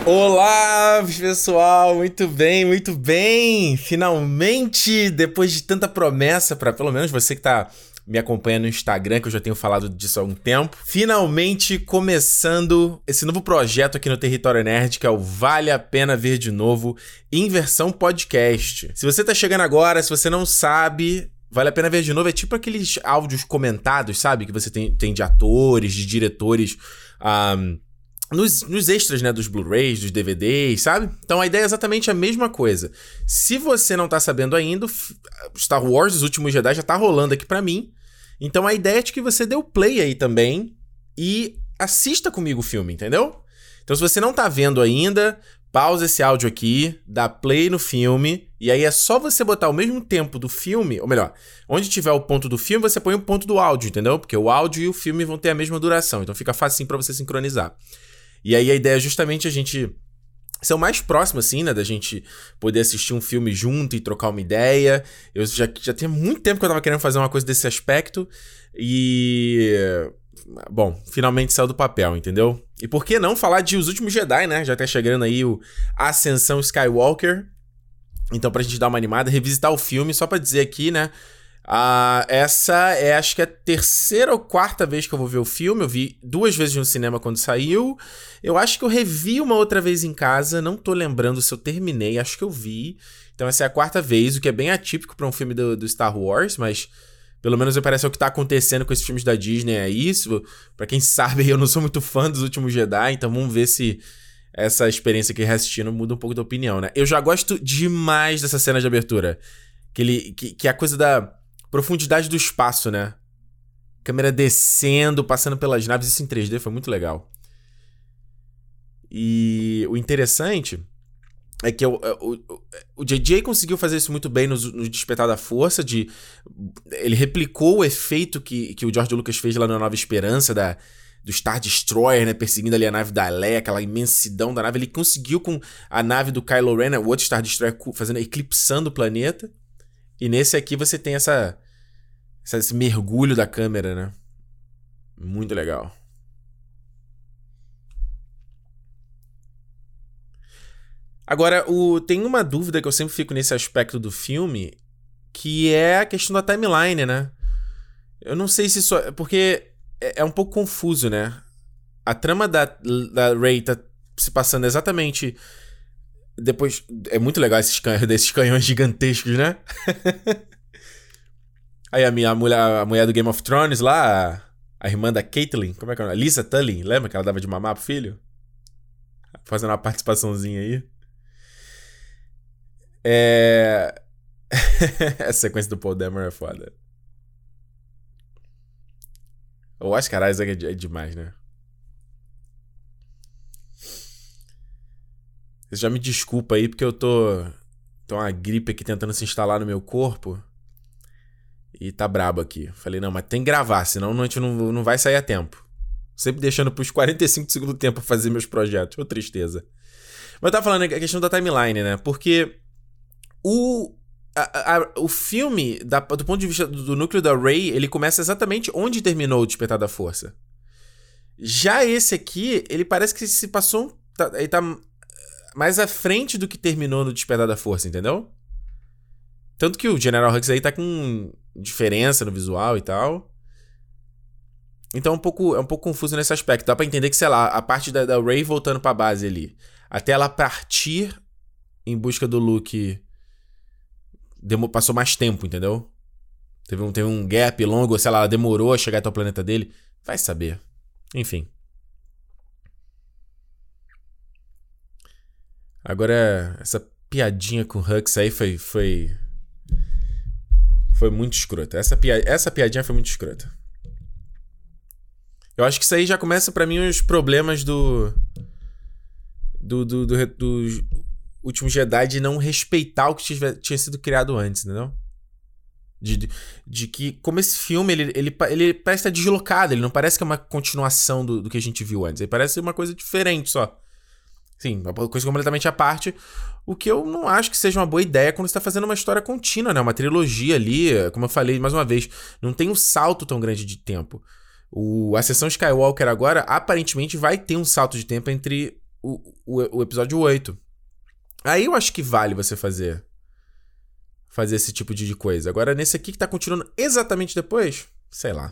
Olá, pessoal, muito bem, muito bem. Finalmente, depois de tanta promessa para pelo menos você que tá me acompanha no Instagram, que eu já tenho falado disso há algum tempo, finalmente começando esse novo projeto aqui no Território Nerd, que é o Vale a Pena Ver de Novo, em versão podcast. Se você tá chegando agora, se você não sabe, Vale a Pena Ver de Novo é tipo aqueles áudios comentados, sabe? Que você tem de atores, de diretores, nos extras, né, dos Blu-rays, dos DVDs, sabe? Então a ideia é exatamente a mesma coisa. Se você não tá sabendo ainda, Star Wars, Os Últimos Jedi já tá rolando aqui pra mim. Então a ideia é de que você dê o play aí também e assista comigo o filme, entendeu? Então se você não tá vendo ainda, pausa esse áudio aqui, dá play no filme, e aí é só você botar o mesmo tempo do filme, ou melhor, onde tiver o ponto do filme, você põe o ponto do áudio, entendeu? Porque o áudio e o filme vão ter a mesma duração, então fica fácil pra você sincronizar. E aí a ideia é justamente a gente ser o mais próximo, assim, né? Da gente poder assistir um filme junto e trocar uma ideia. Eu já tinha muito tempo que eu tava querendo fazer uma coisa desse aspecto. E... bom, finalmente saiu do papel, entendeu? E por que não falar de Os Últimos Jedi, né? Já tá chegando aí o Ascensão Skywalker. Então pra gente dar uma animada, revisitar o filme, só pra dizer aqui, né? Essa é, acho que a terceira ou quarta vez que eu vou ver o filme. Eu vi 2 vezes no cinema quando saiu. Eu acho que eu revi uma outra vez em casa. Não tô lembrando se eu terminei, acho que eu vi. Então essa é a 4ª vez, o que é bem atípico pra um filme do Star Wars, mas pelo menos parece o que tá acontecendo com esses filmes da Disney, é isso. Pra quem sabe, eu não sou muito fã dos Últimos Jedi, então vamos ver se essa experiência aqui reassistindo muda um pouco da opinião, né? Eu já gosto demais dessa cena de abertura. Que é a coisa da profundidade do espaço, né? Câmera descendo, passando pelas naves, isso em 3D foi muito legal. E o interessante é que o JJ conseguiu fazer isso muito bem no Despertar da Força, ele replicou o efeito que o George Lucas fez lá na Nova Esperança, do Star Destroyer, né, perseguindo ali a nave da Leia, aquela imensidão da nave. Ele conseguiu com a nave do Kylo Ren, o outro Star Destroyer, eclipsando o planeta. E nesse aqui você tem esse mergulho da câmera, né? Muito legal. Agora, tem uma dúvida que eu sempre fico nesse aspecto do filme, que é a questão da timeline, né? Eu não sei se isso... porque é um pouco confuso, né? A trama da Rey tá se passando exatamente... depois... É muito legal desses canhões gigantescos, né? Aí a mulher do Game of Thrones lá, a irmã da Caitlyn, como é que é? Lisa Tully, lembra que ela dava de mamar pro filho? Fazendo uma participaçãozinha aí. Essa sequência do Paul Dameron é foda. O Oscar Isaac é demais, né? Você já me desculpa aí, porque eu tô uma gripe aqui tentando se instalar no meu corpo. E tá brabo aqui. Falei, não, mas tem que gravar, senão a gente não vai sair a tempo. Sempre deixando pros 45 do segundo tempo pra fazer meus projetos. Ô, tristeza. Mas eu tava falando a questão da timeline, né? Porque o filme, do ponto de vista do núcleo da Rey, ele começa exatamente onde terminou o Despertar da Força. Já esse aqui, ele parece que se passou... ele tá mais à frente do que terminou no Despertar da Força, entendeu? Tanto que o General Hux aí tá com diferença no visual e tal. Então é um pouco confuso nesse aspecto. Dá pra entender que, sei lá, a parte da Rey voltando pra base ali, até ela partir em busca do Luke, passou mais tempo, entendeu? Teve um gap longo, sei lá, ela demorou a chegar até o planeta dele. Vai saber. Enfim. Agora, essa piadinha com o Hux aí foi muito escrota. Essa piadinha foi muito escrota. Eu acho que isso aí já começa pra mim os problemas do Último Jedi de não respeitar o que tinha sido criado antes, entendeu? De que, como esse filme, ele parece estar deslocado, ele não parece que é uma continuação do que a gente viu antes. Ele parece uma coisa diferente só. Sim, uma coisa completamente à parte. O que eu não acho que seja uma boa ideia quando você tá fazendo uma história contínua, né? Uma trilogia ali, como eu falei mais uma vez, não tem um salto tão grande de tempo. A Ascensão Skywalker agora, aparentemente, vai ter um salto de tempo entre o episódio 8. Aí eu acho que vale você fazer esse tipo de coisa. Agora, nesse aqui que tá continuando exatamente depois, sei lá.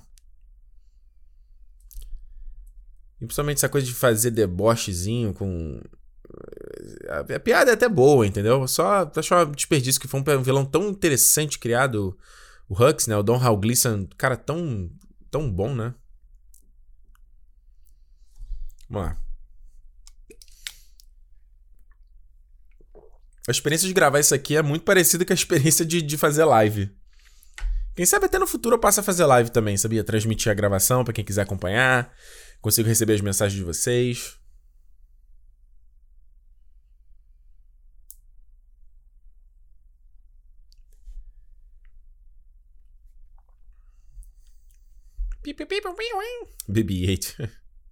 E principalmente essa coisa de fazer debochezinho com... A piada é até boa, entendeu? Só acho um desperdício que foi um vilão tão interessante criado, o Hux, né? O Domhnall Gleeson, cara, tão bom, né? Vamos lá. A experiência de gravar isso aqui é muito parecida com a experiência de fazer live. Quem sabe até no futuro eu passo a fazer live também, sabia? Transmitir a gravação pra quem quiser acompanhar. Consigo receber as mensagens de vocês. BB-8.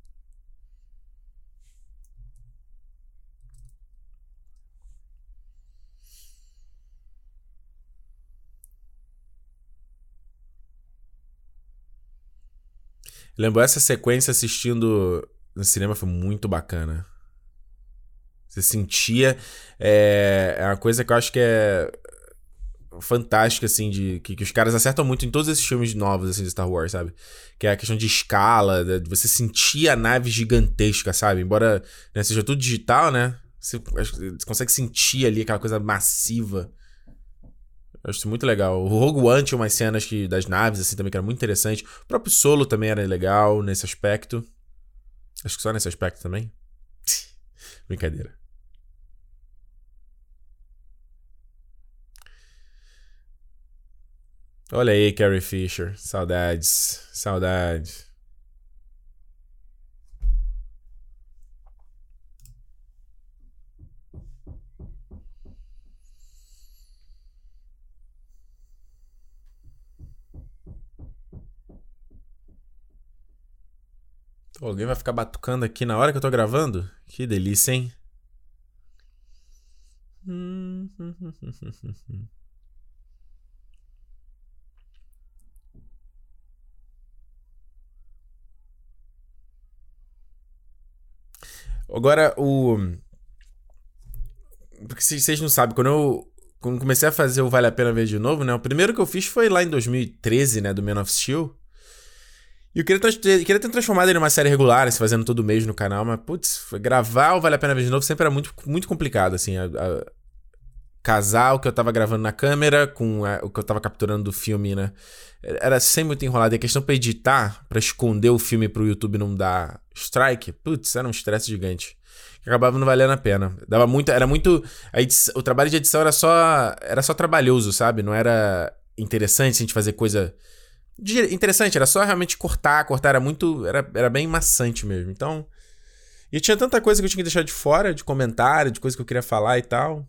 Lembrou essa sequência assistindo no cinema, foi muito bacana. Você sentia... É uma coisa que eu acho que é fantástica, assim, que os caras acertam muito em todos esses filmes novos, assim, de Star Wars, sabe? Que é a questão de escala, de você sentir a nave gigantesca, sabe? Embora, né, seja tudo digital, né? Você consegue sentir ali aquela coisa massiva. Eu acho isso muito legal. O Rogue One tinha umas cenas das naves, assim, também, que era muito interessante. O próprio Solo também era legal nesse aspecto. Acho que só nesse aspecto também. Brincadeira. Olha aí, Carrie Fisher. Saudades. Saudades. Alguém vai ficar batucando aqui na hora que eu tô gravando? Que delícia, hein? Agora, porque vocês não sabem, quando comecei a fazer o Vale a Pena Ver de novo, né? O primeiro que eu fiz foi lá em 2013, né? Do Man of Steel. E eu queria ter transformado ele numa série regular, assim, fazendo todo mês no canal, mas, putz, gravar o Vale a Pena Ver de novo sempre era muito, muito complicado, assim. Casar o que eu tava gravando na câmera com o que eu tava capturando do filme, né? Era sempre muito enrolado. E a questão pra editar, pra esconder o filme pro YouTube não dar strike, putz, era um estresse gigante. Que acabava não valendo a pena. Era muito... o trabalho de edição era só trabalhoso, sabe? Não era interessante a gente fazer coisa... interessante, era só realmente cortar, era bem maçante mesmo. Então, e tinha tanta coisa que eu tinha que deixar de fora, de comentário, de coisa que eu queria falar e tal.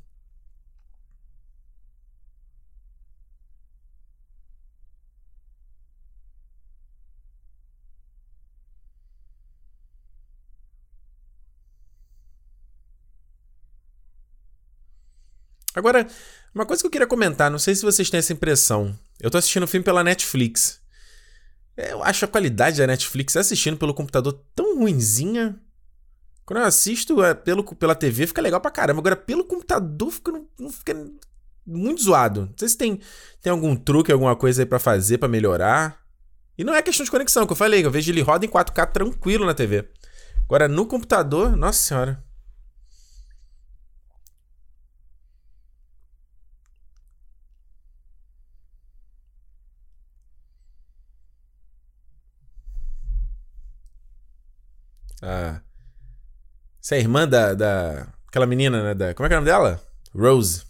Agora, uma coisa que eu queria comentar, não sei se vocês têm essa impressão. Eu tô assistindo o filme pela Netflix. Eu acho a qualidade da Netflix assistindo pelo computador tão ruinzinha. Quando eu assisto pela TV fica legal pra caramba. Agora pelo computador não fica muito zoado. Não sei se tem algum truque, alguma coisa aí pra fazer, pra melhorar. E não é questão de conexão, que eu falei. Eu vejo ele roda em 4K tranquilo na TV. Agora no computador, nossa senhora. Ah... Você é irmã aquela menina, né? Como é que é o nome dela? Rose.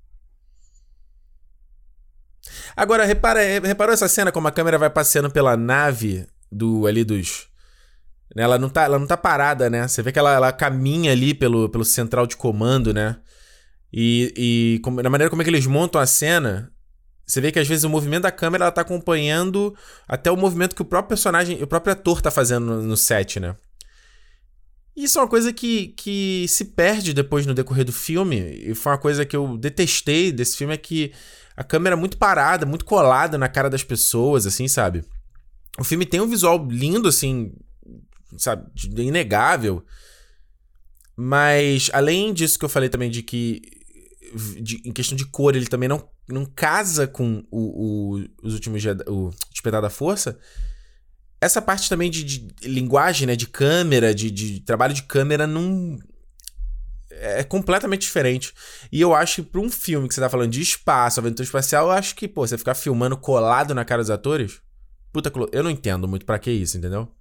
Agora, reparou essa cena como a câmera vai passeando pela nave dos... Né? Ela não tá parada, né? Você vê que ela caminha ali pelo central de comando, né? Na maneira como é que eles montam a cena, você vê que às vezes o movimento da câmera ela tá acompanhando até o movimento que o próprio personagem, o próprio ator tá fazendo no set, né? Isso é uma coisa que se perde depois no decorrer do filme. E foi uma coisa que eu detestei desse filme, é que a câmera é muito parada, muito colada na cara das pessoas, assim, sabe? O filme tem um visual lindo, assim, sabe? Inegável. Mas, além disso que eu falei também de que, em questão de cor, ele também não casa com os últimos o Despertar da Força. Essa parte também de linguagem, né, de câmera, de trabalho de câmera, não é completamente diferente. E eu acho que pra um filme que você tá falando de espaço, aventura espacial, eu acho que, pô, você ficar filmando colado na cara dos atores, puta, eu não entendo muito pra que isso, entendeu?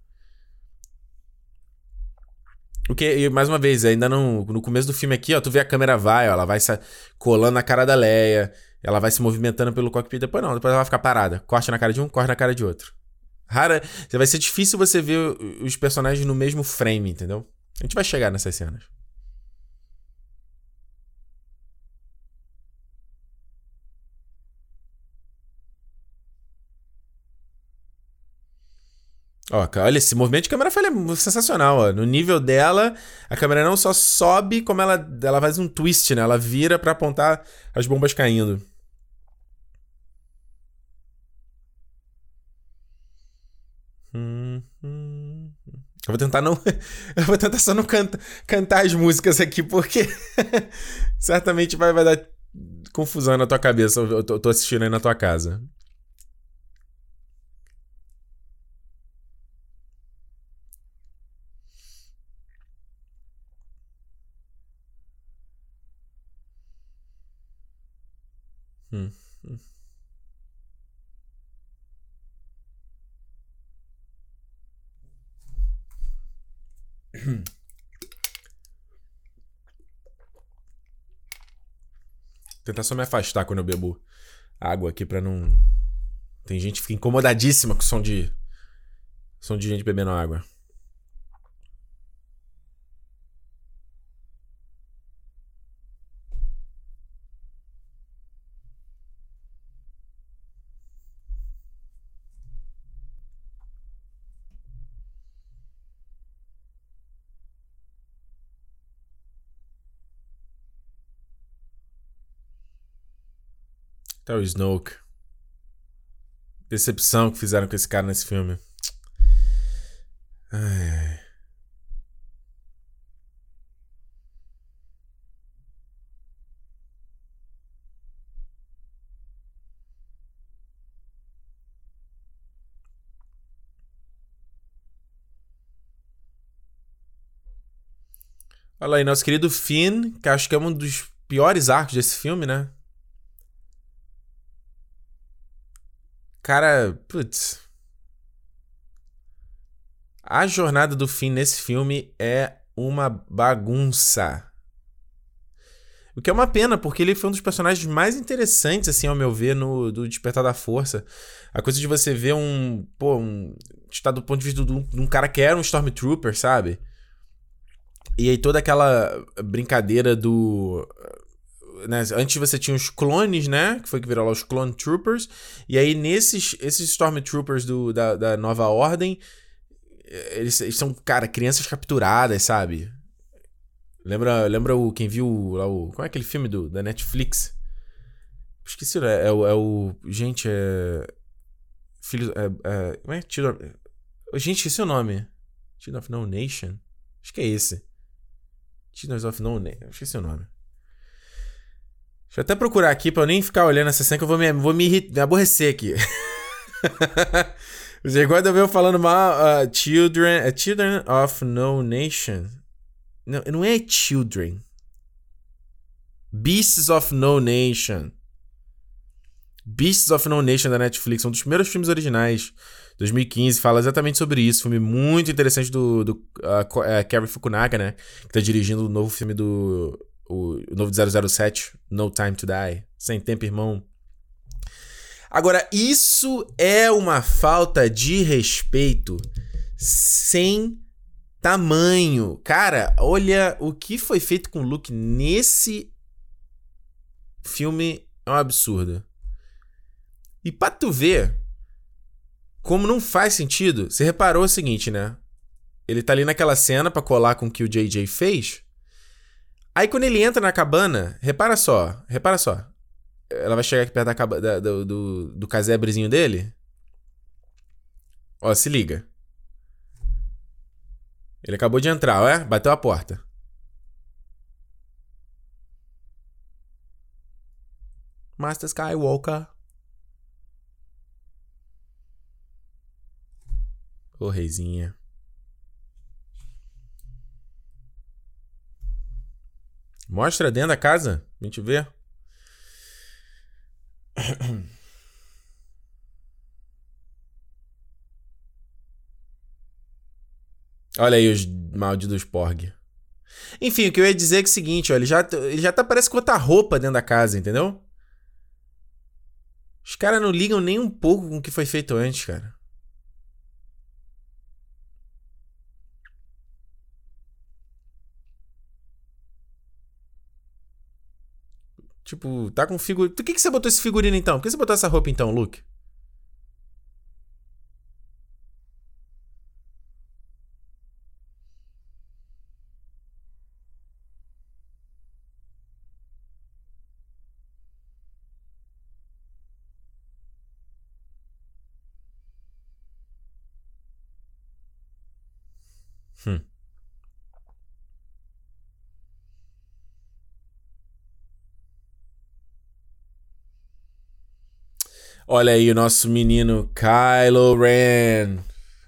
Porque, mais uma vez, ainda no começo do filme aqui, ó, tu vê a câmera vai, ó, ela vai colando na cara da Leia, ela vai se movimentando pelo cockpit, depois não, depois ela vai ficar parada. Corte na cara de um, corte na cara de outro. Vai ser difícil você ver os personagens no mesmo frame, entendeu? A gente vai chegar nessas cenas. Ó, olha, esse movimento de câmera foi sensacional, ó. No nível dela, a câmera não só sobe, como ela faz um twist, né? Ela vira pra apontar as bombas caindo. Eu vou tentar não. Eu vou tentar só não cantar as músicas aqui, porque certamente vai dar confusão na tua cabeça. Eu tô assistindo aí na tua casa. Hum. Tentar só me afastar quando eu bebo água aqui pra não. Tem gente que fica incomodadíssima com o som de gente bebendo água. Tá o Snoke. Decepção que fizeram com esse cara nesse filme. Ai. Olha aí, nosso querido Finn, que acho que é um dos piores arcos desse filme, né? Cara, putz. A jornada do Finn nesse filme é uma bagunça. O que é uma pena, porque ele foi um dos personagens mais interessantes, assim, ao meu ver, do Despertar da Força. A coisa de você ver está do ponto de vista de um cara que era um Stormtrooper, sabe? E aí toda aquela brincadeira do... Né? Antes você tinha os clones, né? Que foi que virou lá os Clone Troopers. E aí esses Stormtroopers da Nova Ordem, eles são, cara, crianças capturadas, sabe? Lembra quem viu lá o... Qual é aquele filme da Netflix? Esqueci, né? Gente, Filho... como é? Gente, esqueci o nome. Children of No Nation? Acho que é esse. Children of No Nation. Esqueci o nome. Deixa eu até procurar aqui pra eu nem ficar olhando essa cena que eu vou me aborrecer aqui. Você guarda eu falando mal. Children of No Nation. Não é Children. Beasts of No Nation. Beasts of No Nation da Netflix. Um dos primeiros filmes originais. 2015. Fala exatamente sobre isso. Filme muito interessante do Cary Fukunaga, né? Que tá dirigindo o novo filme o novo de 007, No Time to Die. Sem tempo, irmão. Agora, isso é uma falta de respeito sem tamanho. Cara, olha o que foi feito com o Luke nesse filme. É um absurdo. E pra tu ver como não faz sentido, você reparou o seguinte, né? Ele tá ali naquela cena pra colar com o que o JJ fez. Aí quando ele entra na cabana, repara só. Ela vai chegar aqui perto do casebrezinho dele. Ó, se liga. Ele acabou de entrar, ó, bateu a porta. Master Skywalker. Ô, reizinha. Mostra dentro da casa. A gente vê. Olha aí os malditos Porg. Enfim, o que eu ia dizer é, que é o seguinte, ó, ele já tá parece com outra roupa dentro da casa, entendeu? Os caras não ligam nem um pouco com o que foi feito antes, cara. Tipo, tá com figurino. Por que você botou esse figurino então? Por que você botou essa roupa então, Luke? Hum. Olha aí o nosso menino Kylo Ren.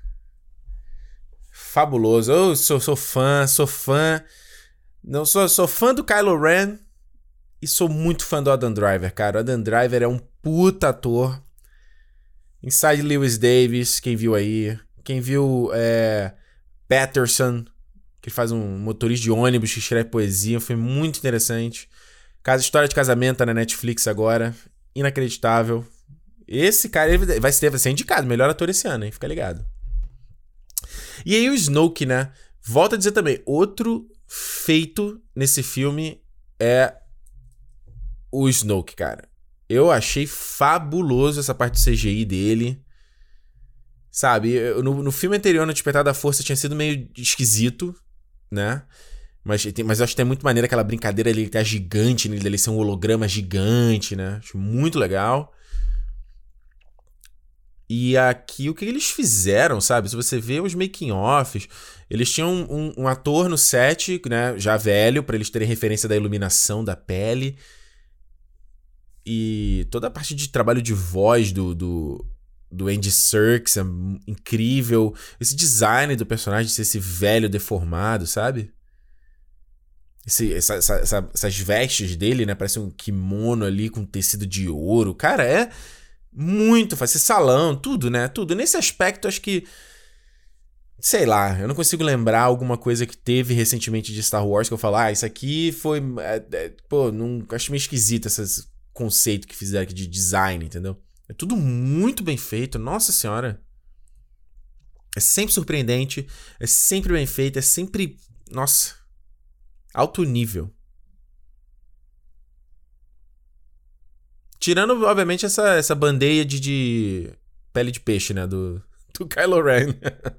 Fabuloso. Eu sou fã. Não, sou fã do Kylo Ren e sou muito fã do Adam Driver, cara. O Adam Driver é um puta ator. Inside Lewis Davis, quem viu aí. Quem viu Patterson, que faz um motorista de ônibus que escreve poesia. Foi muito interessante. História de Casamento tá na Netflix agora. Inacreditável. Esse cara ele vai ser indicado. Melhor ator esse ano, hein? Fica ligado. E aí o Snoke, né? Volto a dizer também. Outro feito nesse filme é o Snoke, cara. Eu achei fabuloso essa parte do CGI dele. Sabe? No filme anterior, no Despertar da Força, tinha sido meio esquisito, né? Mas eu acho que tem muito maneira aquela brincadeira ele tá gigante, né? Ele ser um holograma gigante, né? Acho muito legal. E aqui, o que eles fizeram, sabe? Se você vê os making-offs, eles tinham um ator no set, né? Já velho, pra eles terem referência da iluminação da pele. E toda a parte de trabalho de voz do Andy Serkis é incrível. Esse design do personagem ser esse velho deformado, sabe? Essas vestes dele, né? Parece um kimono ali com tecido de ouro. Cara, é muito fácil. Esse salão, tudo, né? Tudo. Nesse aspecto, acho que... Sei lá, eu não consigo lembrar alguma coisa que teve recentemente de Star Wars que eu falo, isso aqui foi... não, acho meio esquisito esse conceito que fizeram aqui de design, entendeu? É tudo muito bem feito, nossa senhora. É sempre surpreendente, é sempre bem feito, é sempre... Nossa, alto nível. Tirando, obviamente, essa bandeia de pele de peixe, né? Do Kylo Ren.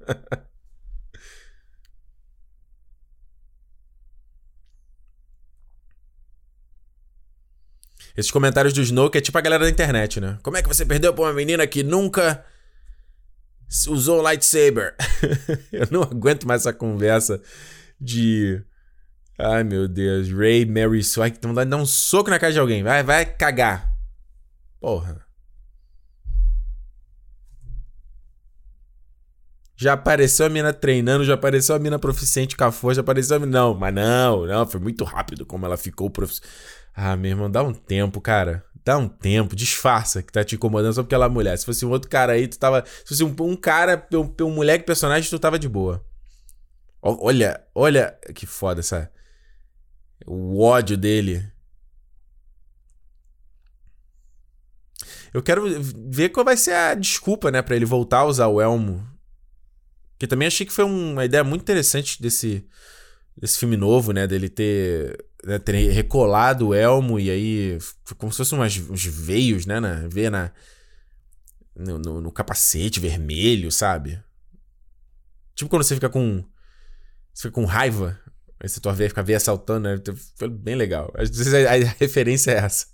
Esses comentários do Snoke é tipo a galera da internet, né? Como é que você perdeu pra uma menina que nunca usou um lightsaber? Eu não aguento mais essa conversa de... Ai, meu Deus. Rey, Mary, Sue. Então vontade de dar um soco na cara de alguém. Vai cagar. Porra. Já apareceu a mina treinando, já apareceu a mina proficiente com a força, já apareceu a mina... Não, mas não, foi muito rápido como ela ficou proficiente. Meu irmão, dá um tempo, cara. Dá um tempo, disfarça que tá te incomodando só porque ela é mulher. Se fosse um outro cara aí, tu tava... Se fosse um cara, um moleque personagem, tu tava de boa. Olha que foda essa... O ódio dele. Eu quero ver qual vai ser a desculpa, né, pra ele voltar a usar o elmo. Que também achei que foi uma ideia muito interessante desse filme novo, né? Dele ter recolado o elmo e aí como se fossem uns veios, né? Veia no capacete vermelho, sabe? Tipo quando você fica com raiva, aí você tua veia fica veia saltando, né? Foi bem legal. Às vezes a referência é essa.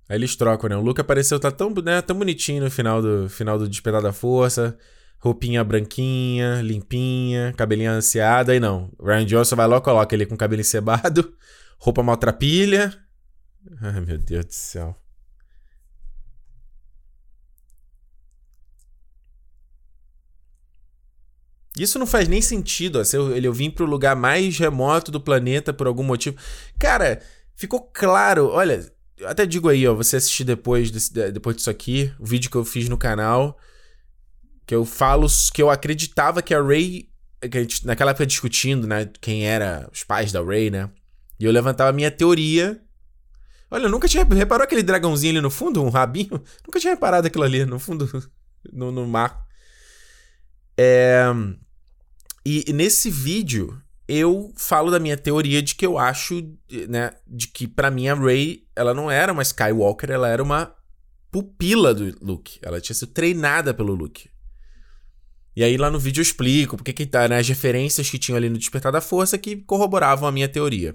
Aí eles trocam, né? O Luke apareceu, tá tão, né, tão bonitinho no final do Despertar da Força. Roupinha branquinha, limpinha, cabelinho ansiado. Aí não. O Ryan Johnson vai lá, coloca ele com cabelo encebado, roupa maltrapilha. Ai, meu Deus do céu. Isso não faz nem sentido, ó. Se eu vim pro lugar mais remoto do planeta por algum motivo. Cara, ficou claro. Olha, eu até digo aí, ó. Você assistir depois disso aqui, o vídeo que eu fiz no canal, que eu falo que eu acreditava que a Rey, que a gente naquela época discutindo, né, quem era os pais da Rey, né? E eu levantava a minha teoria. Olha, eu nunca tinha reparado aquele dragãozinho ali no fundo, um rabinho. Nunca tinha reparado aquilo ali no fundo, no mar. E nesse vídeo, eu falo da minha teoria de que eu acho, né, de que pra mim a Rey, ela não era uma Skywalker, ela era uma pupila do Luke. Ela tinha sido treinada pelo Luke. E aí lá no vídeo eu explico porque que tá, né, as referências que tinham ali no Despertar da Força que corroboravam a minha teoria.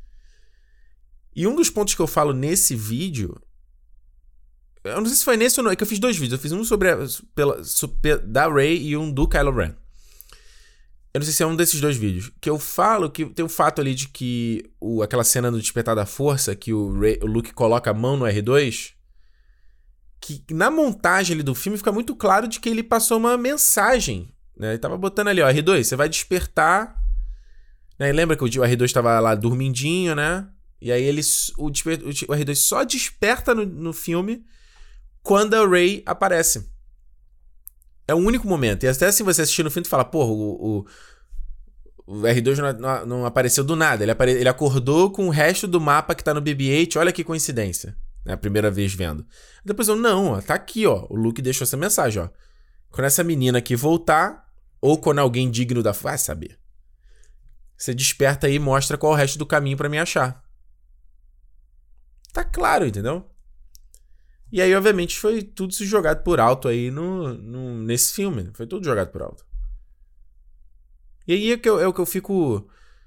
E um dos pontos que eu falo nesse vídeo, eu não sei se foi nesse ou não, é que eu fiz 2 vídeos. Eu fiz um sobre da Rey e um do Kylo Ren. Eu não sei se é um desses 2 vídeos. Que eu falo que tem um fato ali de que aquela cena no Despertar da Força, que o Luke coloca a mão no R2, que na montagem ali do filme fica muito claro de que ele passou uma mensagem. Né? Ele tava botando ali, ó, R2, você vai despertar. Né? E lembra que o R2 tava lá dormindinho, né? E aí o R2 só desperta no filme quando a Rey aparece. É o único momento. E até assim você assistir no filme e fala, porra, o R2 não apareceu do nada. Ele acordou com o resto do mapa que tá no BB-8. Olha que coincidência. É a primeira vez vendo. Depois não, ó, tá aqui, ó. O Luke deixou essa mensagem, ó. Quando essa menina aqui voltar, ou quando alguém digno da... Vai saber. Você desperta aí e mostra qual é o resto do caminho pra me achar. Tá claro, entendeu? E aí, obviamente, foi tudo se jogado por alto aí nesse filme. Foi tudo jogado por alto. E aí é o que eu fico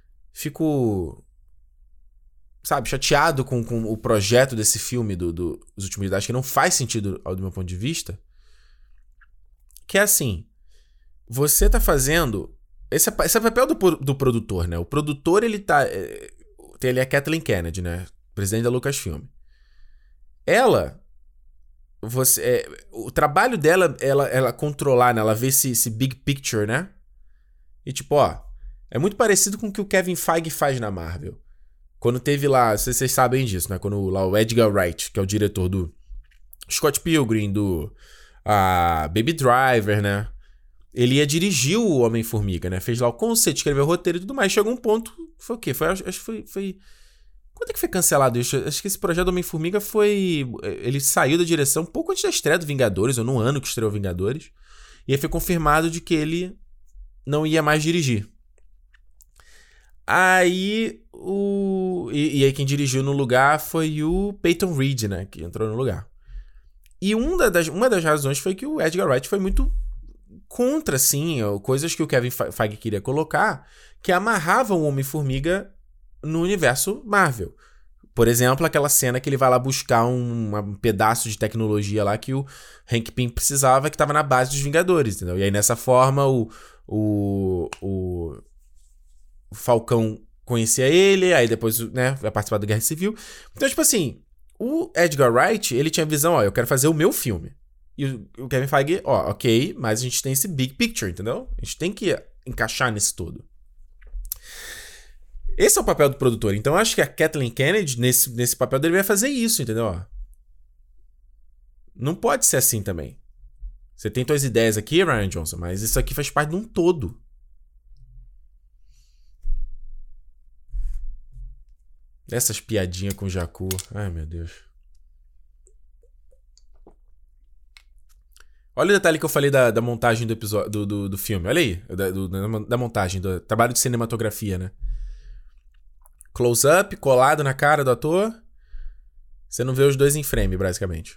sabe, chateado com o projeto desse filme dos Últimos Jedi, que não faz sentido do meu ponto de vista. Que é assim, você tá fazendo... Esse é o papel do produtor, né? O produtor, ele tá... Tem ali a Kathleen Kennedy, né? Presidente da Lucasfilm. Ela... o trabalho dela, ela controlar, né? Ela ver esse big picture, né? E tipo, ó... É muito parecido com o que o Kevin Feige faz na Marvel. Quando teve lá... Vocês sabem disso, né? Quando lá o Edgar Wright, que é o diretor do Scott Pilgrim, do Baby Driver, né? Ele ia dirigir o Homem-Formiga, né? Fez lá o conceito, escreveu o roteiro e tudo mais. Chegou um ponto... Foi o quê? Acho que foi... Quando é que foi cancelado isso? Acho que esse projeto do Homem-Formiga foi... Ele saiu da direção um pouco antes da estreia do Vingadores, ou no ano que estreou Vingadores. E aí foi confirmado de que ele não ia mais dirigir. Aí E aí quem dirigiu no lugar foi o Peyton Reed, né? Que entrou no lugar. E uma das razões foi que o Edgar Wright foi muito contra, assim, coisas que o Kevin Feige queria colocar, que amarravam o Homem-Formiga no universo Marvel. Por exemplo, aquela cena que ele vai lá buscar um pedaço de tecnologia lá que o Hank Pym precisava, que estava na base dos Vingadores, entendeu? E aí, nessa forma, o Falcão conhecia ele, aí depois, né, vai participar da Guerra Civil. Então, tipo assim, o Edgar Wright, ele tinha a visão, ó, eu quero fazer o meu filme. E o Kevin Feige, ó, ok, mas a gente tem esse big picture, entendeu? A gente tem que encaixar nesse todo. Esse é o papel do produtor. Então eu acho que a Kathleen Kennedy, nesse papel, deveria fazer isso, entendeu? Não pode ser assim também. Você tem suas ideias aqui, Ryan Johnson, mas isso aqui faz parte de um todo. Essas piadinhas com o Jakku. Ai, meu Deus. Olha o detalhe que eu falei da montagem do episódio do filme. Olha aí. Da montagem, do trabalho de cinematografia, né? Close-up, colado na cara do ator. Você não vê os dois em frame, basicamente.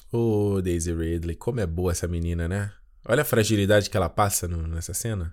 Ô, Daisy Ridley, como é boa essa menina, né? Olha a fragilidade que ela passa nessa cena.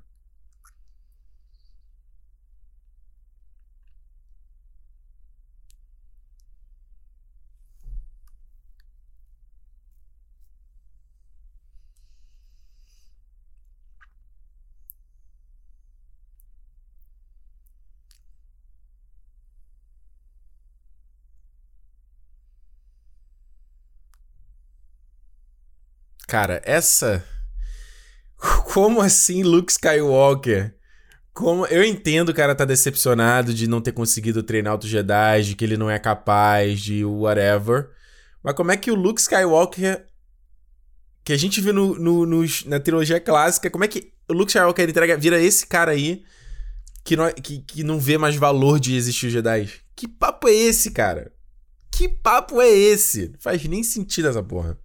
Cara, essa... Como assim Luke Skywalker? Como... Eu entendo o cara tá decepcionado de não ter conseguido treinar outros Jedi, de que ele não é capaz, de whatever. Mas como é que o Luke Skywalker, que a gente viu na trilogia clássica, como é que o Luke Skywalker vira esse cara aí que não vê mais valor de existir os Jedi? Que papo é esse, cara? Que papo é esse? Não faz nem sentido essa porra.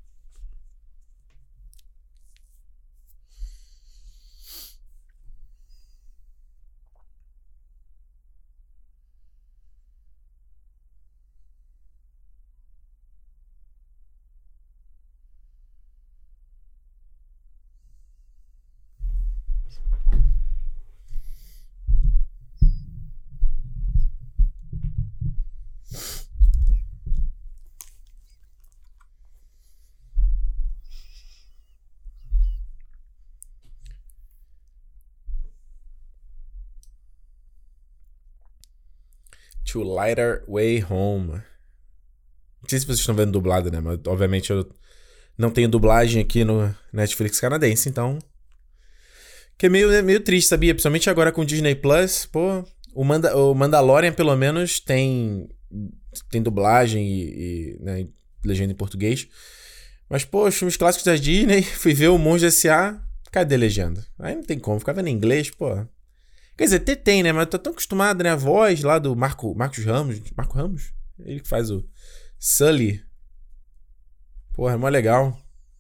To Lighter Way Home. Não sei se vocês estão vendo dublado, né? Mas obviamente eu não tenho dublagem aqui no Netflix canadense, então. Que é meio triste, sabia? Principalmente agora com o Disney Plus. Pô, o Mandalorian pelo menos tem dublagem né, legenda em português. Mas, pô, os filmes clássicos da Disney, fui ver o Monstros S.A., cadê legenda? Aí não tem como, ficar vendo em inglês, pô. Quer dizer, tem, né? Mas eu tô tão acostumado, né? A voz lá do Marcos Ramos. Marco Ramos? Ele que faz o Sully. Porra, é mó legal.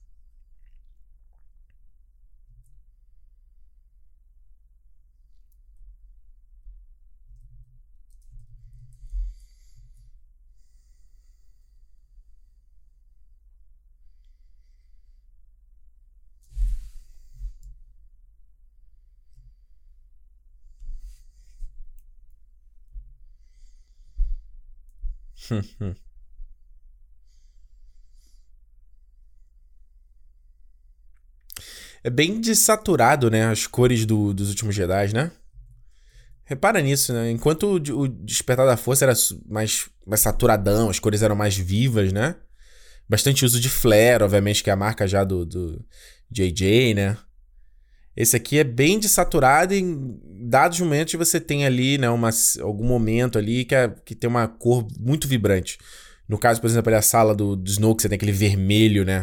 É bem desaturado, né? As cores dos últimos Jedi, né? Repara nisso, né? Enquanto o Despertar da Força era mais saturadão, as cores eram mais vivas, né? Bastante uso de flare, obviamente, que é a marca já do JJ, né? Esse aqui é bem desaturado e em dados momentos você tem ali, né, algum momento ali que tem uma cor muito vibrante. No caso, por exemplo, ali a sala do Snoke, você tem aquele vermelho, né?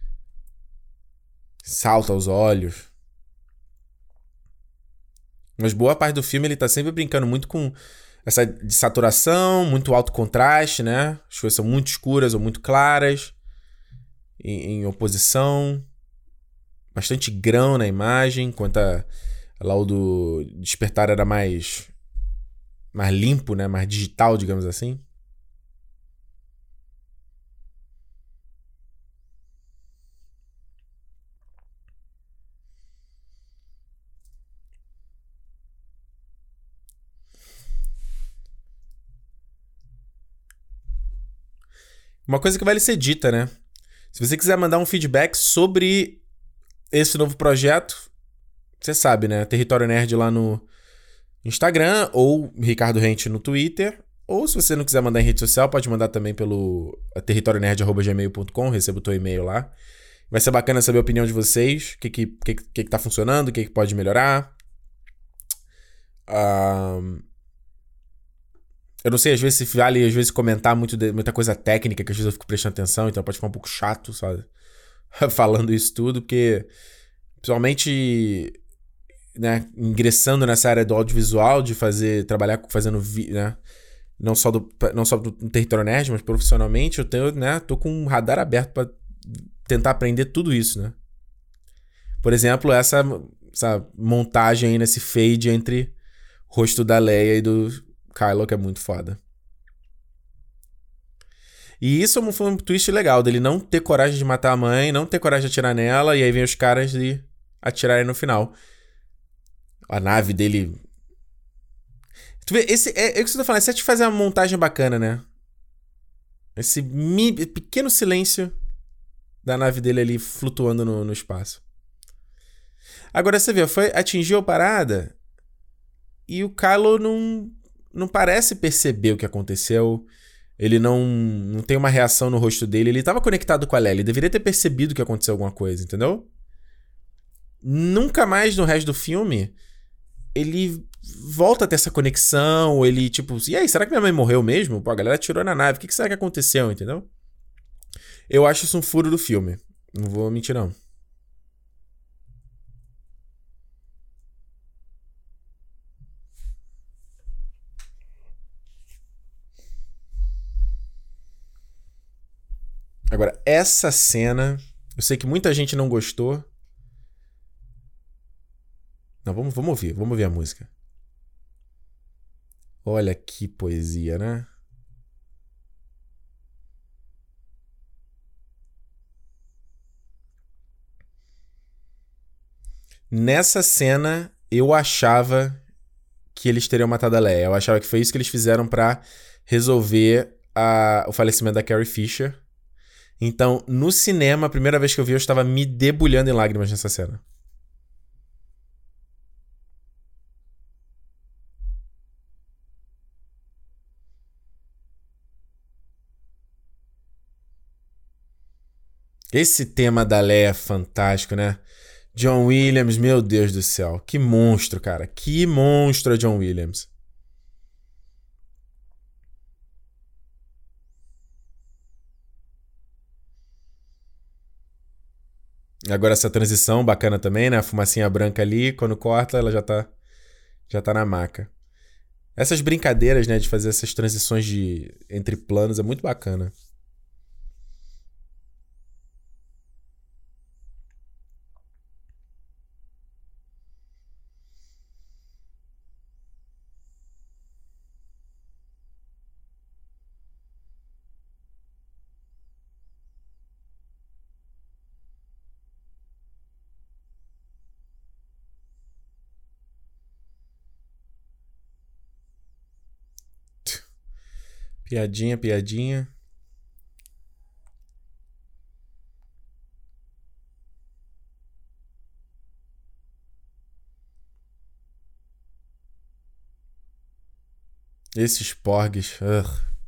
Salta aos olhos. Mas boa parte do filme ele tá sempre brincando muito com essa desaturação, muito alto contraste, né? As coisas são muito escuras ou muito claras, em oposição. Bastante grão na imagem, enquanto lá o do Despertar era mais limpo, né? Mais digital, digamos assim. Uma coisa que vale ser dita, né? Se você quiser mandar um feedback sobre esse novo projeto, você sabe, né? Território Nerd lá no Instagram ou Ricardo Rente no Twitter. Ou se você não quiser mandar em rede social, pode mandar também pelo territorionerd@gmail.com, recebo o teu e-mail lá. Vai ser bacana saber a opinião de vocês, o que tá funcionando, o que pode melhorar. Eu não sei, às vezes se vale comentar muita coisa técnica, que às vezes eu fico prestando atenção, então pode ficar um pouco chato, sabe? Falando isso tudo, porque principalmente, né, ingressando nessa área do audiovisual, de trabalhar fazendo, né, não só do Território Nerd, mas profissionalmente, eu tenho, né, tô com um radar aberto pra tentar aprender tudo isso, né? Por exemplo, essa montagem aí nesse fade entre o rosto da Leia e do Kylo, que é muito foda. E isso foi um twist legal, dele não ter coragem de matar a mãe, não ter coragem de atirar nela, e aí vem os caras de atirarem no final. A nave dele. Tu vê, é o que você tá falando, você te fazer uma montagem bacana, né? Esse pequeno silêncio da nave dele ali flutuando no espaço. Agora você vê, atingiu a parada e o Kylo não parece perceber o que aconteceu. Ele não tem uma reação no rosto dele. Ele tava conectado com a Leia. Ele deveria ter percebido que aconteceu alguma coisa, entendeu? Nunca mais no resto do filme ele volta a ter essa conexão. Ele, tipo, e aí, será que minha mãe morreu mesmo? Pô, a galera atirou na nave. O que será que aconteceu, entendeu? Eu acho isso um furo do filme. Não vou mentir, não. Agora, essa cena, eu sei que muita gente não gostou. Não, vamos ouvir a música. Olha que poesia, né? Nessa cena, eu achava que eles teriam matado a Leia. Eu achava que foi isso que eles fizeram pra resolver o falecimento da Carrie Fisher. Então, no cinema, a primeira vez que eu vi, eu estava me debulhando em lágrimas nessa cena. Esse tema da Leia é fantástico, né? John Williams, meu Deus do céu. Que monstro, cara. Que monstro é John Williams. Agora essa transição bacana também, né? A fumacinha branca ali, quando corta, ela já tá na maca. Essas brincadeiras, né, de fazer essas transições entre planos é muito bacana. Piadinha, piadinha. Esses porgs. Ugh.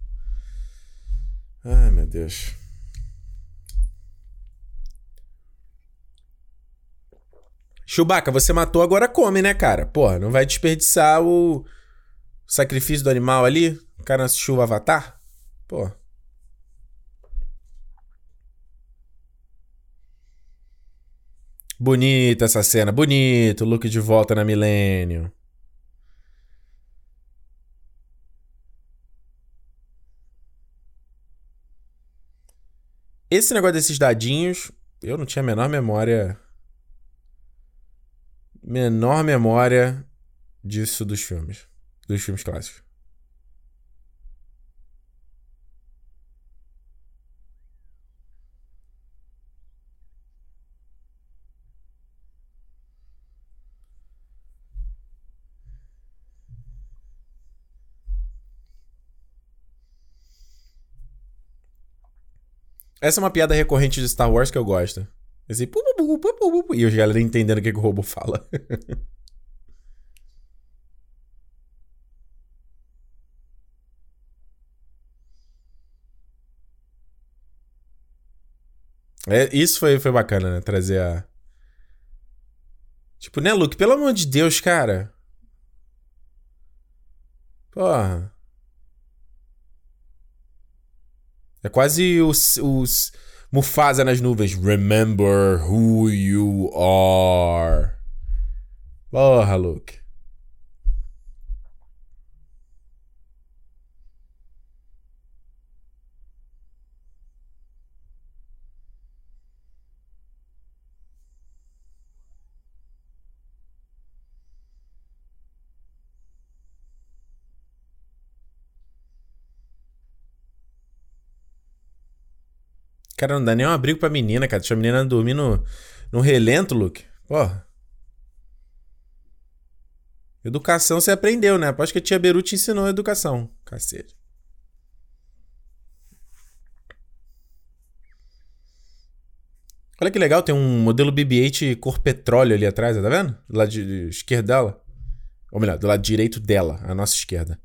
Ai, meu Deus. Chewbacca, você matou, agora come, né, cara? Porra, não vai desperdiçar o sacrifício do animal ali? O cara não assistiu o Avatar? Pô. Bonita essa cena, bonito. Luke de volta na Millennium. Esse negócio desses dadinhos, eu não tinha a menor memória. Menor memória disso dos filmes. Dos filmes clássicos. Essa é uma piada recorrente de Star Wars que eu gosto. Esse e os galera entendendo o que o robô fala. Isso foi bacana, né? Trazer a. Tipo, né, Luke? Pelo amor de Deus, cara. Porra. É quase os Mufasa nas nuvens. Remember who you are. Porra, Luke. Cara, não dá nem um abrigo pra menina, cara. Deixa a menina dormir no relento, Luke. Porra. Educação você aprendeu, né? Aposto que a tia Beru te ensinou educação. Cacete. Olha que legal, tem um modelo BB-8 cor petróleo ali atrás, tá vendo? Do lado de esquerdo dela. Ou melhor, do lado direito dela, a nossa esquerda.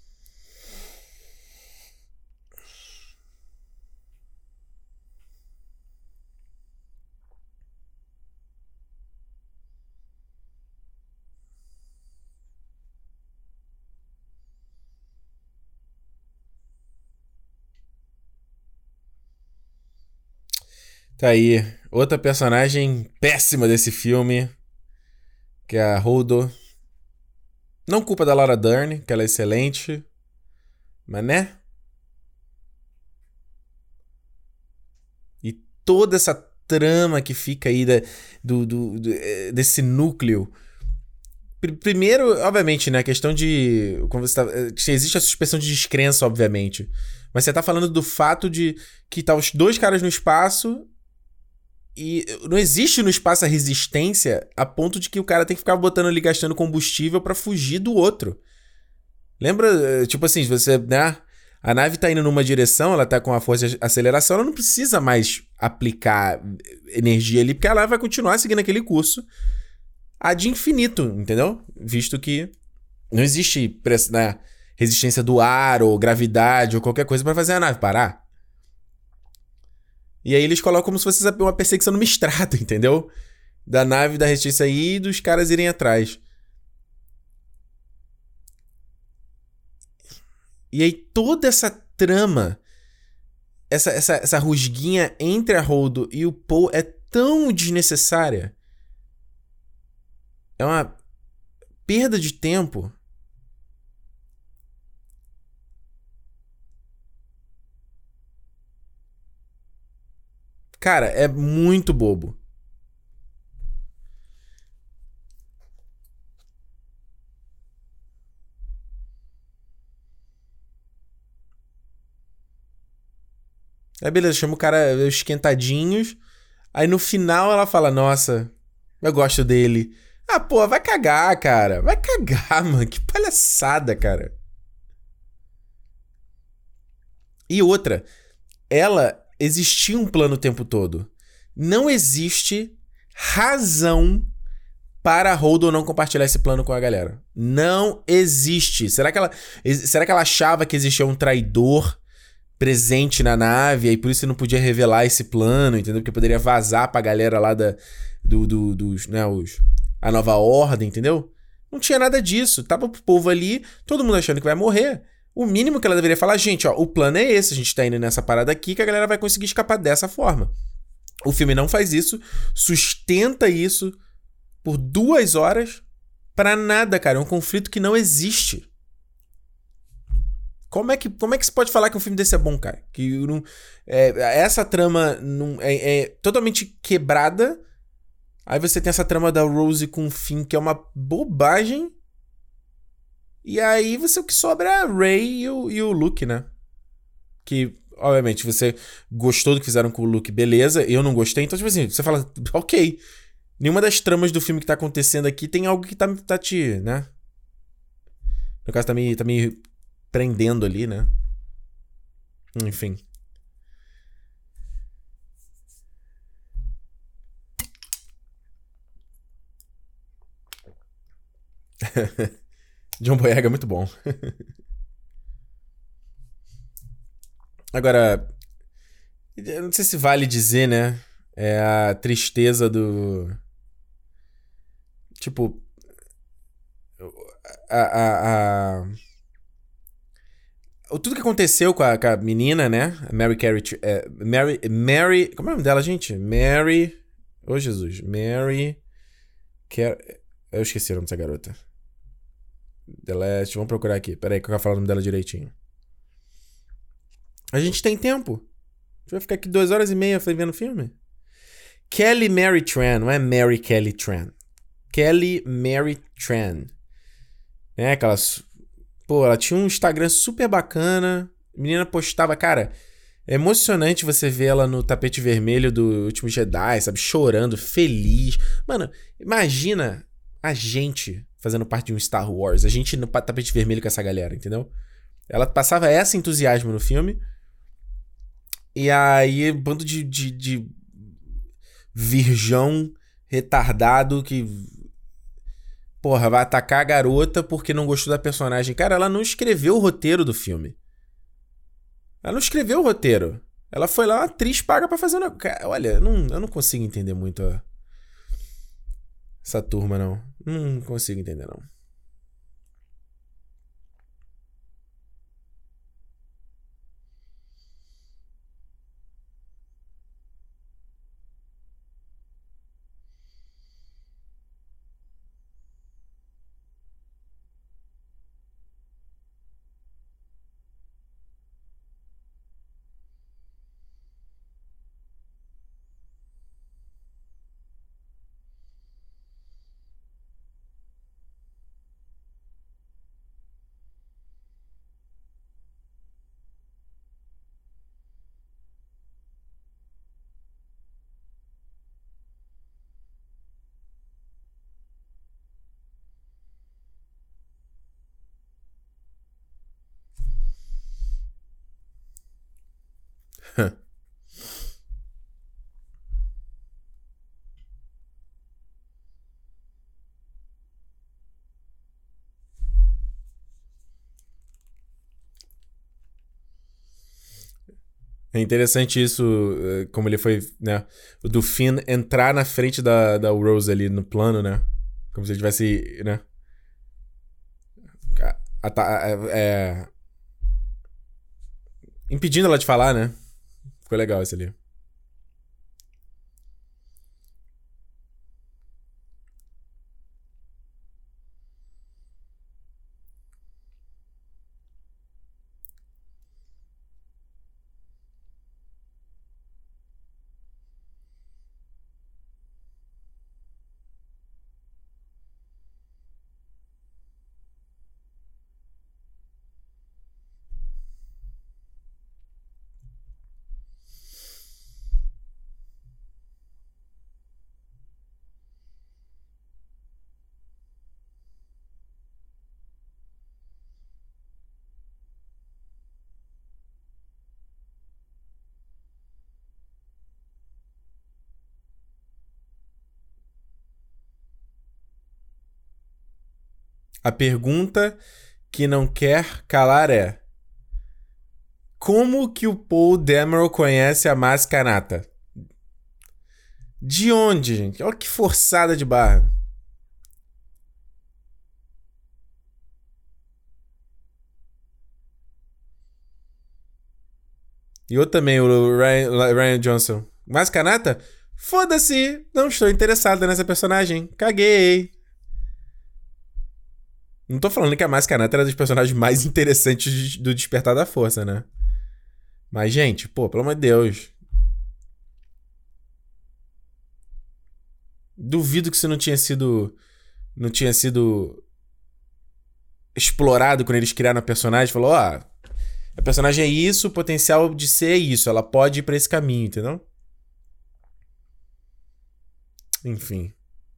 Tá aí, outra personagem péssima desse filme, que é a Holdo. Não culpa da Laura Dern, que ela é excelente, mas né? E toda essa trama que fica aí desse núcleo. Primeiro, obviamente, né? A questão de. Como você tá, existe a suspensão de descrença, obviamente. Mas você tá falando do fato de que tá os dois caras no espaço. E não existe no espaço a resistência a ponto de que o cara tem que ficar botando ali, gastando combustível pra fugir do outro. Lembra, tipo assim, você, né? A nave tá indo numa direção, ela tá com a força de aceleração, ela não precisa mais aplicar energia ali, porque ela vai continuar seguindo aquele curso ad infinito, entendeu? Visto que não existe, né, resistência do ar ou gravidade ou qualquer coisa pra fazer a nave parar. E aí eles colocam como se fosse uma perseguição numa estrada, entendeu? Da nave da resistência aí e dos caras irem atrás. E aí toda essa trama, essa rusguinha entre a Holdo e o Poe é tão desnecessária. É uma perda de tempo. Cara, é muito bobo. Aí beleza, chama o cara esquentadinhos. Aí no final ela fala, nossa, eu gosto dele. Ah, pô, vai cagar, cara. Vai cagar, mano. Que palhaçada, cara. E outra, ela existia um plano o tempo todo. Não existe razão para a Holdo não compartilhar esse plano com a galera. Não existe. Será que ela achava que existia um traidor presente na nave, e aí por isso você não podia revelar esse plano, entendeu? Porque poderia vazar pra galera lá dos, né, a nova ordem, entendeu? Não tinha nada disso. Tava o povo ali, todo mundo achando que vai morrer. O mínimo que ela deveria falar, gente, ó, o plano é esse, a gente tá indo nessa parada aqui que a galera vai conseguir escapar dessa forma. O filme não faz isso, sustenta isso por 2 horas pra nada, cara. É um conflito que não existe. Como é que você pode falar que um filme desse é bom, cara? Que não, essa trama não, é totalmente quebrada. Aí você tem essa trama da Rose com o Finn, que é uma bobagem. E aí o que sobra é a Rey e o Luke, né? Que, obviamente, você gostou do que fizeram com o Luke, beleza. Eu não gostei. Então, tipo assim, você fala, ok. Nenhuma das tramas do filme que tá acontecendo aqui tem algo que tá te, né? No caso, tá me prendendo ali, né? Enfim. John Boyega é muito bom. Agora, eu não sei se vale dizer, né? É a tristeza do... Tipo... Tudo que aconteceu com a menina, né? Mary Carey... Mary... Como é o nome dela, gente? Mary... Oh, Jesus. Mary... Eu esqueci o nome dessa garota. The Last... Vamos procurar aqui. Peraí que eu vou falar o nome dela direitinho. A gente tem tempo. A gente vai ficar aqui 2 horas e meia vendo o filme. Kelly Mary Tran. Não é Mary Kelly Tran. Kelly Mary Tran. É aquelas... Pô, ela tinha um Instagram super bacana. A menina postava, cara... É emocionante você ver ela no tapete vermelho do Último Jedi, sabe? Chorando, feliz. Mano, imagina a gente fazendo parte de um Star Wars. A gente no tapete vermelho com essa galera, entendeu? Ela passava esse entusiasmo no filme. E aí, bando de virgão retardado que... Porra, vai atacar a garota porque não gostou da personagem. Cara, ela não escreveu o roteiro do filme. Ela não escreveu o roteiro. Ela foi lá, uma atriz paga pra fazer... Olha, eu não consigo entender muito essa turma, não. Não consigo entender, não. É interessante isso, como ele foi, né? O do Finn entrar na frente da Rose ali no plano, né? Como se ele tivesse, né? Impedindo ela de falar, né? Ficou legal isso ali. A pergunta que não quer calar é: como que o Paul Dameron conhece a Maz Kanata? De onde, gente? Olha que forçada de barra. E eu também, o Ryan Johnson. Maz Kanata? Foda-se, não estou interessada nessa personagem. Caguei. Não tô falando que a Maz Kanata era dos personagens mais interessantes do Despertar da Força, né? Mas, gente, pô, pelo amor de Deus. Duvido que isso não tinha sido explorado quando eles criaram a personagem. Falou, ó, a personagem é isso, o potencial de ser é isso. Ela pode ir pra esse caminho, entendeu? Enfim.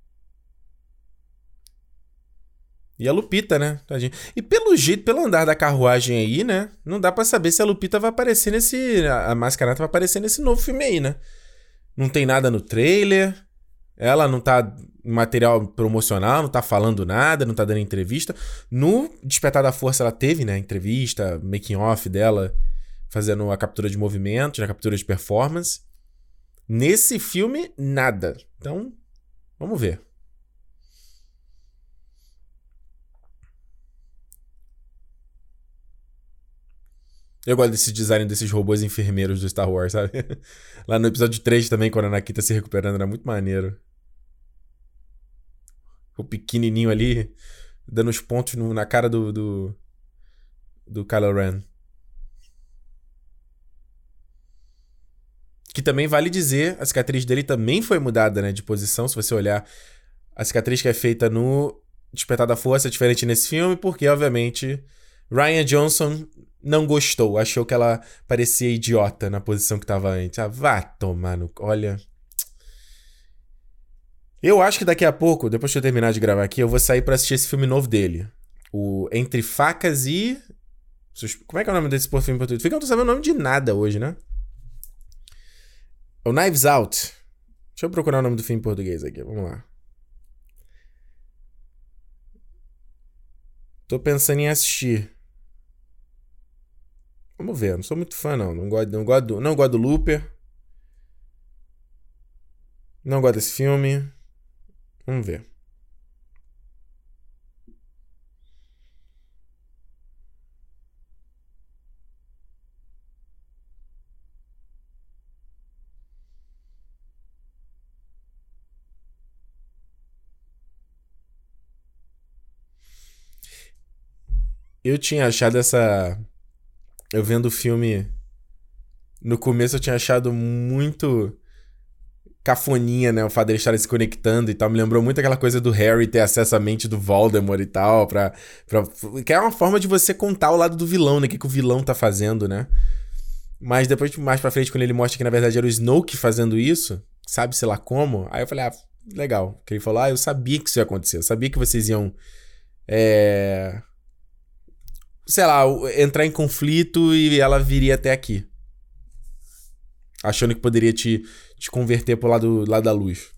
E a Lupita, né? Tadinha. E pelo jeito, pelo andar da carruagem aí, né? Não dá pra saber se a Lupita vai aparecer nesse... A Mascarata vai aparecer nesse novo filme aí, né? Não tem nada no trailer. Ela não tá em material promocional, não tá falando nada, não tá dando entrevista. No Despertar da Força ela teve, né? Entrevista, making off dela, fazendo a captura de movimentos, a captura de performance. Nesse filme, nada. Então, vamos ver. Eu gosto desse design desses robôs enfermeiros do Star Wars, sabe? Lá no episódio 3 também, quando a Anakin tá se recuperando, era muito maneiro. O pequenininho ali, dando os pontos na cara do Kylo Ren. Que também vale dizer, a cicatriz dele também foi mudada, né, de posição. Se você olhar a cicatriz que é feita no Despertar da Força é diferente nesse filme, porque, obviamente, Ryan Johnson não gostou. Achou que ela parecia idiota na posição que tava antes. Ah, vá tomar no... Olha... Eu acho que daqui a pouco, depois que eu terminar de gravar aqui, eu vou sair pra assistir esse filme novo dele. O Entre Facas e... Como é que é o nome desse filme em português? Fica, eu não tô sabendo o nome de nada hoje, né? O Knives Out. Deixa eu procurar o nome do filme em português aqui. Vamos lá. Tô pensando em assistir. Vamos ver. Não sou muito fã, não. Não gosto do Looper. Não gosto desse filme. Vamos ver. Eu tinha achado essa... Eu vendo o filme... No começo eu tinha achado muito cafoninha, né? O fato deles estarem se conectando e tal. Me lembrou muito aquela coisa do Harry ter acesso à mente do Voldemort e tal. Que é uma forma de você contar o lado do vilão, né? O que o vilão tá fazendo, né? Mas depois, mais pra frente, quando ele mostra que na verdade era o Snoke fazendo isso, sabe, sei lá como, aí eu falei, ah, legal. Porque ele falou, eu sabia que isso ia acontecer. Eu sabia que vocês iam... sei lá, entrar em conflito e ela viria até aqui. Achando que poderia te converter pro lado da luz.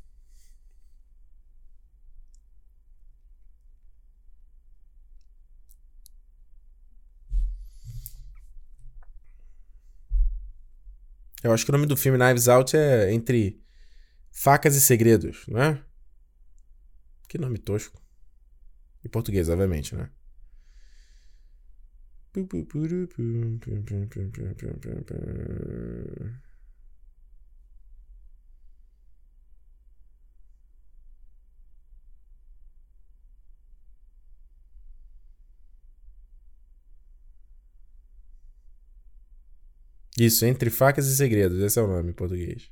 Eu acho que o nome do filme Knives Out é Entre Facas e Segredos, não é? Que nome tosco. Em português, obviamente, né? Isso, Entre Facas e Segredos. Esse é o nome em português.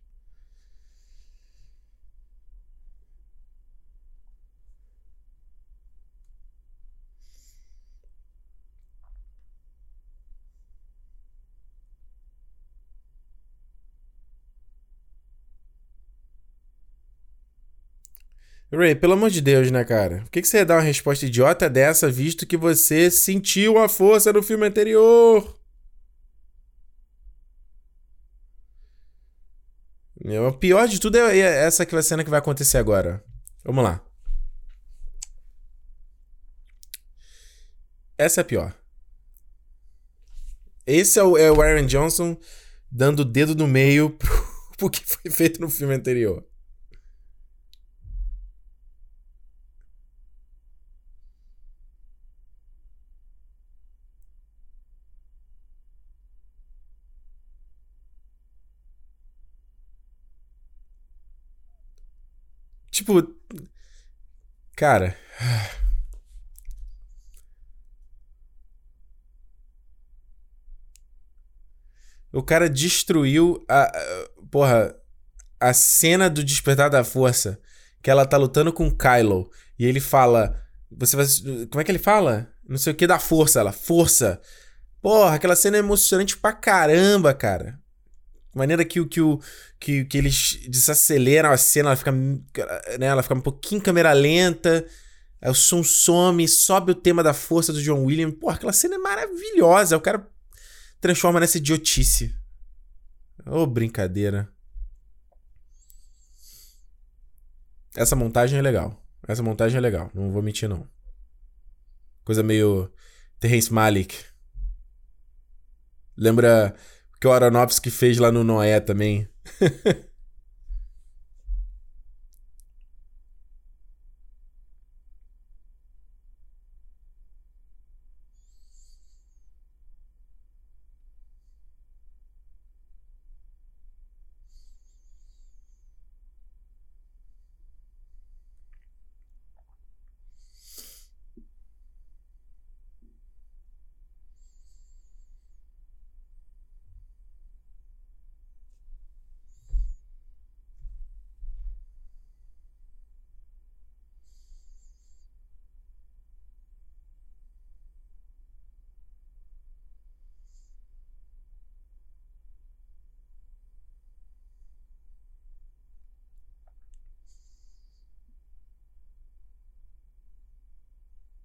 Ray, pelo amor de Deus, né, cara? Por que você ia dar uma resposta idiota dessa, visto que você sentiu a força no filme anterior? O pior de tudo é essa cena que vai acontecer agora. Vamos lá. Essa é a pior. Esse é o Aaron Johnson dando o dedo no meio pro que foi feito no filme anterior. Tipo, cara... O cara destruiu a cena do Despertar da Força. Que ela tá lutando com o Kylo. E ele fala... Você vai... Como é que ele fala? Não sei o que da força. Ela, força. Porra, aquela cena é emocionante pra caramba, cara. A maneira que eles desaceleram a cena, ela fica, né, ela fica um pouquinho câmera lenta. Aí o som some, sobe o tema da força do John Williams. Porra, aquela cena é maravilhosa. O cara transforma nessa idiotice. Ô, brincadeira. Essa montagem é legal. Essa montagem é legal. Não vou mentir, não. Coisa meio Terrence Malick. Lembra que o Aronofsky fez lá no Noé também.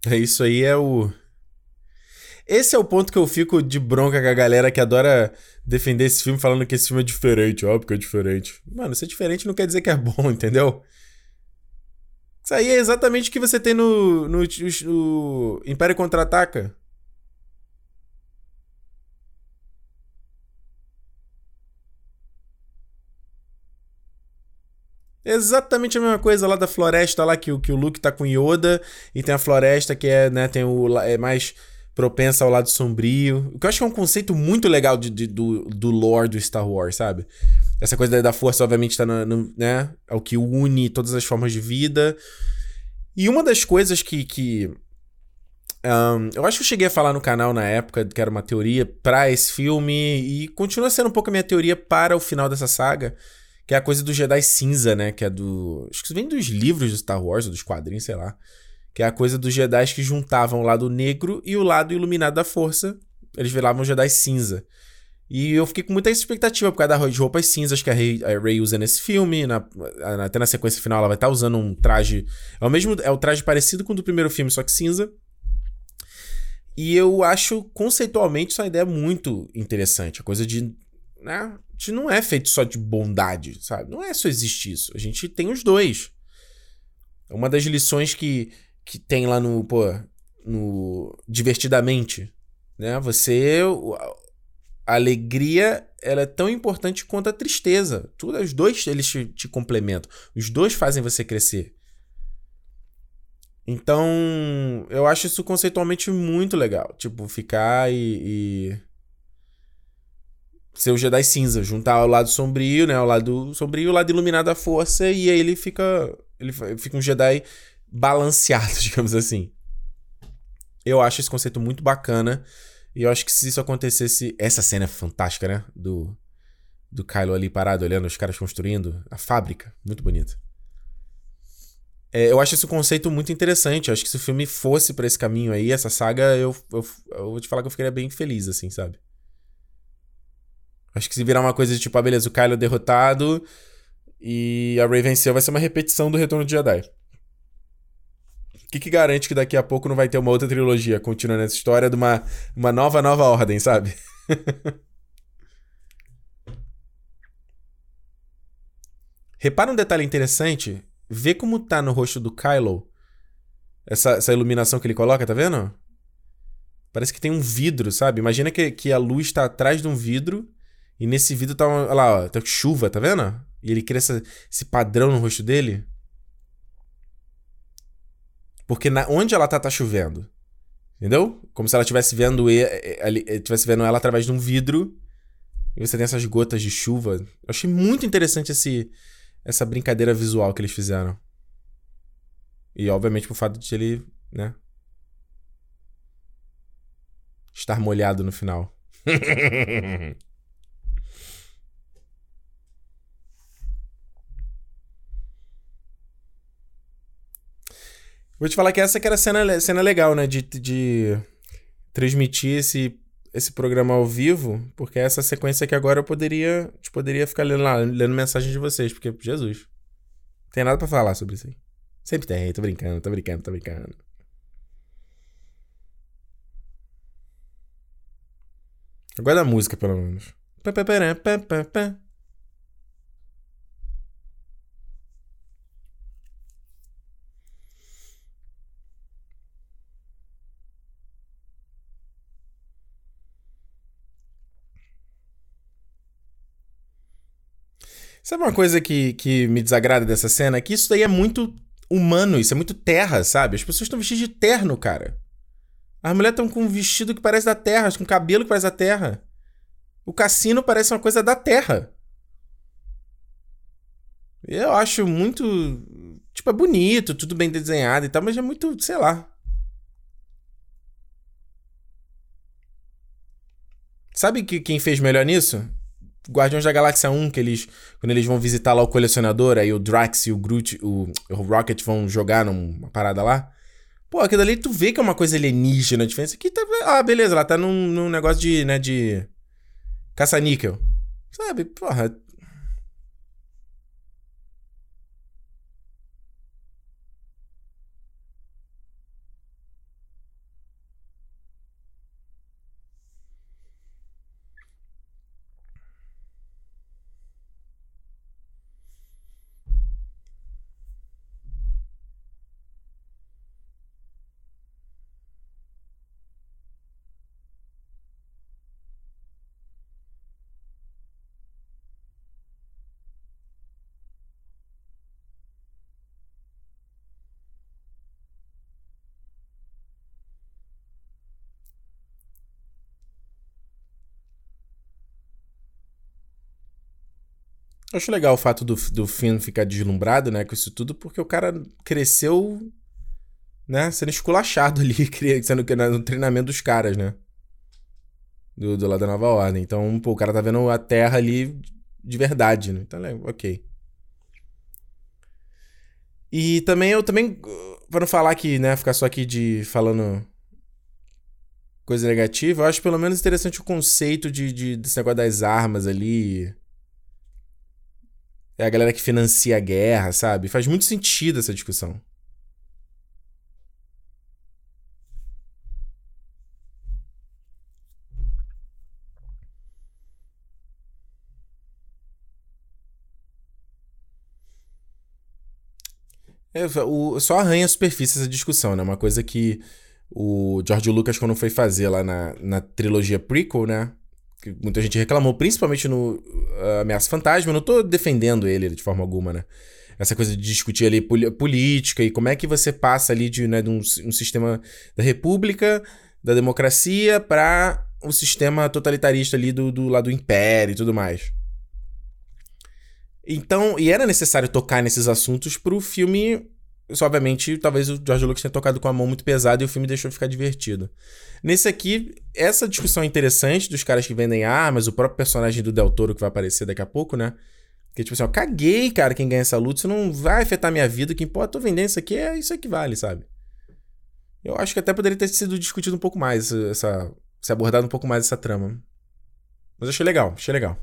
Isso aí é o... Esse é o ponto que eu fico de bronca com a galera que adora defender esse filme falando que esse filme é diferente, ó, porque é diferente. Mano, ser diferente não quer dizer que é bom, entendeu? Isso aí é exatamente o que você tem no Império Contra-Ataca. Exatamente a mesma coisa lá da floresta lá que o Luke tá com Yoda e tem a floresta que é, né, é mais propensa ao lado sombrio. O que eu acho que é um conceito muito legal do lore do Star Wars, sabe? Essa coisa da força, obviamente, tá né? É o que une todas as formas de vida. E uma das coisas eu acho que eu cheguei a falar no canal na época que era uma teoria pra esse filme e continua sendo um pouco a minha teoria para o final dessa saga, que é a coisa do Jedi cinza, né? Que é do... Acho que vem dos livros do Star Wars, ou dos quadrinhos, sei lá. Que é a coisa dos Jedi que juntavam o lado negro e o lado iluminado da força. Eles viravam o Jedi cinza. E eu fiquei com muita expectativa por causa das roupas cinzas que a Rey usa nesse filme. Até na sequência final ela vai estar usando um traje... É o traje parecido com o do primeiro filme, só que cinza. E eu acho, conceitualmente, isso é uma ideia muito interessante. A coisa de... Né? A gente não é feito só de bondade, sabe? Não é só existir isso. A gente tem os dois. Uma das lições que tem lá no Divertidamente, né? A alegria, ela é tão importante quanto a tristeza. Os dois, eles te complementam. Os dois fazem você crescer. Então, eu acho isso conceitualmente muito legal. Tipo, ficar e ser o Jedi cinza, juntar o lado sombrio, né? O lado sombrio e o lado iluminado da força, e aí ele fica um Jedi balanceado, digamos assim. Eu acho esse conceito muito bacana. E eu acho que se isso acontecesse... Essa cena é fantástica, né? Do Kylo ali parado, olhando os caras construindo a fábrica. Muito bonito. Eu acho esse conceito muito interessante. Eu acho que se o filme fosse pra esse caminho aí, essa saga, eu vou te falar que eu ficaria bem feliz, assim, sabe? Acho que se virar uma coisa de tipo, beleza, o Kylo derrotado e a Rey venceu, vai ser uma repetição do Retorno de Jedi. O que garante que daqui a pouco não vai ter uma outra trilogia continuando essa história de uma nova ordem, sabe? Repara um detalhe interessante. Vê como tá no rosto do Kylo essa iluminação que ele coloca, tá vendo? Parece que tem um vidro, sabe? Imagina que a luz tá atrás de um vidro e nesse vidro tá olha lá, ó, tá chuva, tá vendo? E ele cria esse padrão no rosto dele. Porque onde ela tá chovendo. Entendeu? Como se ela estivesse estivesse vendo ela através de um vidro. E você tem essas gotas de chuva. Eu achei muito interessante essa brincadeira visual que eles fizeram. E obviamente por fato de ele, né? Estar molhado no final. Vou te falar que essa que era a cena legal, né? De transmitir esse programa ao vivo, porque essa sequência que agora eu poderia ficar lendo mensagem de vocês, porque, Jesus, não tem nada pra falar sobre isso aí. Sempre tem, tô brincando. Agora da música, pelo menos. Sabe uma coisa que me desagrada dessa cena? É que isso daí é muito humano, isso é muito terra, sabe? As pessoas estão vestidas de terno, cara. As mulheres estão com um vestido que parece da terra, com cabelo que parece da terra. O cassino parece uma coisa da terra. Eu acho muito... Tipo, é bonito, tudo bem desenhado e tal, mas é muito, sei lá. Sabe quem fez melhor nisso? Guardiões da Galáxia 1, quando eles vão visitar lá o colecionador, aí o Drax e o Groot, o Rocket vão jogar numa parada lá. Pô, aquilo ali tu vê que é uma coisa alienígena, a diferença aqui tá... beleza, ela tá num negócio de caça-níquel. Sabe, porra... Eu acho legal o fato do Finn ficar deslumbrado, né, com isso tudo, porque o cara cresceu, né, sendo esculachado ali, sendo que no treinamento dos caras, né, do lado da Nova Ordem. Então, pô, o cara tá vendo a Terra ali de verdade, né, então, ok. E também, pra não falar que, né, ficar só aqui falando coisa negativa, eu acho pelo menos interessante o conceito desse negócio das armas ali. É a galera que financia a guerra, sabe? Faz muito sentido essa discussão. Só arranha a superfície essa discussão, né? Uma coisa que o George Lucas, quando foi fazer lá na trilogia prequel, né? Que muita gente reclamou, principalmente no Ameaça Fantasma. Eu não tô defendendo ele de forma alguma, né? Essa coisa de discutir ali política e como é que você passa ali de um sistema da república, da democracia, para o sistema totalitarista ali do lado do império e tudo mais. Então, e era necessário tocar nesses assuntos pro filme. Isso, obviamente, talvez o George Lucas tenha tocado com a mão muito pesada e o filme deixou de ficar divertido. Nesse aqui, essa discussão é interessante dos caras que vendem armas, o próprio personagem do Del Toro que vai aparecer daqui a pouco, né? Que tipo assim, ó, caguei, cara, quem ganha essa luta, isso não vai afetar minha vida, o que importa, tô vendendo isso aqui, é isso aí que vale, sabe? Eu acho que até poderia ter sido discutido um pouco mais, se abordado um pouco mais essa trama. Mas achei legal, achei legal.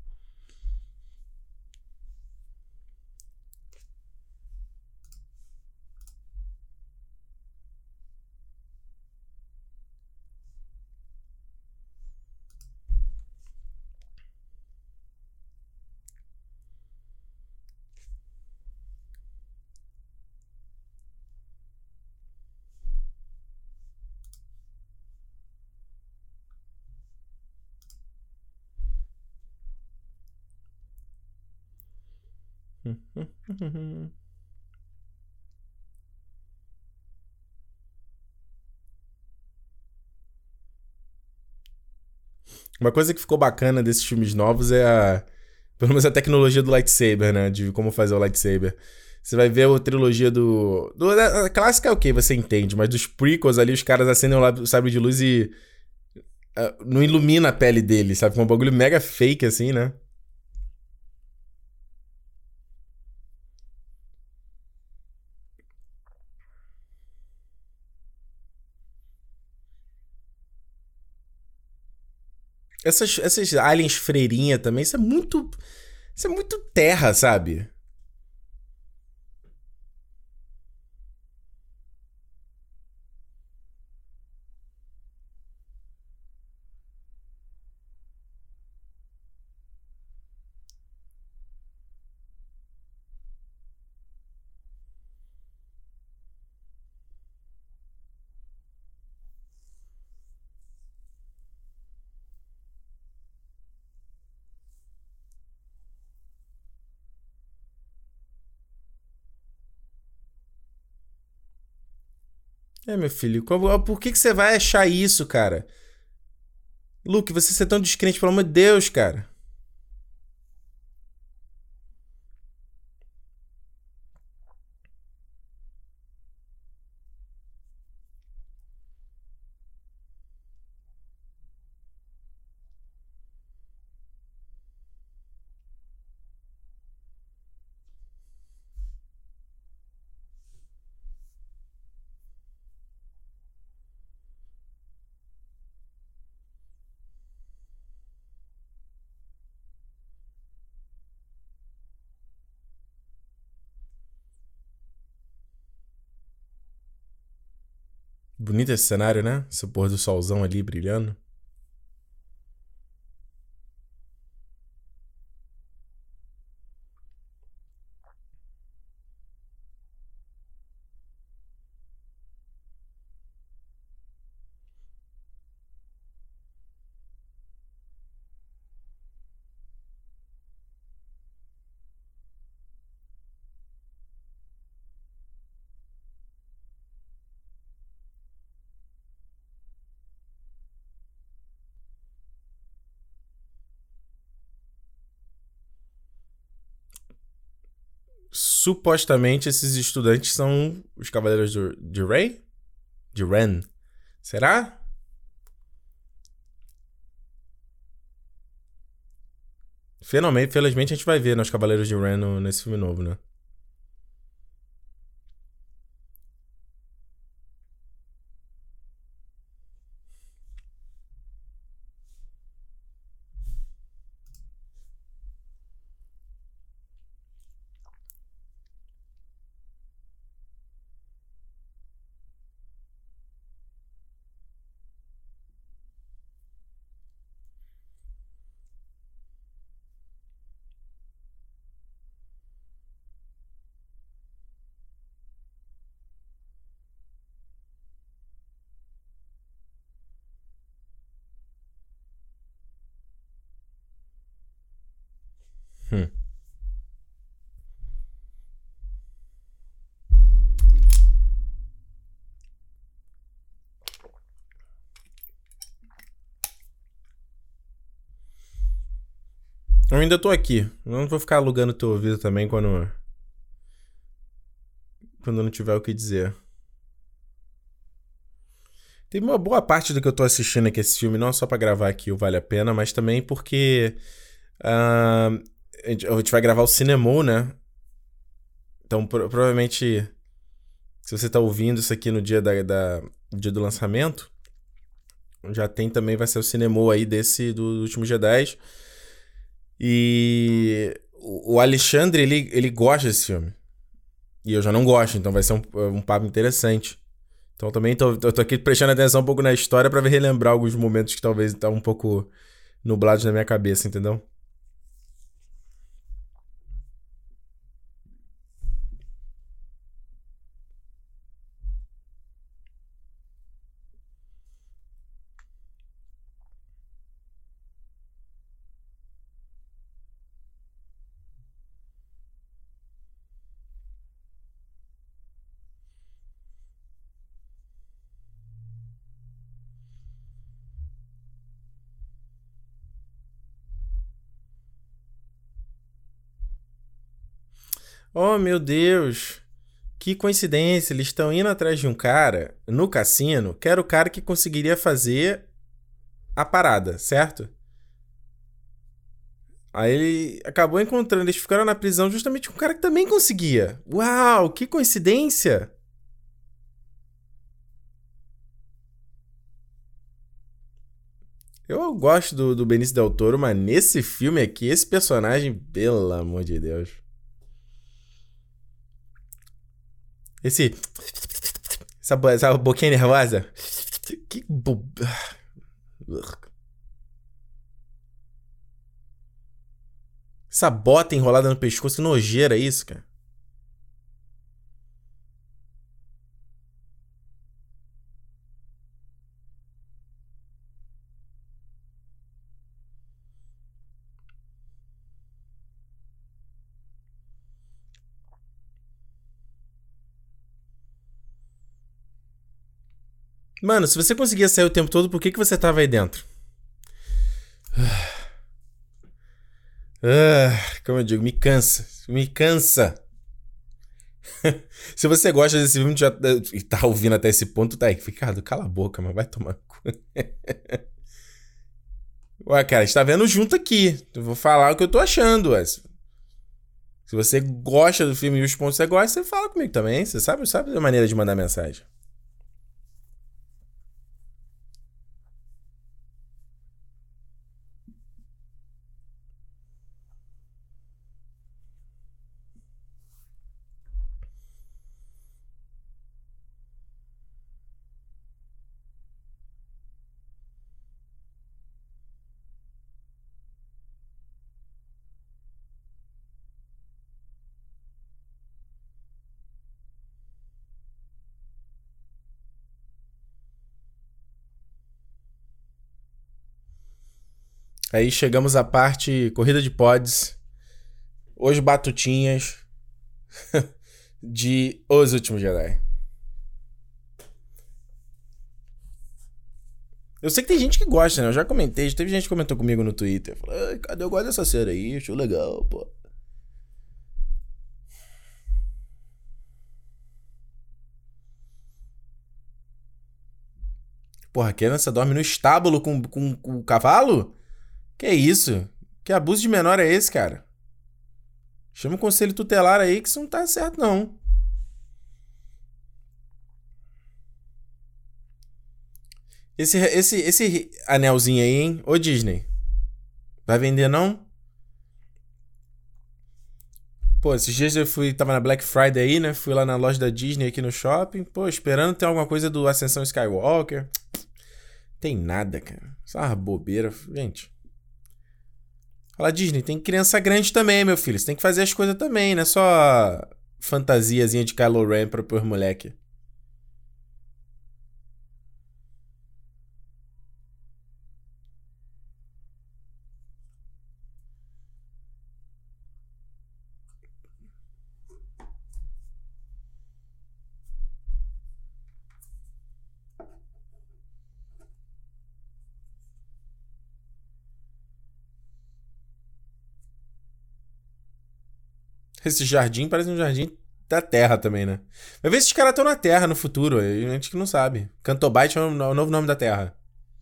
Uma coisa que ficou bacana desses filmes novos é pelo menos a tecnologia do lightsaber, né? De como fazer o lightsaber. Você vai ver a trilogia a clássica é o que você entende, mas dos prequels ali, os caras acendem o sabre de luz e não ilumina a pele dele, sabe? É um bagulho mega fake, assim, né? Essas aliens freirinha também, isso é muito. Isso é muito terra, sabe? É, meu filho, por que você vai achar isso, cara? Luke, você ser tão descrente, pelo amor de Deus, cara. Bonito esse cenário, né? Esse pôr do solzão ali brilhando. supostamente esses estudantes são os Cavaleiros de Rey? De Ren? Será? Felizmente a gente vai ver nos Cavaleiros de Ren nesse filme novo, né? Hum. Eu ainda tô aqui. Eu não vou ficar alugando teu ouvido também quando não tiver o que dizer. Tem uma boa parte do que eu tô assistindo aqui esse filme, não só pra gravar aqui o Vale a Pena, mas também porque a gente vai gravar o Cinemol, né? Então provavelmente, se você tá ouvindo isso aqui no dia dia do lançamento, já tem também, vai ser o Cinemol aí do Último Jedi. E o Alexandre, ele gosta desse filme. E eu já não gosto, então vai ser um papo interessante. Então também tô aqui prestando atenção um pouco na história pra relembrar alguns momentos que talvez estavam um pouco nublados na minha cabeça, entendeu? Oh, meu Deus! Que coincidência, eles estão indo atrás de um cara no cassino, que era o cara que conseguiria fazer a parada, certo? Aí ele acabou encontrando, eles ficaram na prisão justamente com um cara que também conseguia. Uau, que coincidência! Eu gosto do Benício Del Toro, mas nesse filme aqui, esse personagem, pelo amor de Deus. Essa boquinha nervosa. Que Essa bota enrolada no pescoço, que nojeira isso, cara. Mano, se você conseguia sair o tempo todo, por que você tava aí dentro? Como eu digo, me cansa. Me cansa. Se você gosta desse filme e tá ouvindo até esse ponto, tá aí. Ricardo, cala a boca, mas vai tomar cu. Ué, cara, a gente tá vendo junto aqui. Eu vou falar o que eu tô achando, ué. Se você gosta do filme e os pontos que você gosta, você fala comigo também. Você sabe a maneira de mandar mensagem. Aí chegamos à parte corrida de pods. Os batutinhas de Os Últimos Jedi. Eu sei que tem gente que gosta, né? Eu já comentei, teve gente que comentou comigo no Twitter. Falou, cadê eu gosto dessa série aí? Achou legal, pô. Porra, a criança dorme no estábulo com o cavalo? Que isso? Que abuso de menor é esse, cara? Chama o conselho tutelar aí que isso não tá certo, não. Esse anelzinho aí, hein? Ô Disney, vai vender não? Pô, esses dias tava na Black Friday aí, né? Fui lá na loja da Disney aqui no shopping. Pô, esperando ter alguma coisa do Ascensão Skywalker. Tem nada, cara. Só uma bobeira. Gente. Fala, Disney, tem criança grande também, meu filho. Você tem que fazer as coisas também, não é só fantasiazinha de Kylo Ren pros moleque. Esse jardim parece um jardim da Terra também, né? Vai ver se esses caras estão na Terra no futuro. A gente que não sabe. Cantobite é o novo nome da Terra.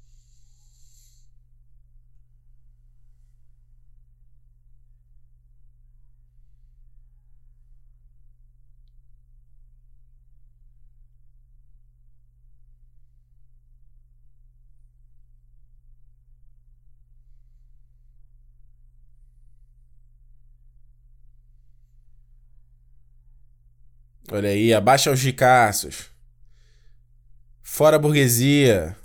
Olha aí, abaixa os ricaços. Fora a burguesia.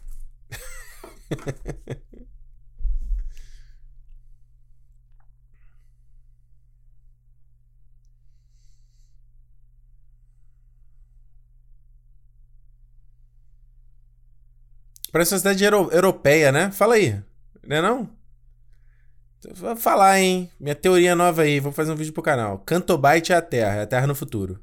Parece uma cidade europeia, né? Fala aí. Não é não? Vou falar, hein? Minha teoria nova aí. Vou fazer um vídeo pro canal. Cantobite é a Terra no futuro.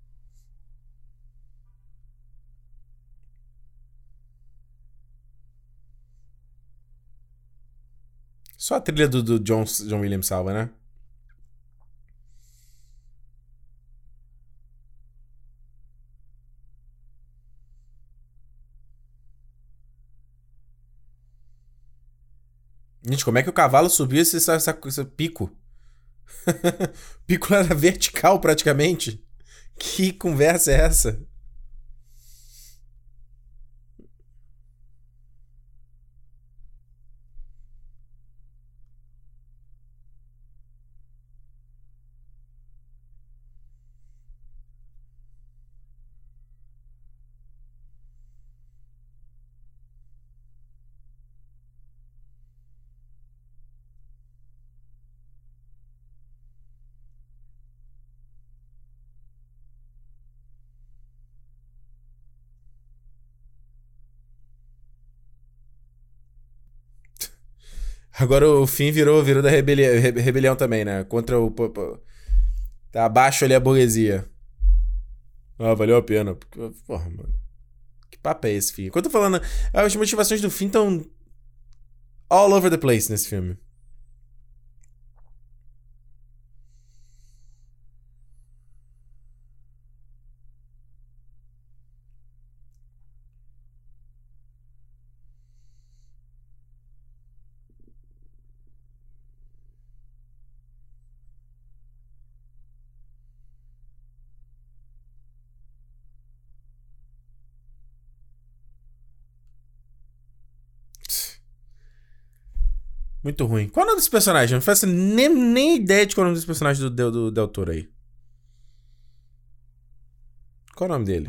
Só a trilha do John Williams salva, né? Gente, como é que o cavalo subiu esse pico? O pico era vertical praticamente. Que conversa é essa? Agora o fim virou da rebelião também, né? Contra o. Tá abaixo ali a burguesia. Ah, valeu a pena. Porra, mano. Que papo é esse, filho? Quando eu tô falando. As motivações do fim estão all over the place nesse filme. Muito ruim. Qual é o nome desse personagem? Não faço nem ideia de qual é o nome desse personagem do Del Toro aí. Qual é o nome dele?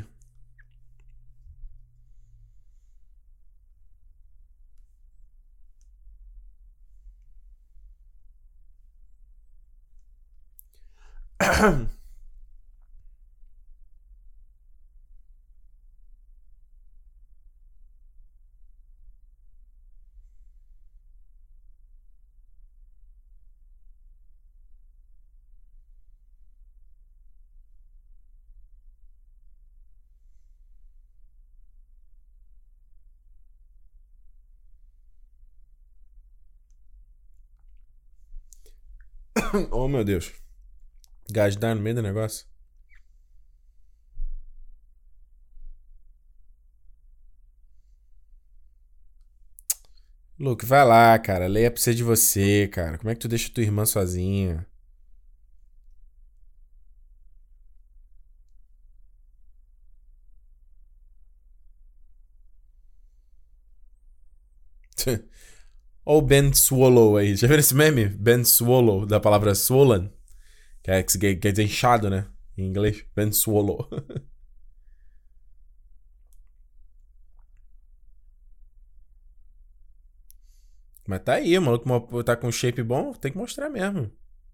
Oh, meu Deus. Gajdar no meio do negócio. Luke, vai lá, cara. Leia precisa de você, cara. Como é que tu deixa tua irmã sozinha? Ou Ben Swallow aí. Já viram esse meme? Ben Swallow, da palavra swollen. Quer dizer inchado, né? Em inglês. Ben Swallow. Mas tá aí, o maluco tá com um shape bom, tem que mostrar mesmo.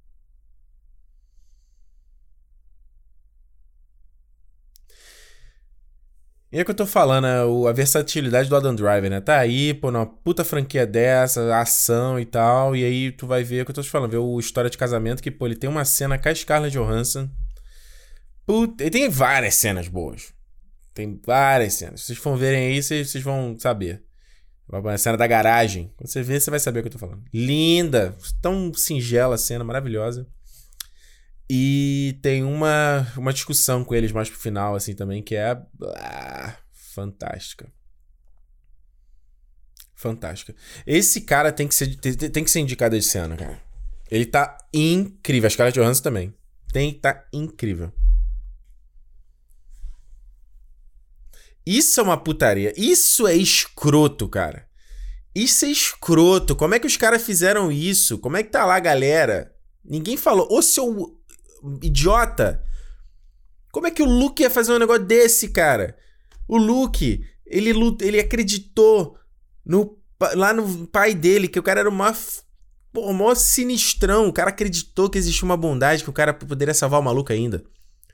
E é o que eu tô falando, né? A versatilidade do Adam Driver, né? Tá aí, pô, numa puta franquia dessa, ação e tal, e aí tu vai ver o que eu tô te falando, ver o História de Casamento, que, pô, ele tem uma cena com a Scarlett Johansson. Puta, ele tem várias cenas boas. Tem várias cenas. Se vocês for verem aí, vocês vão saber. A cena da garagem. Quando você ver, você vai saber o que eu tô falando. Linda, tão singela a cena, maravilhosa. E tem uma discussão com eles mais pro final, assim, também, que é fantástica. Fantástica. Esse cara tem que ser indicado esse ano, cara. Ele tá incrível. A Scarlett Johansson também. Tá incrível. Isso é uma putaria. Isso é escroto, cara. Isso é escroto. Como é que os caras fizeram isso? Como é que tá lá, galera? Ninguém falou. Ô, seu idiota. Como é que o Luke ia fazer um negócio desse, cara? O Luke, ele acreditou lá no pai dele, que o cara era o maior sinistrão. O cara acreditou que existia uma bondade, que o cara poderia salvar o maluco ainda.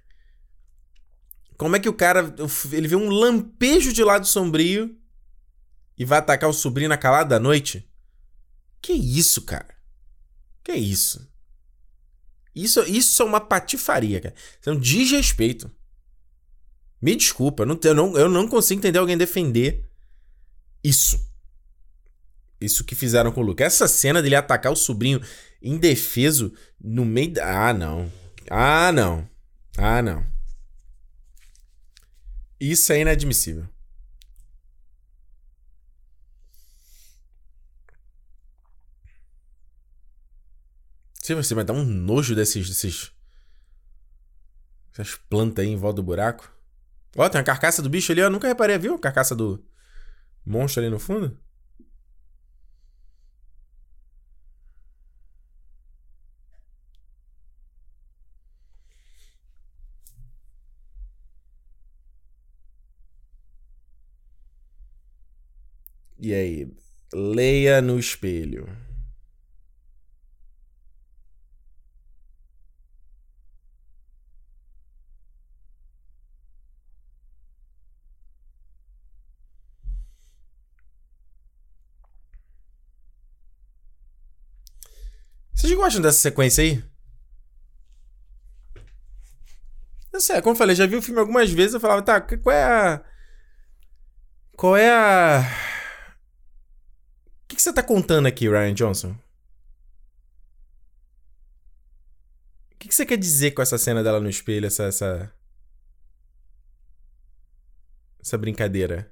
Como é que o cara, ele vê um lampejo de lado sombrio e vai atacar o sobrinho na calada da noite? Que isso, cara? Que isso? Isso é uma patifaria, cara. Isso é um desrespeito. Me desculpa, eu não consigo entender alguém defender isso. Isso que fizeram com o Luke. Essa cena dele atacar o sobrinho indefeso no meio da... Ah, não. Ah, não. Ah, não. Isso é inadmissível. Se você vai dar um nojo essas plantas aí em volta do buraco. Ó, tem uma carcaça do bicho ali, eu nunca reparei, viu? A carcaça do monstro ali no fundo. E aí? Leia no espelho. Vocês gostam dessa sequência aí? Eu sei, como eu falei, já vi o filme algumas vezes, eu falava, tá, qual é a... Qual é a... O que você tá contando aqui, Rian Johnson? O que você quer dizer com essa cena dela no espelho, essa brincadeira?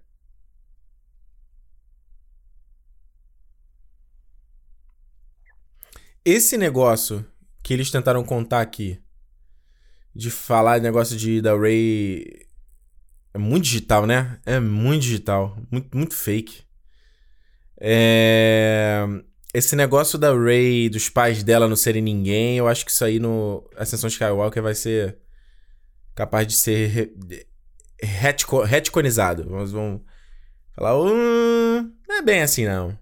Esse negócio que eles tentaram contar aqui, de falar negócio da Rey... É muito digital, né? É muito digital. Muito, muito fake. Esse negócio da Rey, dos pais dela não serem ninguém, eu acho que isso aí no Ascensão Skywalker vai ser capaz de ser retconizado. Vamos falar, não é bem assim, não.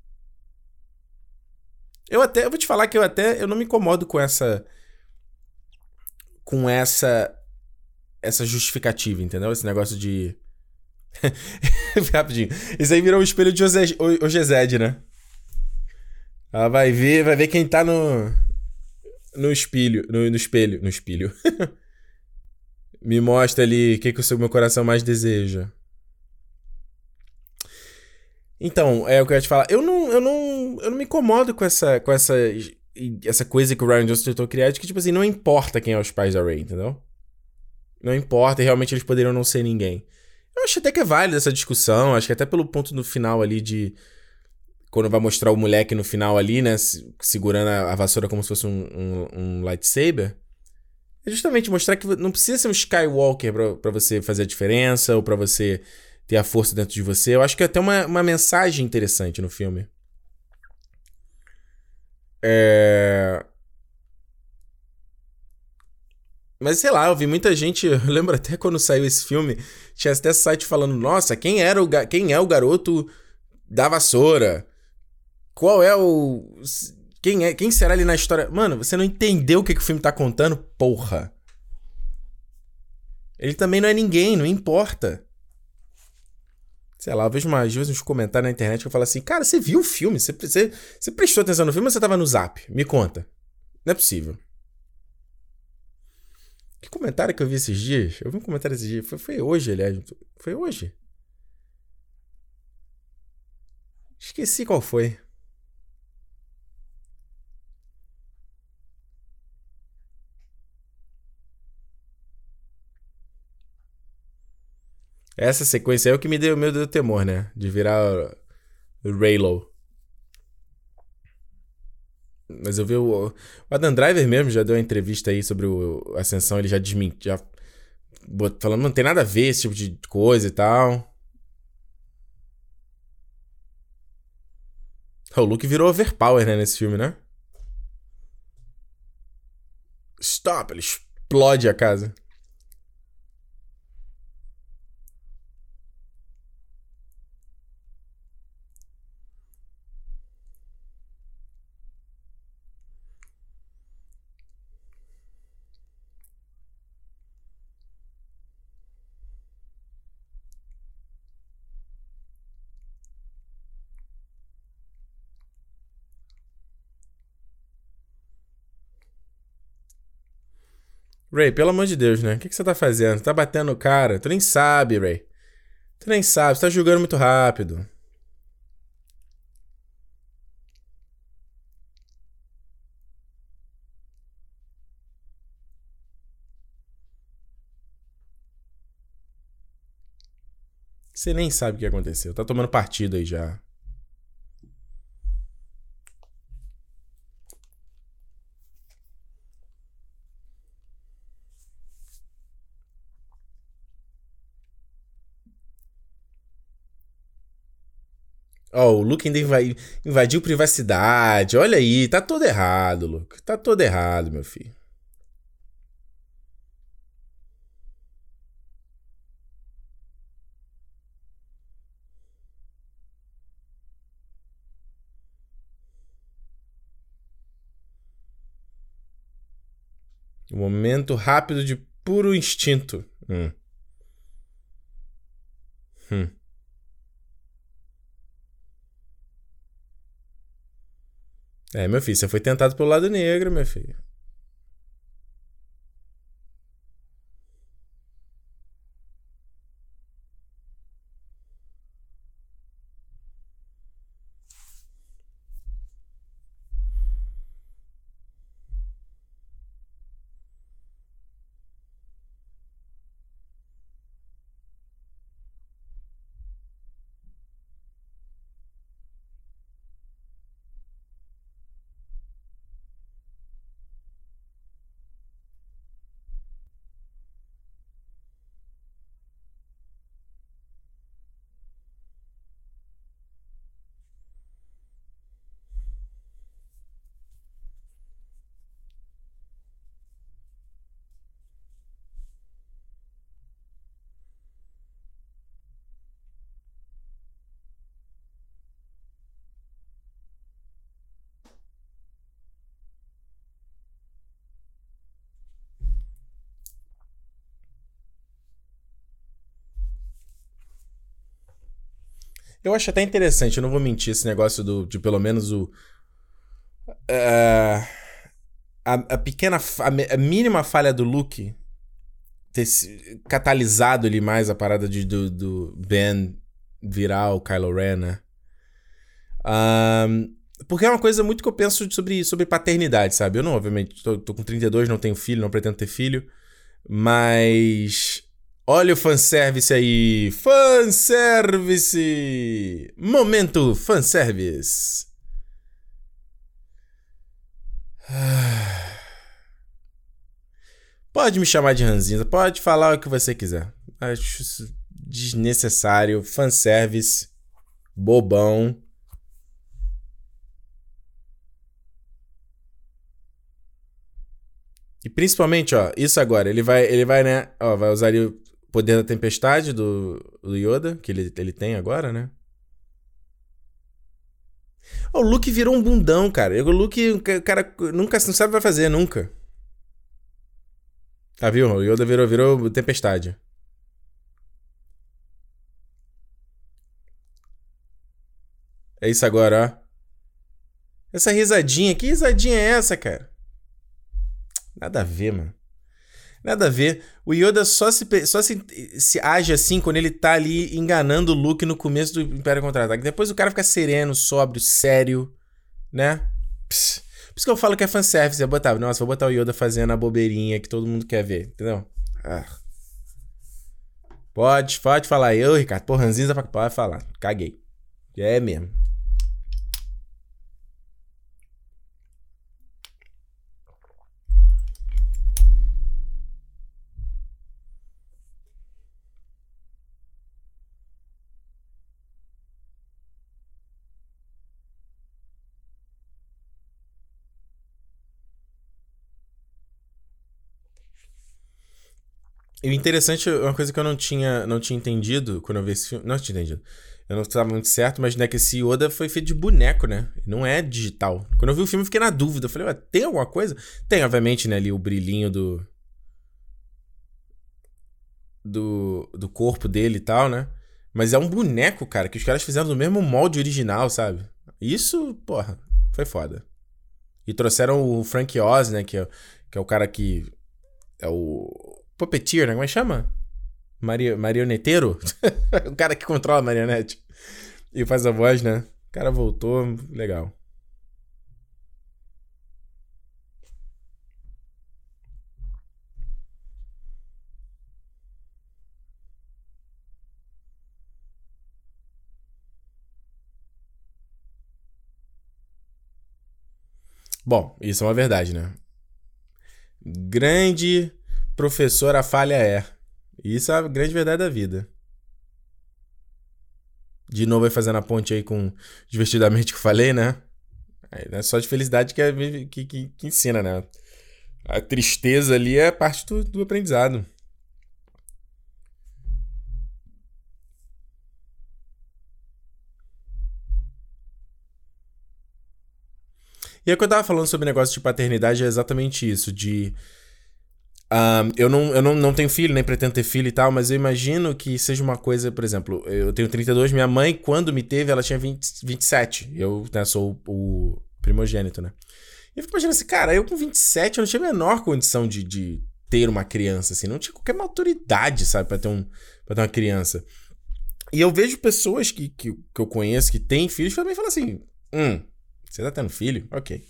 Eu vou te falar que eu não me incomodo com essa justificativa, entendeu? Esse negócio de... Rapidinho. Isso aí virou o espelho de Ogezed, né? Ela vai ver quem tá no espelho. No espelho. Me mostra ali o que o meu coração mais deseja. Então, é o que eu ia te falar. Eu não me incomodo com essa coisa que o Rian Johnson tentou criar, de que, tipo assim, não importa quem é os pais da Rey, entendeu? Não importa, e realmente eles poderiam não ser ninguém. Eu acho até que é válida essa discussão, acho que até pelo ponto no final ali de quando vai mostrar o moleque no final ali, né? Segurando a vassoura como se fosse um lightsaber. É justamente mostrar que não precisa ser um Skywalker pra você fazer a diferença ou pra você ter a força dentro de você. Eu acho que é até uma mensagem interessante no filme. Mas sei lá, eu vi muita gente. Eu lembro até quando saiu esse filme, tinha até site falando: nossa, quem é o garoto da vassoura? Qual é o. Quem será ele na história? Mano, você não entendeu o que o filme tá contando? Porra. Ele também não é ninguém, não importa. Sei lá, eu vejo às vezes uns comentários na internet que eu falo assim: cara, você viu o filme? Você prestou atenção no filme ou você tava no Zap? Me conta. Não é possível. Que comentário que eu vi esses dias? Eu vi um comentário esses dias. Foi hoje, aliás. Foi hoje. Esqueci qual foi. Essa sequência é o que me deu temor, né? De virar o Raylo. Mas eu vi o Adam Driver mesmo já deu uma entrevista aí sobre o Ascensão. Ele já desmentiu. Falando não tem nada a ver esse tipo de coisa e tal. O Luke virou overpower, né, nesse filme, né? Stop! Ele explode a casa. Ray, pelo amor de Deus, né? O que você tá fazendo? Tá batendo o cara? Tu nem sabe, Ray. Tu nem sabe, você tá julgando muito rápido. Você nem sabe o que aconteceu. Tá tomando partido aí já. Ó, o Luke ainda invadiu privacidade. Olha aí, tá todo errado, Luke. Tá todo errado, meu filho. Um momento rápido de puro instinto. Hum. É, meu filho, você foi tentado pelo lado negro, meu filho. Eu acho até interessante, eu não vou mentir, esse negócio de pelo menos o. A pequena. A mínima falha do Luke ter catalisado ali mais a parada do Ben virar o Kylo Ren, né? Porque é uma coisa muito que eu penso sobre paternidade, sabe? Eu não, obviamente, tô com 32, não tenho filho, não pretendo ter filho. Mas Olha o fanservice aí. Fanservice. Momento fanservice. Pode me chamar de ranzinza, pode falar o que você quiser. Acho isso desnecessário, fanservice, bobão. E principalmente, ó, isso agora, ele vai, né, ó, vai usar ali o poder da tempestade do Yoda, que ele tem agora, né? Ó, o Luke virou um bundão, cara. O Luke, o cara nunca, não sabe o que vai fazer, nunca. Ah, viu? O Yoda virou tempestade. É isso agora, ó. Essa risadinha, que risadinha é essa, cara? Nada a ver, mano. Nada a ver. O Yoda só se age assim quando ele tá ali enganando o Luke no começo do Império Contra-Ataque. Depois o cara fica sereno, sóbrio, sério, né? Pss. Por isso que eu falo que é fanservice. Eu botava, nossa, vou botar o Yoda fazendo a bobeirinha que todo mundo quer ver, entendeu? Ah. Pode falar aí, ô Ricardo. Pô, ranzinza pode falar. Caguei. É mesmo. E o interessante, uma coisa que eu não tinha entendido quando eu vi esse filme. Não tinha entendido. Eu não estava muito certo, mas né, que esse Yoda foi feito de boneco, né? Não é digital. Quando eu vi o filme, eu fiquei na dúvida. Eu falei, ué, tem alguma coisa? Tem, obviamente, né, ali o brilhinho do corpo dele e tal, né? Mas é um boneco, cara, que os caras fizeram no mesmo molde original, sabe? Isso, porra, foi foda. E trouxeram o Frank Oz, né? Que é o cara que. É o. Puppeteer, né? Como é que chama? Marioneteiro? O cara que controla a marionete. E faz a voz, né? O cara voltou, legal. Bom, isso é uma verdade, né? Grande professora falha é. Isso é a grande verdade da vida. De novo vai fazendo a ponte aí com Divertidamente que eu falei, né? Aí não é só de felicidade que ensina, né? A tristeza ali é parte do aprendizado. E é que eu tava falando sobre negócio de paternidade é exatamente isso, de... eu não tenho filho, nem pretendo ter filho e tal, mas eu imagino que seja uma coisa, por exemplo, eu tenho 32, minha mãe, quando me teve, ela tinha 27. Eu, né, sou o primogênito, né? E eu fico imaginando assim, cara, eu com 27 eu não tinha a menor condição de ter uma criança, assim, não tinha qualquer maturidade, sabe, pra ter uma criança. E eu vejo pessoas que eu conheço que têm filhos e também falam assim, você tá tendo filho? Ok.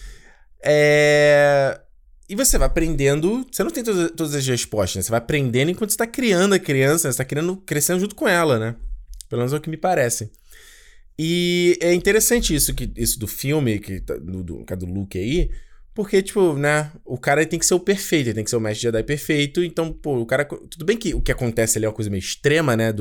E você vai aprendendo. Você não tem todas as respostas, né? Você vai aprendendo enquanto você tá criando a criança, você tá crescendo junto com ela, né? Pelo menos é o que me parece. E é interessante isso do filme, do Luke aí, porque, tipo, né, o cara tem que ser o perfeito, ele tem que ser o mestre Jedi perfeito, então, pô, o cara... Tudo bem que o que acontece ali é uma coisa meio extrema, né,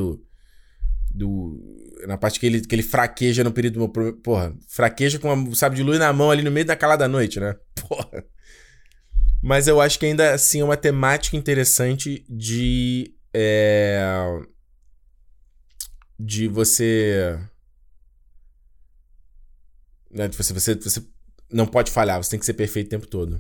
na parte que ele fraqueja no período... Porra, fraqueja com um sabre de luz na mão ali no meio da calada noite, né? Porra. Mas eu acho que ainda assim é uma temática interessante de você, né, você não pode falhar, você tem que ser perfeito o tempo todo.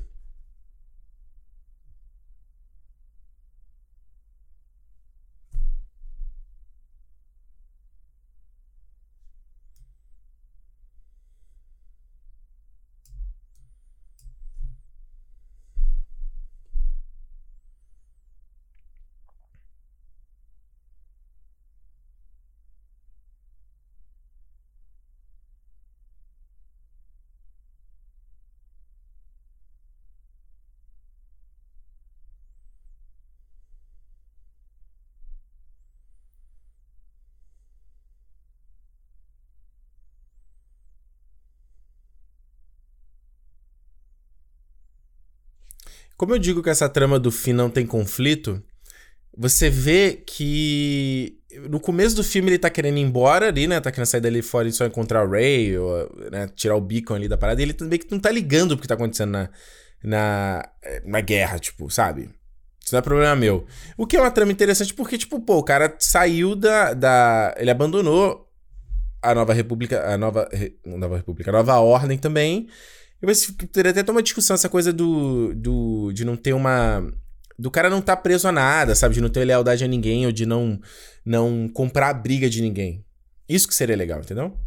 Como eu digo que essa trama do fim não tem conflito, você vê que no começo do filme ele tá querendo ir embora ali, né? Tá querendo sair dali fora e só encontrar o Ray, ou, né? Tirar o beacon ali da parada. E ele também que não tá ligando pro que tá acontecendo na guerra, tipo, sabe? Isso não é problema meu. O que é uma trama interessante porque, tipo, pô, o cara saiu ele abandonou a Nova República, a Nova Ordem também. E você teria até uma discussão, essa coisa de não ter uma... Do cara não tá preso a nada, sabe? De não ter lealdade a ninguém ou de não comprar a briga de ninguém. Isso que seria legal, entendeu?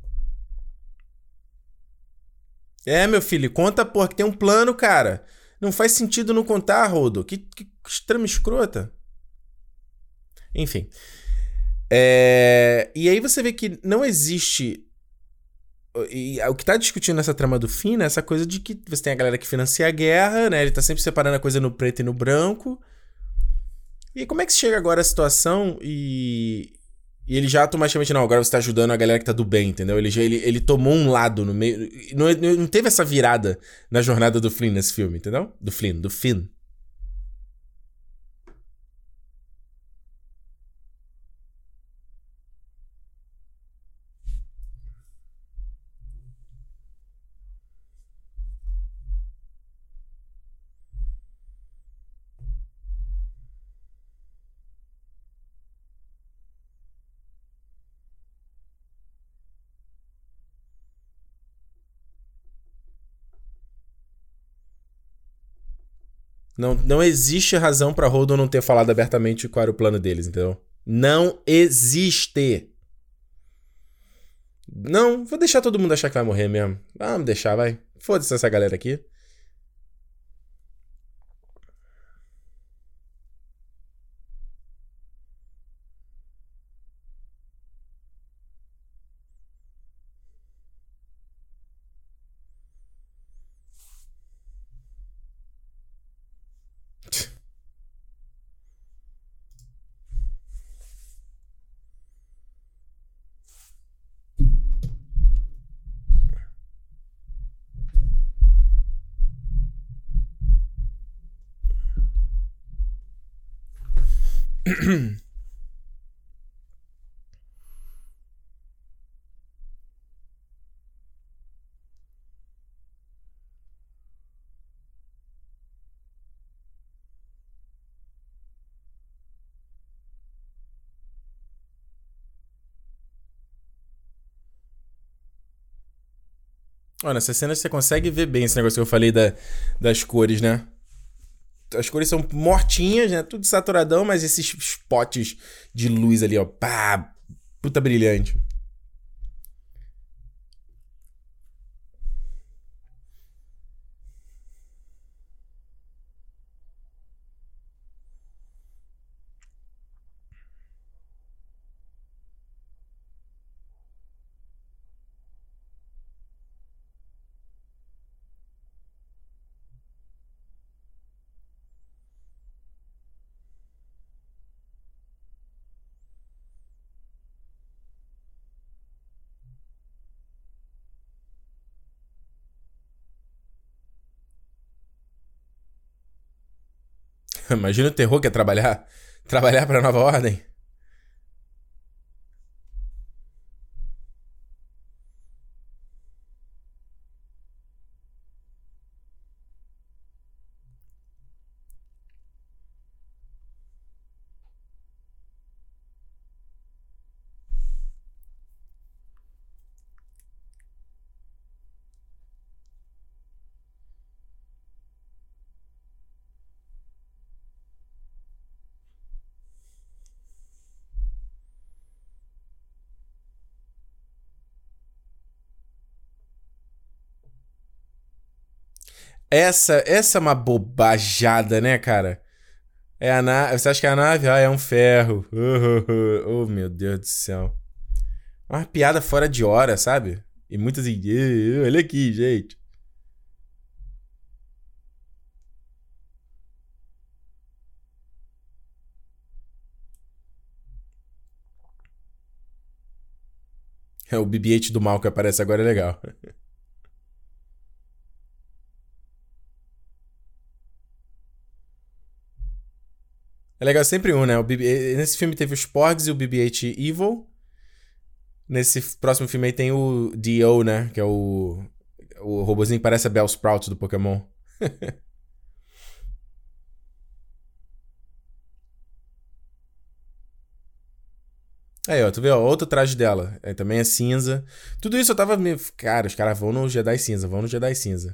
É, meu filho, conta, porra, que tem um plano, cara. Não faz sentido não contar, Rodo. Que trama escrota. Enfim. E aí você vê que não existe... E o que tá discutindo nessa trama do fim, né? Essa coisa de que você tem a galera que financia a guerra, né? Ele tá sempre separando a coisa no preto e no branco. E como é que chega agora a situação e ele já automaticamente, não, agora você tá ajudando a galera que tá do bem, entendeu? Ele tomou um lado no meio. Não teve essa virada na jornada do Flynn nesse filme, entendeu? Do Finn. Não existe razão pra Holden não ter falado abertamente qual era o plano deles, entendeu? Não existe. Não, vou deixar todo mundo achar que vai morrer mesmo. Vamos deixar, vai. Foda-se essa galera aqui. Olha, nessa cena você consegue ver bem esse negócio que eu falei das cores, né? As cores são mortinhas, né? Tudo saturadão, mas esses spots de luz ali, ó. Pá! Puta brilhante. Imagina o terror que é trabalhar pra Nova Ordem. Essa é uma bobajada, né, cara? É a nave. Você acha que é a nave? Ah, é um ferro. Oh, meu Deus do céu. Uma piada fora de hora, sabe? E muitas assim, olha aqui, gente. O BB-8 do mal que aparece agora é legal. É legal sempre um, né? Nesse filme teve os Porgs e o BB-8 Evil. Nesse próximo filme aí tem o D.O., né? Que é o robozinho que parece a Bellsprout do Pokémon. Aí, ó, tu vê, ó, outro traje dela. É, também é cinza. Tudo isso eu tava meio... Cara, os caras vão no Jedi cinza, vão no Jedi cinza.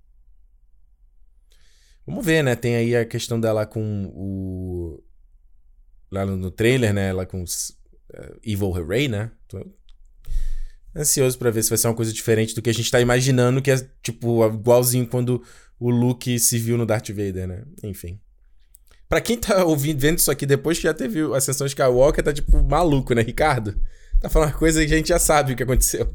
Vamos ver, né? Tem aí a questão dela com o... Lá no trailer, né? Ela com os Evil Rey, né? Tô ansioso pra ver se vai ser uma coisa diferente do que a gente tá imaginando, que é, tipo, igualzinho quando o Luke se viu no Darth Vader, né? Enfim. Pra quem tá ouvindo, vendo isso aqui depois que já teve a Ascensão Skywalker, tá, tipo, maluco, né, Ricardo? Tá falando uma coisa que a gente já sabe o que aconteceu.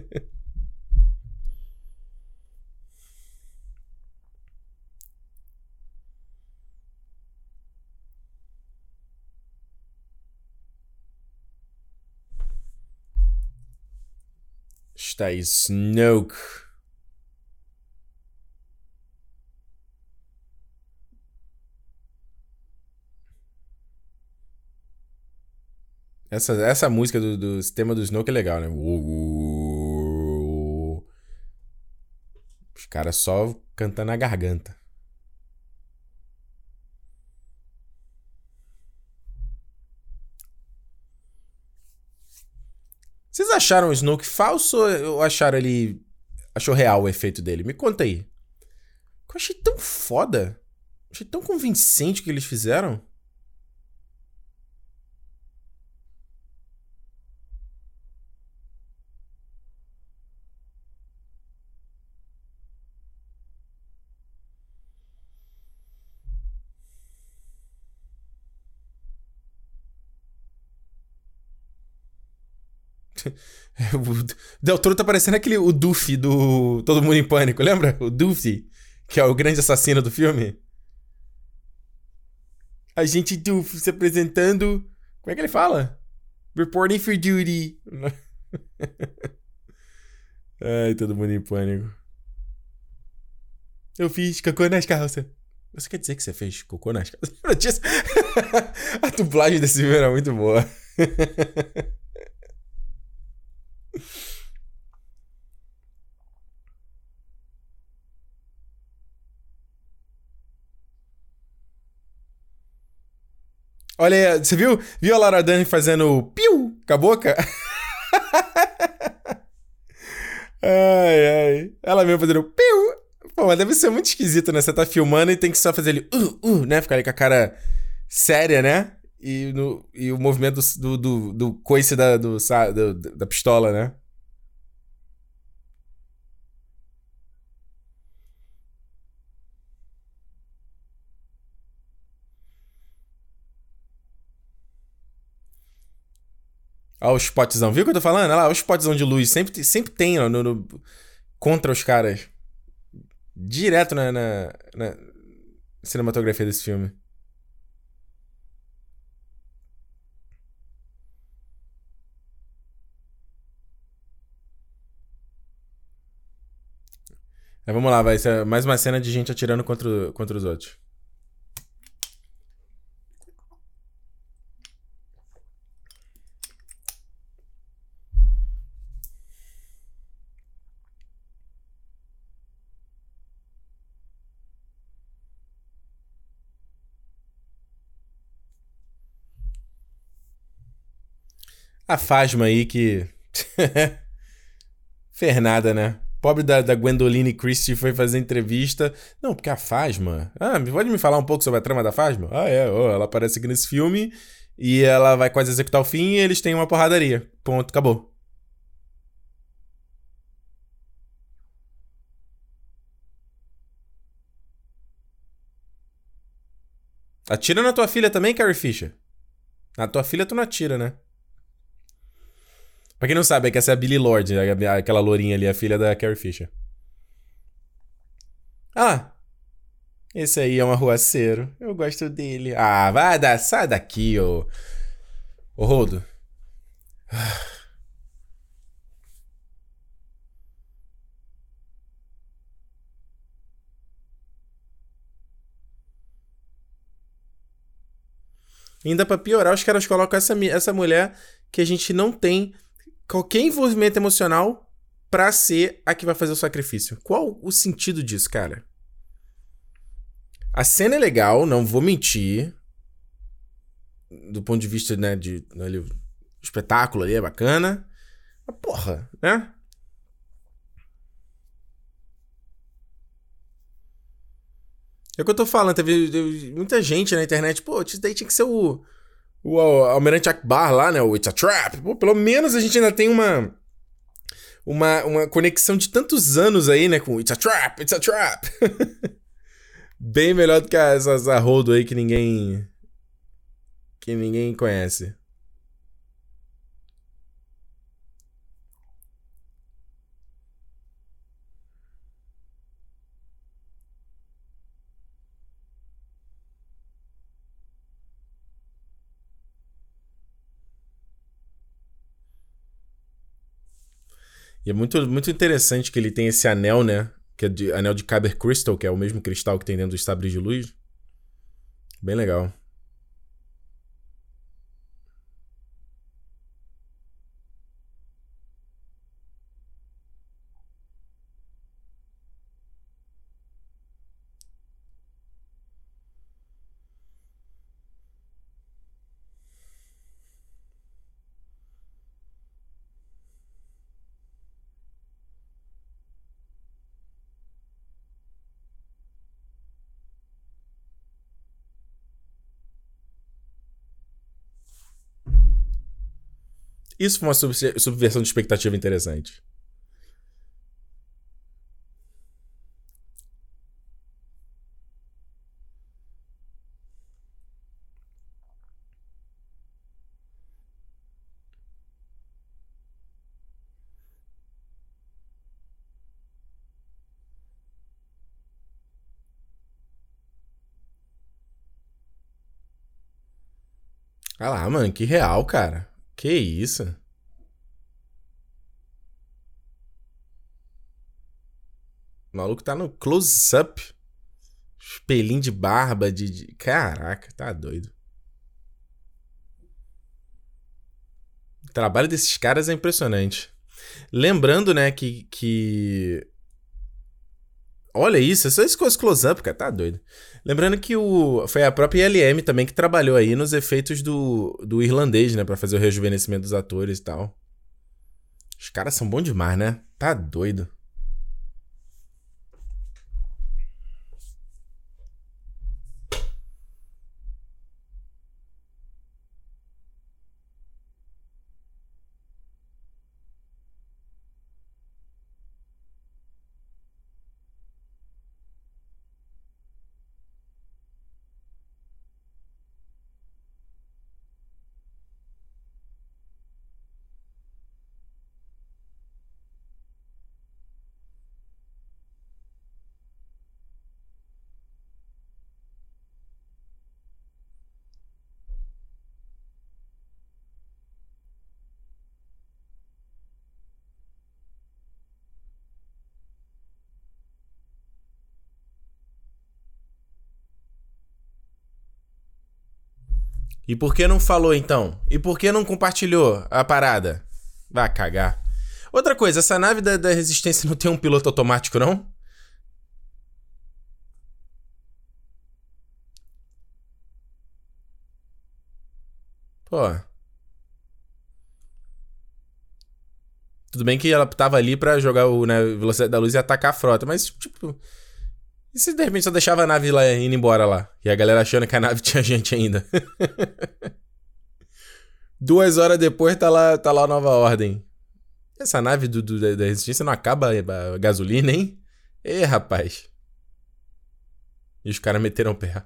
Está aí, Snoke. Essa música do tema do Snoke é legal, né? Os caras só cantando a garganta. Vocês acharam o Snoke falso ou acharam ele... Achou real o efeito dele? Me conta aí. Eu achei tão foda. Achei tão convincente o que eles fizeram. O Del Toro tá parecendo o Doofy do Todo Mundo em Pânico, lembra? O Doofy, que é o grande assassino do filme. A gente Doofy se apresentando... Como é que ele fala? Reporting for duty. Ai, Todo Mundo em Pânico. Eu fiz cocô nas calças. Você quer dizer que você fez cocô nas calças? Lembra disso? A dublagem desse filme era muito boa. Olha aí, você viu? Viu a Laura Dern fazendo piu com a boca? Ai, ai. Ela mesmo fazendo piu. Pô, mas deve ser muito esquisito, né? Você tá filmando e tem que só fazer ele né? Ficar ali com a cara séria, né? E o movimento do coice da pistola, né? Olha o spotzão. Viu o que eu tô falando? Olha lá, o spotzão de luz. Sempre tem ó, contra os caras. Direto na cinematografia desse filme. Aí vamos lá, vai ser mais uma cena de gente atirando contra os outros. A Fasma aí que. Fernada, né? Pobre da Gwendoline Christie foi fazer entrevista. Não, porque a Fasma. Ah, pode me falar um pouco sobre a trama da Fasma? Ah, é. Oh, ela aparece aqui nesse filme e ela vai quase executar o fim e eles têm uma porradaria. Ponto, acabou. Atira na tua filha também, Carrie Fisher? Na tua filha tu não atira, né? Pra quem não sabe, é que essa é a Billie Lord, aquela lourinha ali, a filha da Carrie Fisher. Ah, esse aí é um arruaceiro. Eu gosto dele. Ah, sai daqui, ô Rodo. Ainda pra piorar, os caras colocam essa mulher que a gente não tem qualquer envolvimento emocional pra ser a que vai fazer o sacrifício. Qual o sentido disso, cara? A cena é legal, não vou mentir. Do ponto de vista, né, ali, o espetáculo ali é bacana. Mas porra, né? É o que eu tô falando, teve muita gente na internet, pô, isso daí tinha que ser o Almirante Akbar lá, né? O It's a Trap. Pô, pelo menos a gente ainda tem uma conexão de tantos anos aí, né? Com It's a Trap, It's a Trap. Bem melhor do que essas arrodo aí que ninguém conhece. E é muito, muito interessante que ele tem esse anel, né? Que é anel de Kyber Crystal, que é o mesmo cristal que tem dentro dos sabres de luz. Bem legal. Isso foi uma subversão de expectativa interessante. Ah lá, mano, que real, cara. Que isso? O maluco tá no close-up. Pelinho de barba, Caraca, tá doido. O trabalho desses caras é impressionante. Lembrando, né, que... Olha isso, essas coisas close-up, cara, tá doido. Lembrando que foi a própria ILM também que trabalhou aí nos efeitos do irlandês, né, pra fazer o rejuvenescimento dos atores e tal. Os caras são bons demais, né? Tá doido. E por que não falou, então? E por que não compartilhou a parada? Vai cagar. Outra coisa, essa nave da Resistência não tem um piloto automático, não? Pô. Tudo bem que ela tava ali pra jogar o né, velocidade da luz e atacar a frota, mas, tipo. E se de repente só deixava a nave lá indo embora lá? E a galera achando que a nave tinha gente ainda. 2 horas depois tá lá a nova ordem. Essa nave da Resistência não acaba a gasolina, hein? Ê, rapaz. E os caras meteram o pé.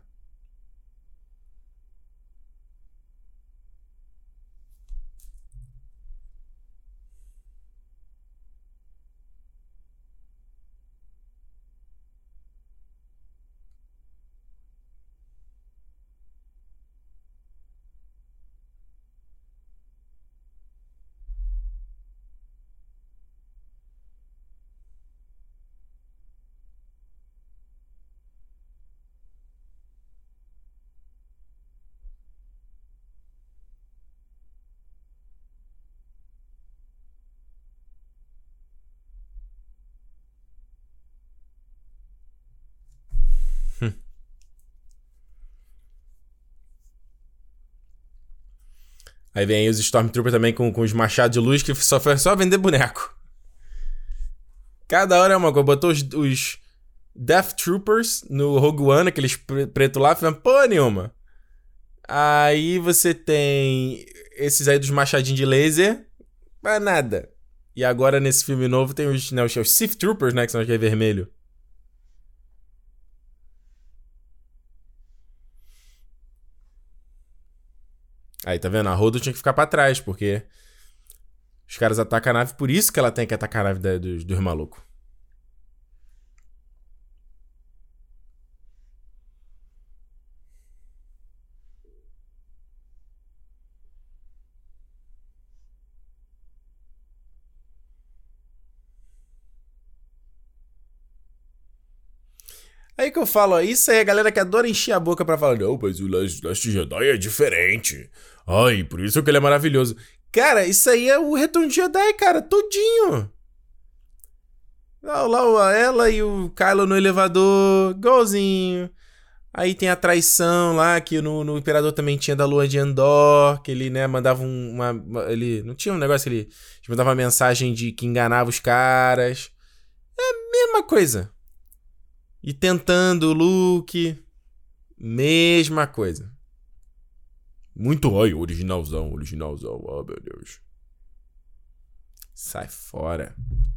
Aí vem aí os Stormtroopers também com os machados de luz, que só foi só vender boneco. Cada hora é uma coisa. Botou os Death Troopers no Rogue One, aqueles preto lá, falando, pô, nenhuma. Aí você tem esses aí dos machadinhos de laser, mas nada. E agora nesse filme novo tem os Sith Troopers, né, que são aquele vermelho. Aí, tá vendo? A Rodo tinha que ficar pra trás, porque os caras atacam a nave, por isso que ela tem que atacar a nave dos malucos. Aí que eu falo, ó, isso aí, a galera que adora encher a boca pra falar, não, mas o Last Jedi é diferente. Ai, por isso que ele é maravilhoso. Cara, isso aí é o Retorno de Jedi, cara, todinho. Lá, ela e o Kylo no elevador, igualzinho. Aí tem a traição lá, que no Imperador também tinha da Lua de Endor, que ele, né, mandava ele não tinha um negócio, ele mandava uma mensagem de que enganava os caras. É a mesma coisa. E tentando o Luke, mesma coisa. Muito, originalzão, oh meu Deus. Sai fora.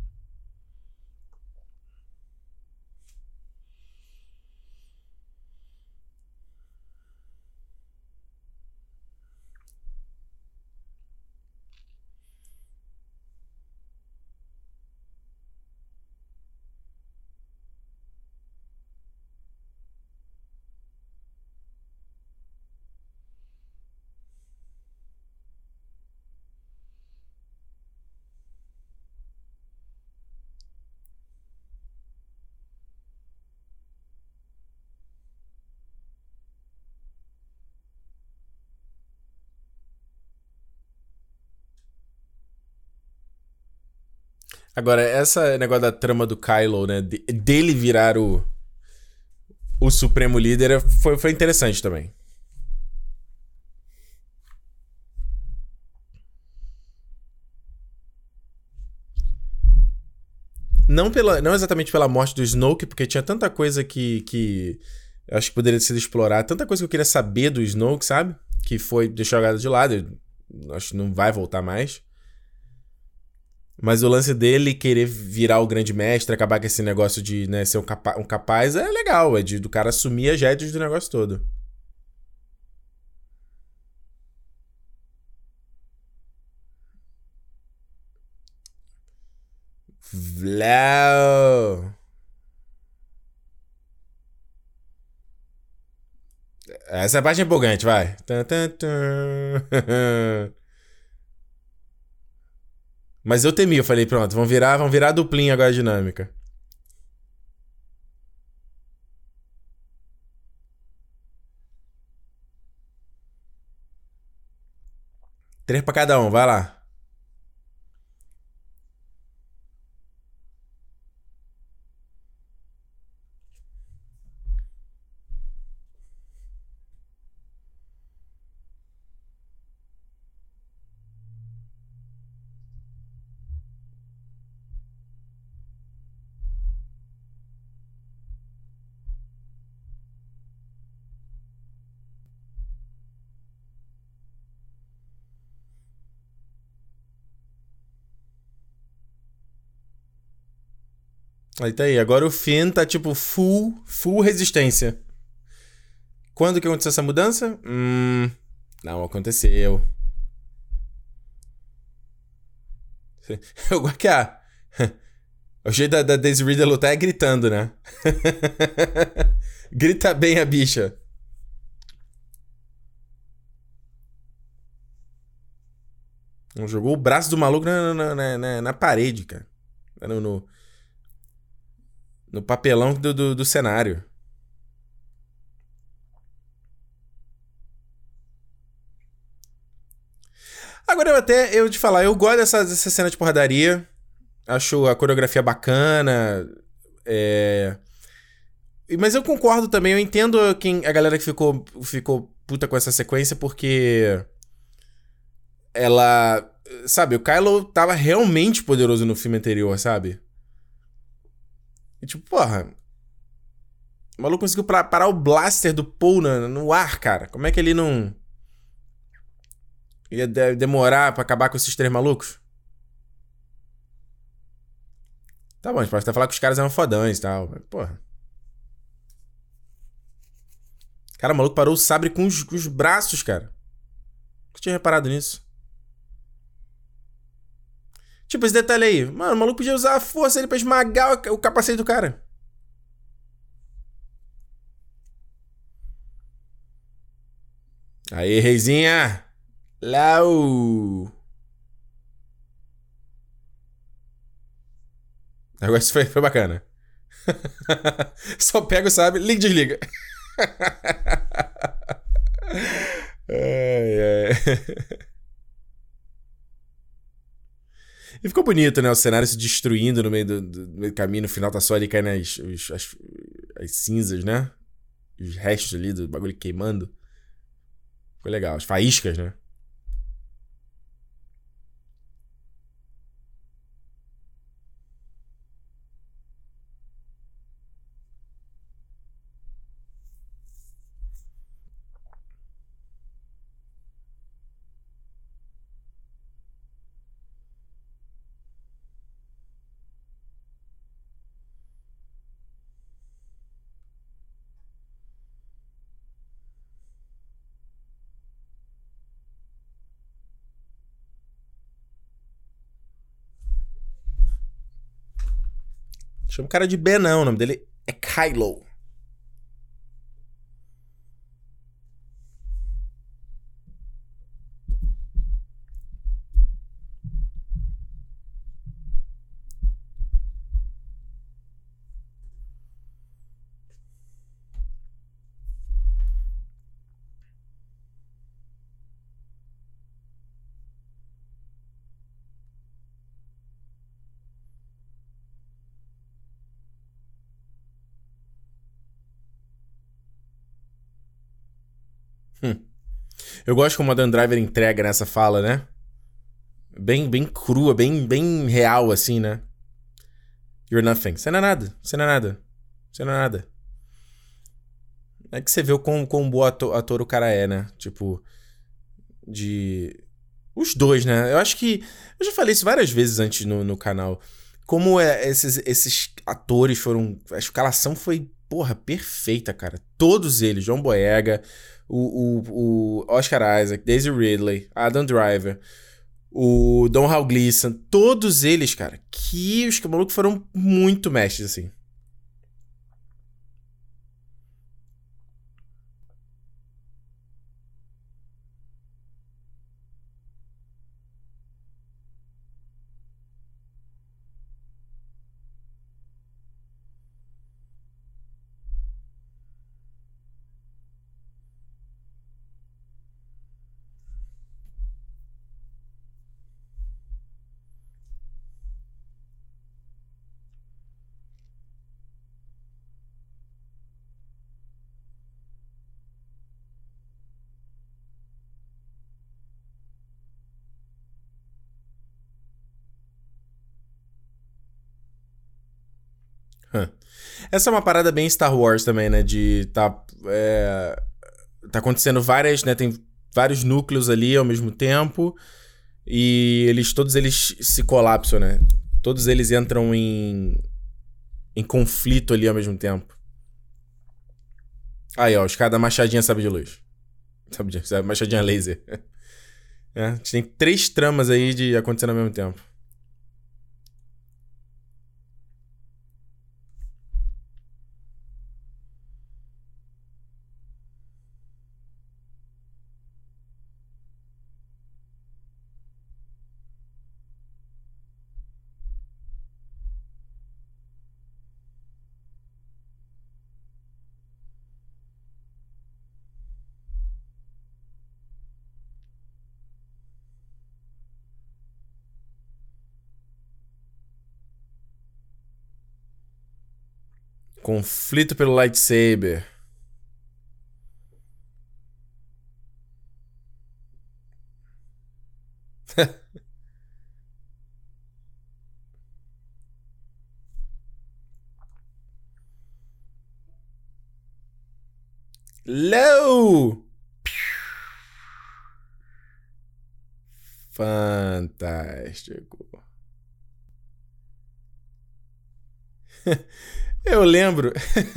Agora, essa negócio da trama do Kylo, né? Dele virar o Supremo Líder foi interessante também. Não exatamente pela morte do Snoke, porque tinha tanta coisa que eu acho que poderia ser explorada, tanta coisa que eu queria saber do Snoke, sabe? Que foi jogada de lado. Eu acho que não vai voltar mais. Mas o lance dele querer virar o grande mestre, acabar com esse negócio de, né, ser um capaz, é legal. É do cara assumir as rédeas do negócio todo. Vlau. Essa parte é empolgante, vai. Mas eu temi, eu falei, pronto, vão virar duplinha agora a dinâmica. 3 pra cada um, vai lá. Aí tá aí. Agora o Finn tá tipo full resistência. Quando que aconteceu essa mudança? Não aconteceu. Eu gosto que o jeito da Daisy Ridley lutar é gritando, né? Grita bem a bicha. Jogou o braço do maluco na parede, cara. No papelão do cenário. Agora eu te falar, eu gosto dessa cena de porradaria. Acho a coreografia bacana. Mas eu concordo também, eu entendo a galera que ficou puta com essa sequência, porque ela... Sabe, o Kylo tava realmente poderoso no filme anterior, sabe? E tipo, porra... O maluco conseguiu parar o blaster do Paul no ar, cara. Como é que ele não... Ia demorar pra acabar com esses três malucos? Tá bom, a gente pode até falar que os caras eram fodões e tal. Mas, porra. Cara, o maluco parou o sabre com os braços, cara. Nunca tinha reparado nisso. Tipo, esse detalhe aí. Mano, o maluco podia usar a força ali pra esmagar o capacete do cara. Aí, reizinha. Lau. Agora isso foi bacana. Só pega o sabre, liga e desliga. Ai, ai. E ficou bonito, né? O cenário se destruindo no meio do caminho. No final tá só ali caindo as cinzas, né? Os restos ali do bagulho queimando. Ficou legal. As faíscas, né? Chama o cara de Ben, não. O nome dele é Kylo. Hum. Eu gosto como o Adam Driver entrega nessa fala, né? Bem crua, bem real, assim, né? You're nothing. Você não é nada. Você não é nada. Você não é nada. É que você vê o quão bom ator o cara é, né? Tipo, de... Os dois, né? Eu acho que... Eu já falei isso várias vezes antes no canal. Como esses atores foram... A escalação foi, porra, perfeita, cara. Todos eles. John Boyega, o Oscar Isaac, Daisy Ridley, Adam Driver, o Domhnall Gleeson. Todos eles, cara. Que os malucos foram muito mestres, assim. Hã. Essa é uma parada bem Star Wars também, né? De tá acontecendo várias, né? Tem vários núcleos ali ao mesmo tempo e todos eles se colapsam, né? Todos eles entram em conflito ali ao mesmo tempo. Aí, ó, os caras da machadinha sabe de luz. Sabe, machadinha laser. É, a gente tem três tramas aí de acontecendo ao mesmo tempo. Conflito pelo lightsaber. Low! Fantástico. Eu lembro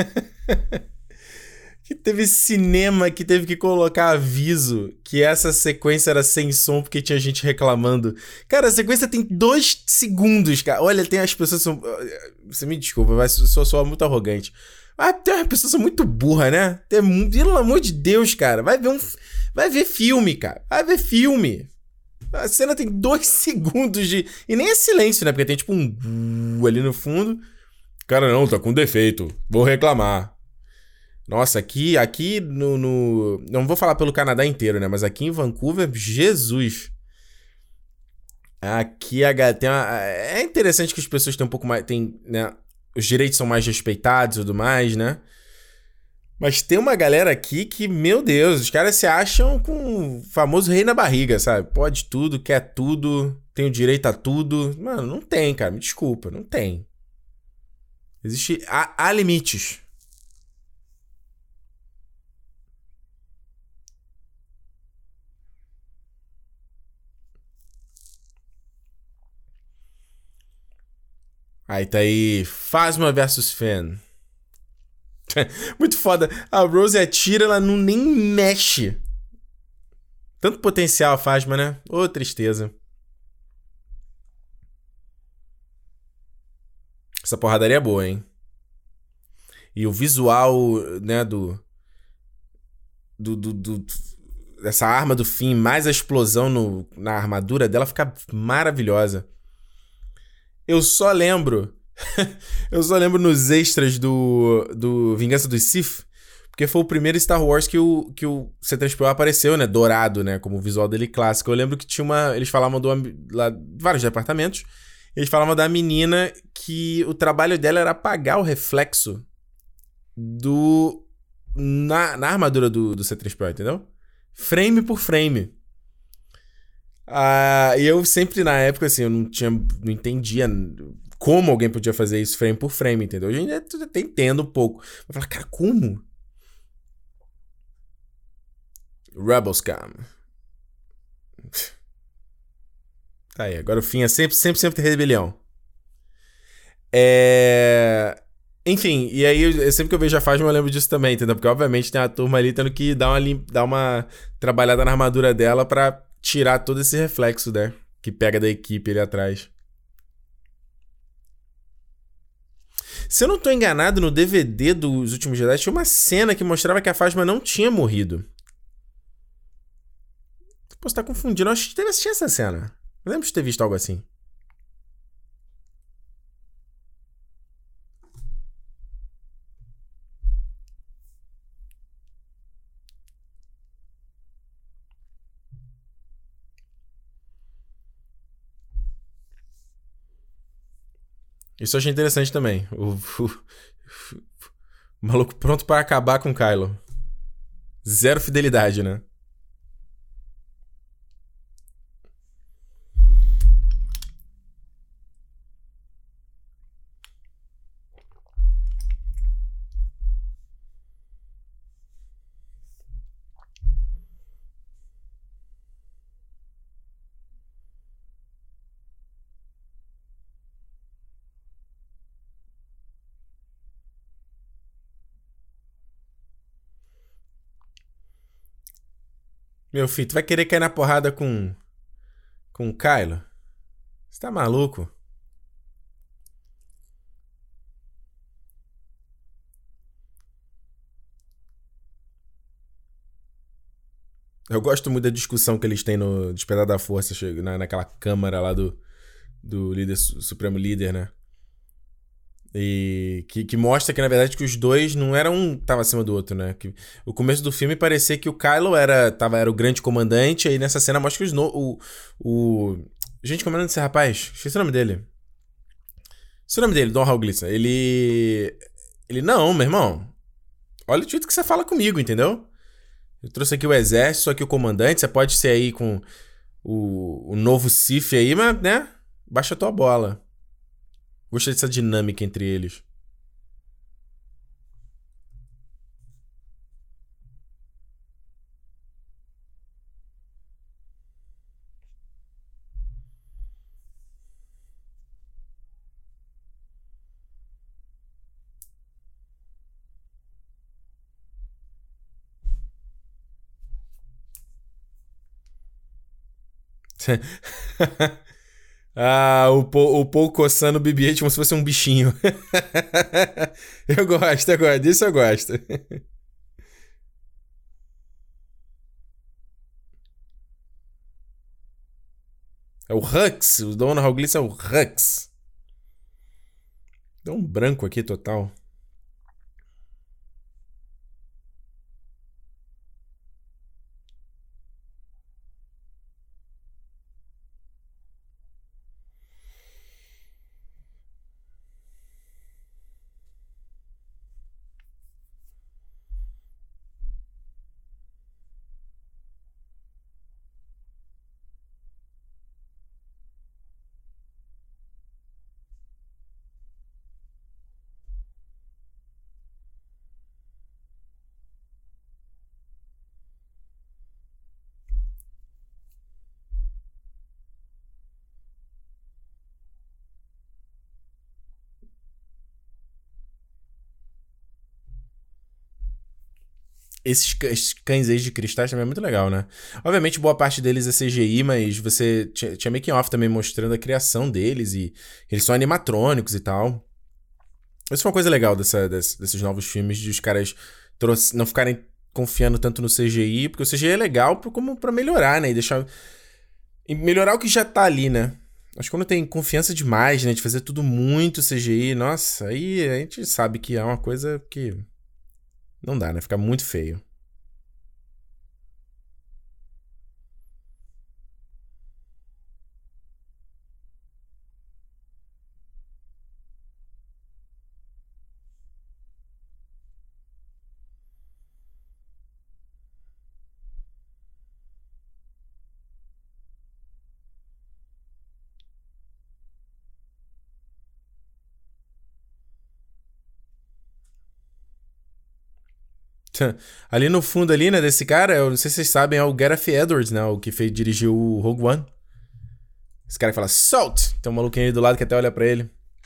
que teve cinema que teve que colocar aviso que essa sequência era sem som porque tinha gente reclamando. Cara, a sequência tem 2 segundos, cara. Olha, tem as pessoas são... Você me desculpa, mas sou muito arrogante. Ah, tem umas pessoas muito burras, né? Pelo amor de Deus, cara. Vai ver filme, cara. Vai ver filme. A cena tem 2 segundos de... E nem é silêncio, né? Porque tem tipo um... ali no fundo. Cara, não, tá com defeito. Vou reclamar. Nossa, aqui no... Não vou falar pelo Canadá inteiro, né? Mas aqui em Vancouver, Jesus. Aqui é interessante que as pessoas têm um pouco mais... né? Os direitos são mais respeitados e tudo mais, né? Mas tem uma galera aqui que, meu Deus, os caras se acham com o famoso rei na barriga, sabe? Pode tudo, quer tudo, tem o direito a tudo. Mano, não tem, cara. Me desculpa, não tem. Há limites. Aí tá aí, Phasma versus Finn. Muito foda. A Rose atira, ela não nem mexe. Tanto potencial a Phasma, né? Ô, tristeza. Essa porradaria é boa, hein? E o visual, né, dessa arma do fim, mais a explosão na armadura dela fica maravilhosa. Eu só lembro nos extras do Vingança dos Sith, porque foi o primeiro Star Wars que o C-3PO apareceu, né, dourado, né, como o visual dele clássico. Eu lembro que eles falavam lá, vários departamentos, eles falavam da menina que o trabalho dela era apagar o reflexo na armadura do C-3PO, entendeu? Frame por frame. E eu sempre, na época, assim, eu não entendia como alguém podia fazer isso frame por frame, entendeu? Hoje eu até entendo um pouco. Eu falo, cara, como? Rebels Cam. Tá aí, agora o fim é sempre rebelião. Enfim, e aí sempre que eu vejo a Phasma eu lembro disso também, entendeu? Porque obviamente tem a turma ali tendo que dar uma trabalhada na armadura dela pra tirar todo esse reflexo, né? Que pega da equipe ali atrás. Se eu não tô enganado, no DVD dos Últimos Jedi tinha uma cena que mostrava que a Phasma não tinha morrido. Posso estar confundindo, eu acho que teve assistir essa cena. Eu lembro de ter visto algo assim. Isso eu achei interessante também. O maluco pronto para acabar com o Kylo. Zero fidelidade, né? Meu filho, tu vai querer cair na porrada com o Kylo? Você tá maluco? Eu gosto muito da discussão que eles têm no Despertar da Força, naquela câmara lá do líder, Supremo Líder, né? E que mostra que, na verdade, que os dois não eram um tava acima do outro, né? Que o começo do filme parecia que o Kylo era o grande comandante, aí nessa cena mostra que gente, como é o nome desse rapaz? Esqueci o nome dele. Esqueci o nome dele, Don Hal Gleason. Ele, não, meu irmão. Olha o jeito que você fala comigo, entendeu? Eu trouxe aqui o exército, sou aqui o comandante, você pode ser aí com o novo Sith aí, mas, né? Baixa a tua bola. Gostei dessa dinâmica entre eles. O Paul coçando o BB-8 como se fosse um bichinho. Eu gosto. Disso eu gosto. É o Hux. O Domhnall Gleeson é o Hux. Deu um branco aqui total. Esses cães aí de cristais também é muito legal, né? Obviamente, boa parte deles é CGI, mas você tinha making off também mostrando a criação deles e eles são animatrônicos e tal. Isso foi uma coisa legal desses novos filmes, de os caras não ficarem confiando tanto no CGI, porque o CGI é legal como pra melhorar, né? E melhorar o que já tá ali, né? Acho que quando tem confiança demais, né? De fazer tudo muito CGI, nossa, aí a gente sabe que é uma coisa que não dá, né? Fica muito feio. Ali no fundo ali, né, desse cara, eu não sei se vocês sabem, é o Gareth Edwards, né? O que dirigiu o Rogue One. Esse cara que fala, Salt! Tem um maluquinho aí do lado que até olha pra ele.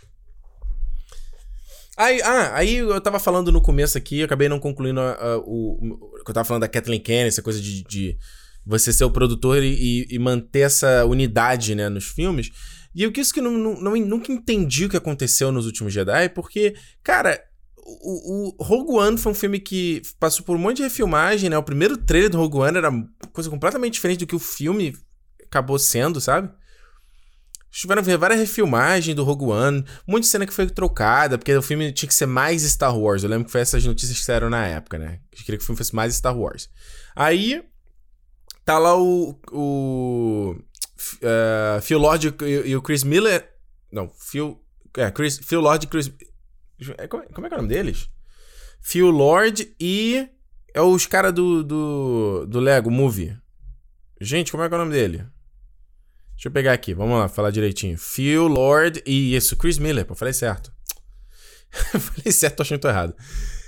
Aí eu tava falando no começo aqui, eu acabei não concluindo o que eu tava falando da Kathleen Kennedy, essa coisa de você ser o produtor e manter essa unidade, né, nos filmes. E eu quis que nunca entendi o que aconteceu nos últimos Jedi, porque, cara, o Rogue One foi um filme que passou por um monte de refilmagem, né? O primeiro trailer do Rogue One era coisa completamente diferente do que o filme acabou sendo, sabe? Tiveram várias refilmagens do Rogue One, muita cena que foi trocada, porque o filme tinha que ser mais Star Wars. Eu lembro que foi essas notícias que saíram na época, né? Eu queria que o filme fosse mais Star Wars. Aí, tá lá o Phil Lord e o Chris Miller. Não, Phil Lord e Chris. Como é que é o nome deles? Phil Lord e. É os caras do Lego Movie. Gente, como é que é o nome dele? Deixa eu pegar aqui, vamos lá, falar direitinho. Phil Lord e isso, Chris Miller, pô, falei certo. Falei certo, tô achando que tô errado.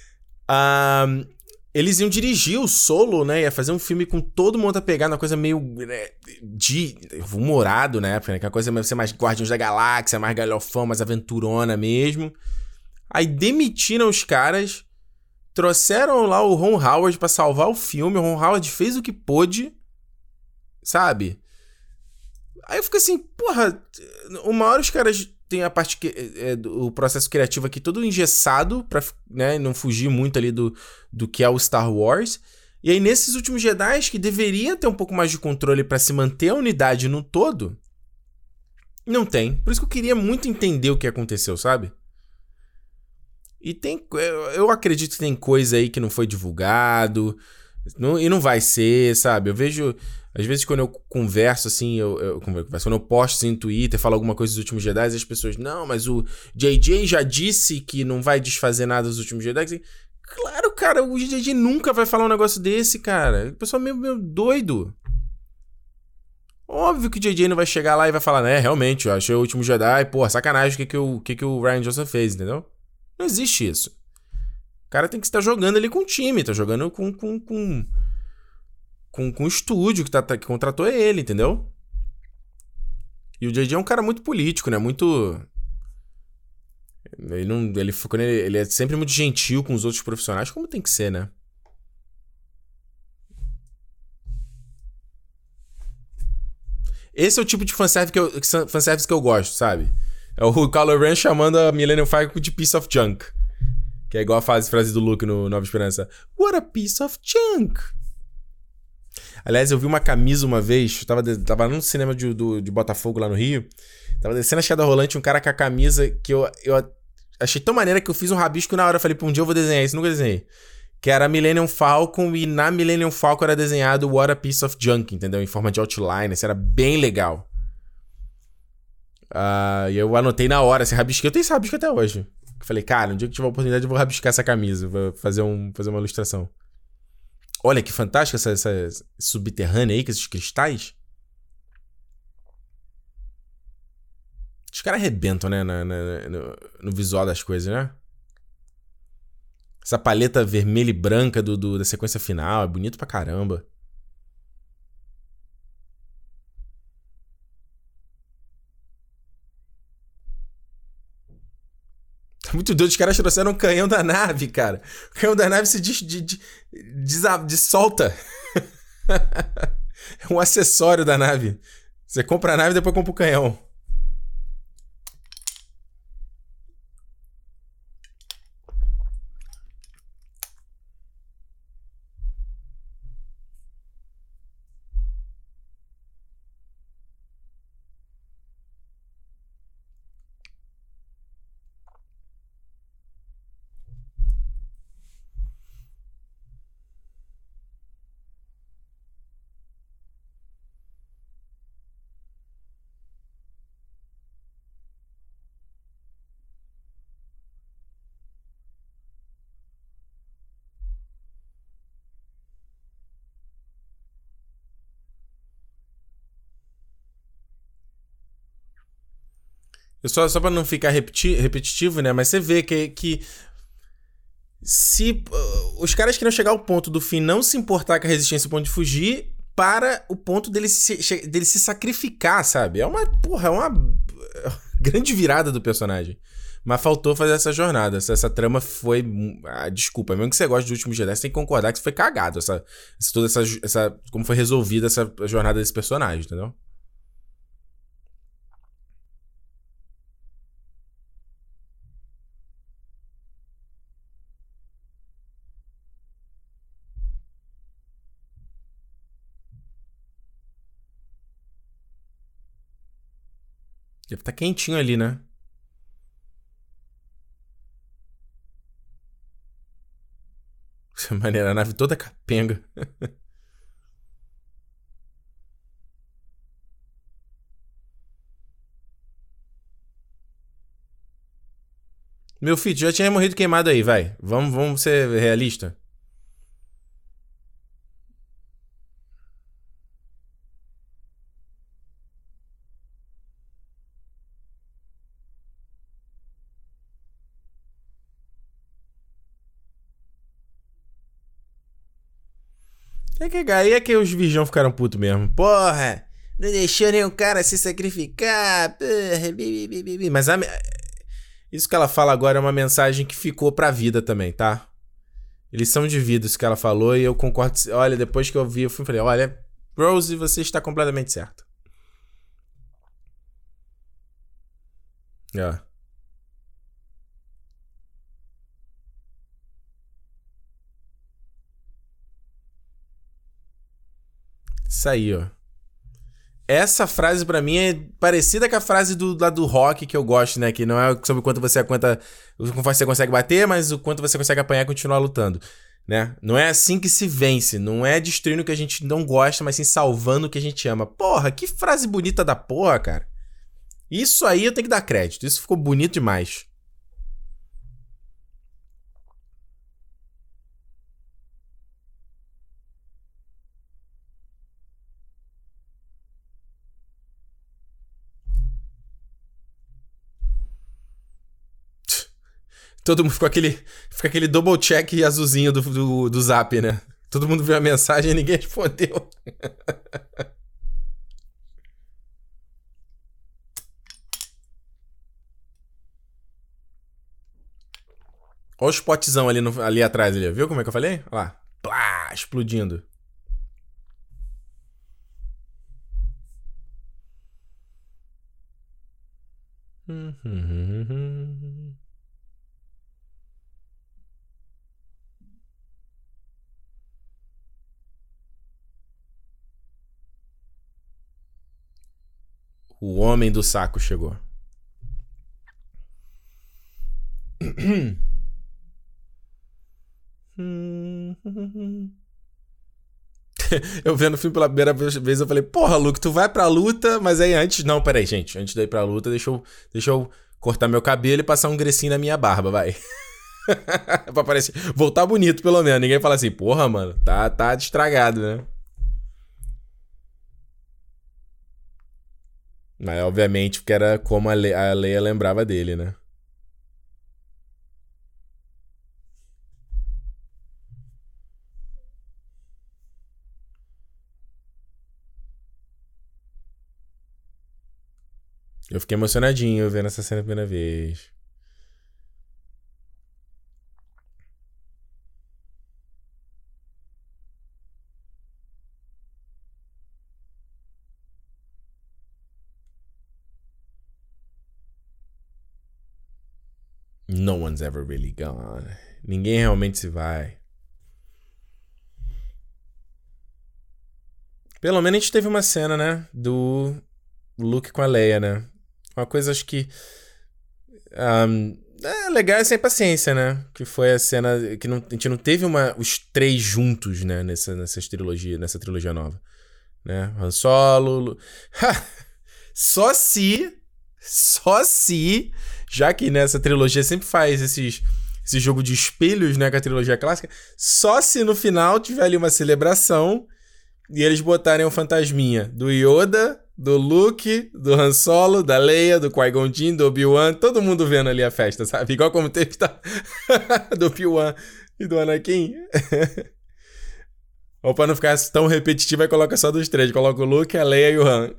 Eles iam dirigir o Solo, né? Ia fazer um filme com todo mundo a pegar na coisa meio humorado na época, né? Que a coisa ia ser mais Guardiões da Galáxia, mais galhofão, mais aventurona mesmo. Aí demitiram os caras, trouxeram lá o Ron Howard pra salvar o filme. O Ron Howard fez o que pôde, sabe? Aí eu fico assim, porra, uma hora os caras têm a parte o processo criativo aqui todo engessado pra, né, não fugir muito ali do que é o Star Wars. E aí nesses últimos Jedi, que deveria ter um pouco mais de controle pra se manter a unidade no todo, não tem. Por isso que eu queria muito entender o que aconteceu, sabe? E eu acredito que tem coisa aí que não foi divulgado, e não vai ser, sabe? Eu vejo, às vezes quando eu converso assim, quando eu posto assim no Twitter, falo alguma coisa dos últimos Jedi, as pessoas, não, mas o JJ já disse que não vai desfazer nada dos últimos Jedi. Assim, claro, cara, o JJ nunca vai falar um negócio desse, cara. O pessoal é meio doido. Óbvio que o JJ não vai chegar lá e vai falar, né, realmente, eu achei o Último Jedi, porra, sacanagem o que o Rian Johnson fez, entendeu? Não existe isso. O cara tem que estar jogando ali com o time, tá jogando com o estúdio que contratou ele, entendeu? E o JJ é um cara muito político, né? Muito... Ele não... Ele é sempre muito gentil com os outros profissionais, como tem que ser, né? Esse é o tipo de fanservice que eu gosto, sabe? É o Kylo Ren chamando a Millennium Falcon de piece of junk. Que é igual a frase do Luke no Nova Esperança. What a piece of junk! Aliás, eu vi uma camisa uma vez, tava num cinema de Botafogo lá no Rio, tava descendo a escada rolante, um cara com a camisa que eu achei tão maneira que eu fiz um rabisco na hora, falei, um dia eu vou desenhar isso, nunca desenhei. Que era a Millennium Falcon e na Millennium Falcon era desenhado What a Piece of Junk, entendeu? Em forma de outline, isso era bem legal. E eu anotei na hora, rabisquei, eu tenho esse rabisco até hoje. Falei, cara, um dia que tiver a oportunidade eu vou rabiscar essa camisa, vou fazer uma ilustração. Olha que fantástica essa subterrânea aí, com esses cristais. Os caras arrebentam, né? No visual das coisas, né? Essa paleta vermelha e branca da sequência final. É bonito pra caramba. Tá muito doido. Os caras trouxeram um canhão da nave, cara. O canhão da nave se dissolta. É um acessório da nave. Você compra a nave e depois compra o canhão. Só pra não ficar repetitivo, né? Mas você vê que se os caras queriam chegar ao ponto do Finn não se importar com a resistência ao ponto de fugir para o ponto dele se sacrificar, sabe? É uma grande virada do personagem. Mas faltou fazer essa jornada. Essa trama foi... desculpa, mesmo que você goste de Último Jedi, você tem que concordar que isso foi cagado. Como foi resolvida essa jornada desse personagem, entendeu? Deve estar quentinho ali, né? Maneira, a nave toda capenga. Meu filho, já tinha morrido queimado aí, vai. Vamos ser realista. Aí é que os virgão ficaram putos mesmo. Porra, não deixou nenhum cara se sacrificar. Porra, mas isso que ela fala agora é uma mensagem que ficou pra vida também, tá? Lição de vida, isso que ela falou, e eu concordo. Olha, depois que eu vi, eu falei, olha, Rose, você está completamente certo. É. Isso aí, ó. Essa frase pra mim é parecida com a frase lá do rock que eu gosto, né? Que não é sobre o quanto você aguenta, o quanto você consegue bater, mas o quanto você consegue apanhar e continuar lutando, né? Não é assim que se vence, não é destruindo o que a gente não gosta, mas sim salvando o que a gente ama. Porra, que frase bonita da porra, cara. Isso aí eu tenho que dar crédito, isso ficou bonito demais. Todo mundo fica aquele double check azulzinho do Zap, né? Todo mundo viu a mensagem e ninguém respondeu. Olha os potzão ali atrás, ali. Viu como é que eu falei? Olha lá. Plá, explodindo. O homem do saco chegou. Eu vendo o filme pela primeira vez, eu falei, porra, Luke, tu vai pra luta, mas aí antes... Não, peraí, gente. Antes de ir pra luta, deixa eu cortar meu cabelo e passar um grecinho na minha barba, vai. Pra parecer... Voltar bonito, pelo menos. Ninguém fala assim, porra, mano, tá estragado, né? Mas, obviamente, porque era como a Leia lembrava dele, né? Eu fiquei emocionadinho vendo essa cena a primeira vez. No one's ever really gone. Ninguém realmente se vai. Pelo menos a gente teve uma cena, né? Do Luke com a Leia, né? Uma coisa, acho que... é legal, é sem paciência, né? Que foi a cena... que a gente não teve os três juntos, né? Nessa trilogia nova. Né? Han Solo... Só se... Já que nessa trilogia sempre faz esse jogo de espelhos, né? Com a trilogia clássica. Só se no final tiver ali uma celebração e eles botarem um fantasminha do Yoda, do Luke, do Han Solo, da Leia, do Qui-Gon Jinn, do Obi-Wan, todo mundo vendo ali a festa, sabe? Igual como teve do Obi-Wan e do Anakin. Ou pra não ficar tão repetitivo, aí coloca só dos três. Coloca o Luke, a Leia e o Han.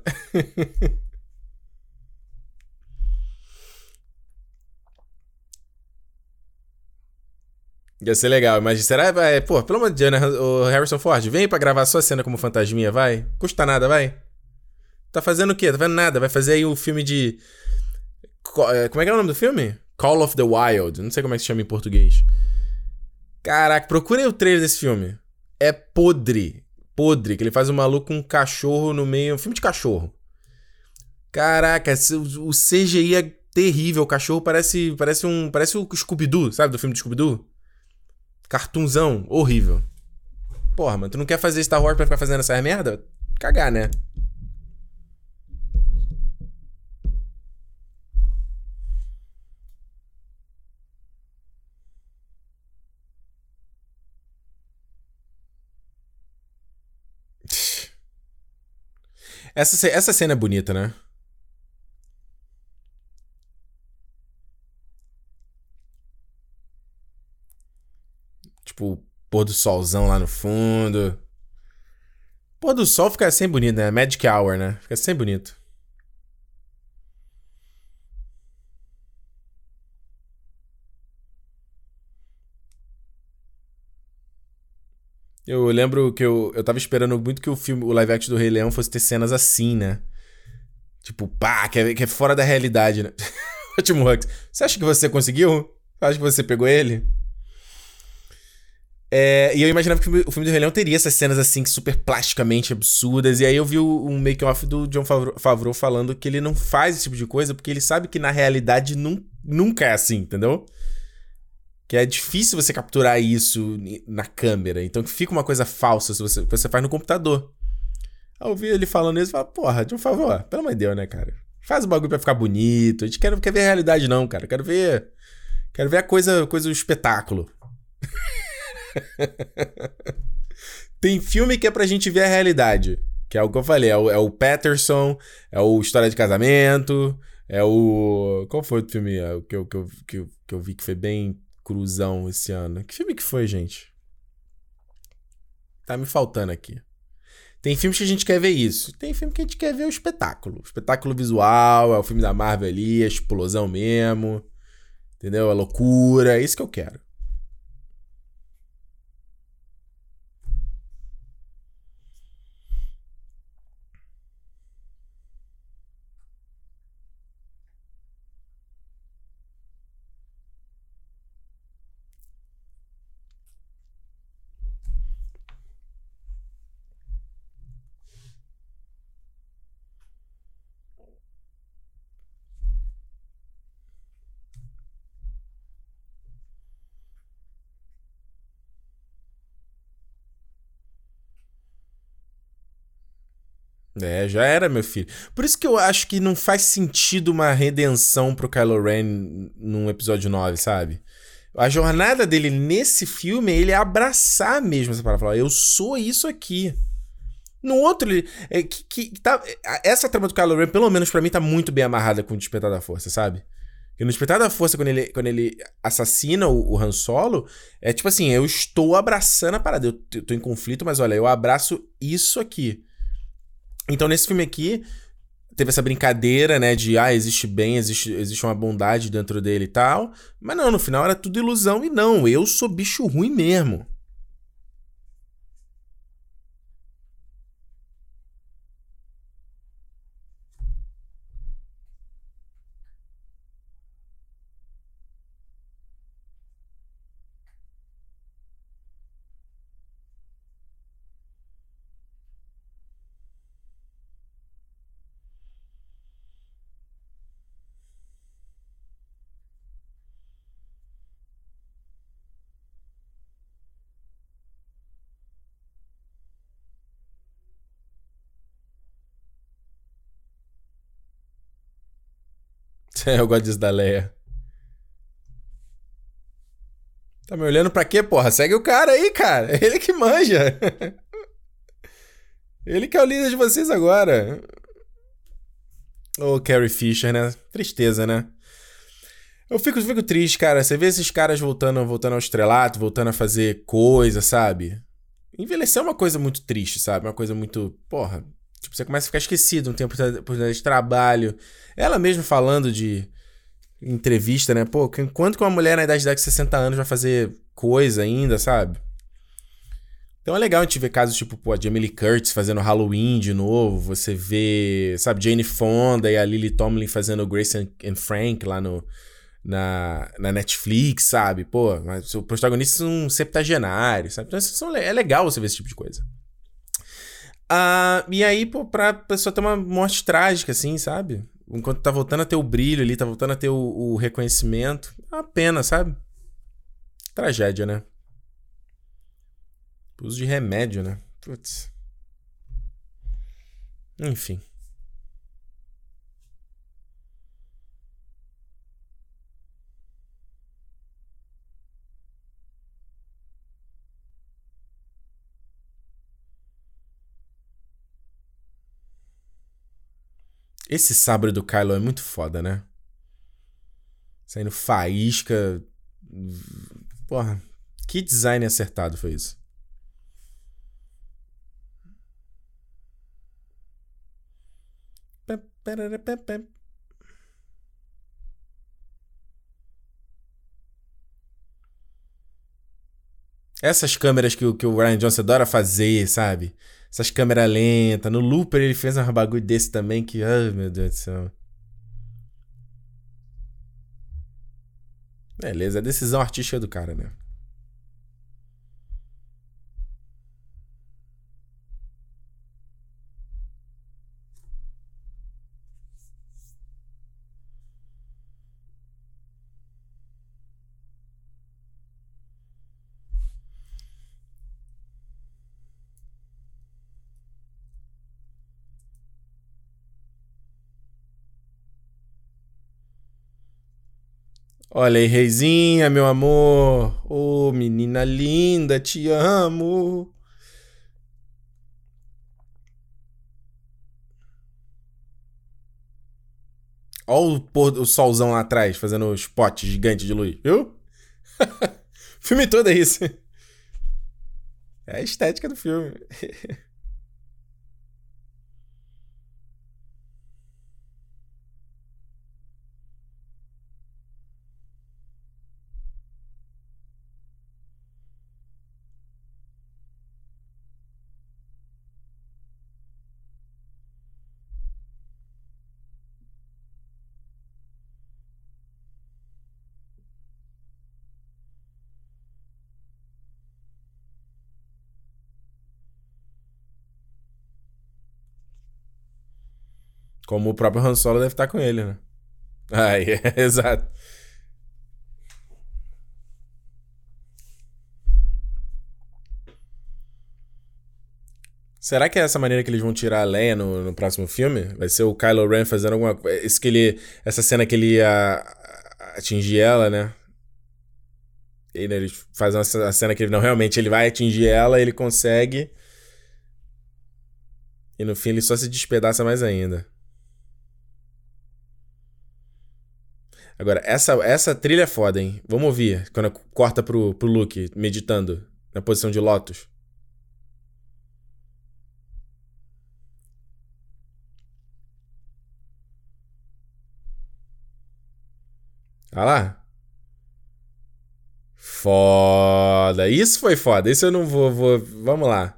Ia ser legal, mas será? Pô, pelo amor de Deus, né? O Harrison Ford, vem pra gravar sua cena como fantasminha, vai? Custa nada, vai? Tá fazendo o quê? Tá fazendo nada. Vai fazer aí o filme de... Como é que é o nome do filme? Call of the Wild. Não sei como é que se chama em português. Caraca, procurem o trailer desse filme. É podre. Podre. Que ele faz um maluco com um cachorro no meio. Um filme de cachorro. Caraca, o CGI é terrível. O cachorro parece o Scooby-Doo, sabe? Do filme de Scooby-Doo. Cartunzão. Horrível. Porra, mano, tu não quer fazer Star Wars pra ficar fazendo essa merda? Cagar, né? Essa cena é bonita, né? Tipo, pôr do solzão lá no fundo. Pôr do sol fica sempre bonito, né? Magic Hour, né? Fica sempre bonito. Eu lembro que eu tava esperando muito que o live action do Rei Leão fosse ter cenas assim, né? Tipo, pá, que é fora da realidade, né? Ótimo, Hux. Você acha que você conseguiu? Você acha que você pegou ele? E eu imaginava que o filme do Rei Leão teria essas cenas assim, super plasticamente absurdas. E aí eu vi um make-off do Jon Favreau falando que ele não faz esse tipo de coisa porque ele sabe que na realidade nunca é assim, entendeu? Que é difícil você capturar isso na câmera. Então que fica uma coisa falsa se você faz no computador. Aí eu vi ele falando isso e falei, porra, Jon Favreau, pelo amor de Deus, né, cara? Faz o bagulho pra ficar bonito. A gente quer ver a realidade não, cara. Quero ver a coisa, o espetáculo. Tem filme que é pra gente ver a realidade. Que é o que eu falei. É o Patterson, é o História de Casamento, É o... Qual foi o filme que eu vi que foi bem cruzão esse ano? Que filme que foi, gente? Tá me faltando aqui. Tem filmes que a gente quer ver isso. Tem filme que a gente quer ver o espetáculo. O espetáculo visual, é o filme da Marvel ali, a explosão mesmo. Entendeu? A loucura. É isso que eu quero. É, já era, meu filho. Por isso que eu acho que não faz sentido uma redenção pro Kylo Ren num episódio 9, sabe? A jornada dele nesse filme é ele abraçar mesmo essa parada. Falar, eu sou isso aqui. No outro, ele. Essa trama do Kylo Ren, pelo menos pra mim, tá muito bem amarrada com o Despertar da Força, sabe? Porque no Despertar da Força, quando ele assassina o Han Solo, é tipo assim, eu estou abraçando a parada. Eu tô em conflito, mas olha, eu abraço isso aqui. Então, nesse filme aqui, teve essa brincadeira, né, de, existe bem, existe uma bondade dentro dele e tal. Mas não, no final era tudo ilusão e não, eu sou bicho ruim mesmo. Eu gosto disso da Leia. Tá me olhando pra quê, porra? Segue o cara aí, cara. Ele que manja. Ele que é o líder de vocês agora. Ô, Carrie Fisher, né? Tristeza, né? Eu fico triste, cara. Você vê esses caras voltando ao estrelato, voltando a fazer coisa, sabe? Envelhecer é uma coisa muito triste, sabe? Uma coisa muito. Porra. Tipo, você começa a ficar esquecido um tempo de trabalho. Ela mesmo falando de entrevista, né? Pô, quanto que uma mulher na idade de 60 anos vai fazer coisa ainda, sabe? Então é legal a gente ver casos tipo, pô, a Jamie Lee Curtis fazendo Halloween de novo. Você vê, sabe, Jane Fonda e a Lily Tomlin fazendo Grace and Frank lá na Netflix, sabe? Pô, mas os protagonistas são septagenários, sabe? Então é legal você ver esse tipo de coisa. E aí, pô, pra pessoa ter uma morte trágica, assim, sabe? Enquanto tá voltando a ter o brilho ali, tá voltando a ter o reconhecimento. É uma pena, sabe? Tragédia, né? Uso de remédio, né? Putz. Enfim. Esse sabre do Kylo é muito foda, né? Saindo faísca. Porra, que design acertado foi isso. Essas câmeras que o Ryan Johnson adora fazer, sabe? Essas câmeras lentas. No Looper ele fez um bagulho desse também que. Ai, meu Deus do céu. Beleza, é decisão artística do cara, né? Olha aí, Reizinha, meu amor. Ô, menina linda, te amo. Olha o solzão lá atrás, fazendo spot gigante de luz, viu? O filme todo é isso. É a estética do filme. Como o próprio Han Solo deve estar com ele, né? Aí, exato. Será que é essa maneira que eles vão tirar a Leia no próximo filme? Vai ser o Kylo Ren fazendo alguma coisa. Essa cena que ele ia atingir ela, né? E né, eles fazem a cena que ele não, realmente ele vai atingir ela, ele consegue. E no fim ele só se despedaça mais ainda. Agora, essa trilha é foda, hein? Vamos ouvir quando corta pro Luke meditando na posição de Lotus. Olha lá. Foda. Isso foi foda. Isso eu não vou. Vamos lá.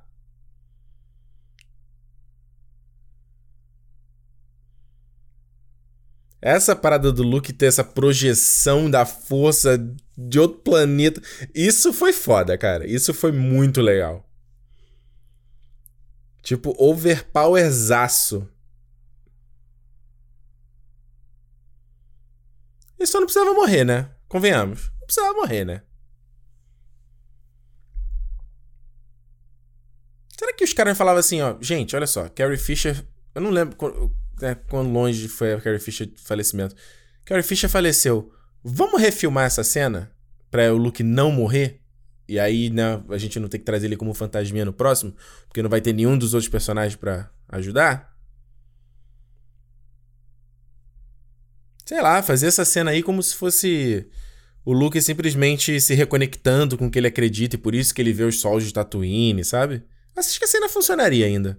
Essa parada do Luke ter essa projeção da força de outro planeta. Isso foi foda, cara. Isso foi muito legal. Tipo, overpowerzaço. Ele só não precisava morrer, né? Convenhamos. Não precisava morrer, né? Será que os caras falavam assim, ó, gente, olha só, Carrie Fisher. Eu não lembro quão longe foi a Carrie Fisher do falecimento. Carrie Fisher faleceu. Vamos refilmar essa cena pra o Luke não morrer? E aí, né, a gente não tem que trazer ele como fantasminha no próximo, porque não vai ter nenhum dos outros personagens pra ajudar? Sei lá, fazer essa cena aí como se fosse o Luke simplesmente se reconectando com o que ele acredita e por isso que ele vê os sols de Tatooine, sabe? Acho que a cena funcionaria ainda.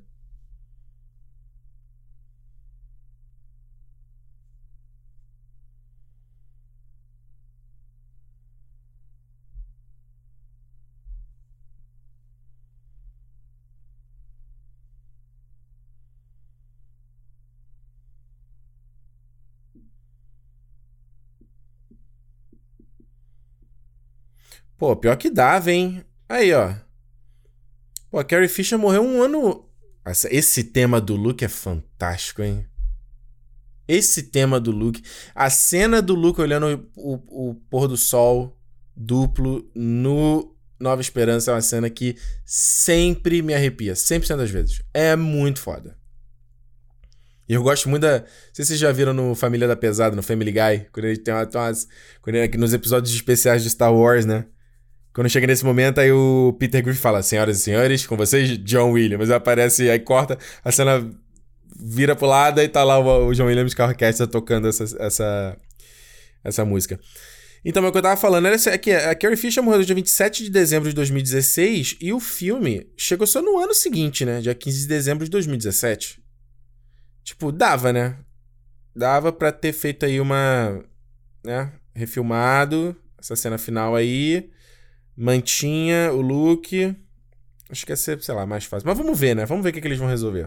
Pô, pior que dava, hein? Aí, ó. Pô, a Carrie Fisher morreu um ano. Esse tema do Luke é fantástico, hein? Esse tema do Luke. A cena do Luke olhando o pôr do sol duplo no Nova Esperança é uma cena que sempre me arrepia. 100% das vezes. É muito foda. E eu gosto muito da. Não sei se vocês já viram no Família da Pesada, no Family Guy, quando ele tem umas. Quando ele, nos episódios especiais de Star Wars, né? Quando chega nesse momento, aí o Peter Griffin fala: Senhoras e senhores, com vocês, John Williams. Aparece, aí corta, a cena vira pro lado e tá lá o John Williams com a orquestra tocando essa música. Então, o que eu tava falando era que a Carrie Fisher morreu no dia 27 de dezembro de 2016 e o filme chegou só no ano seguinte, né? Dia 15 de dezembro de 2017. Tipo, dava, né? Dava pra ter feito aí uma... né? Refilmado essa cena final aí. Mantinha o look. Acho que ia ser, sei lá, mais fácil. Mas vamos ver, né? Vamos ver o que eles vão resolver.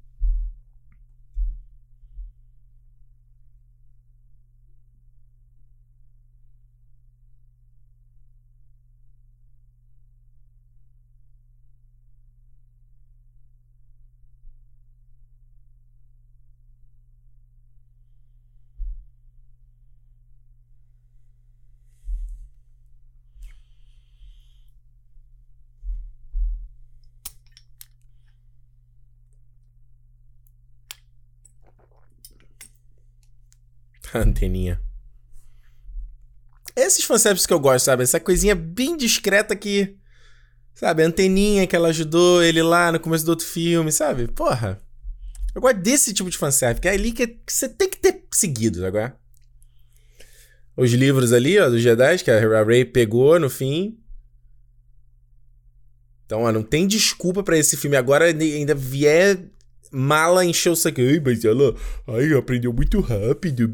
Anteninha. Esses fanservices que eu gosto, sabe? Essa coisinha bem discreta que... Sabe? A anteninha que ela ajudou ele lá no começo do outro filme, sabe? Porra. Eu gosto desse tipo de fanservice, que é ali que você tem que ter seguidos agora. Os livros ali, ó, dos Jedi, que a Rey pegou no fim. Então, ó, não tem desculpa pra esse filme agora ainda vier mala encher o saco. Ai, mas ela aprendeu muito rápido.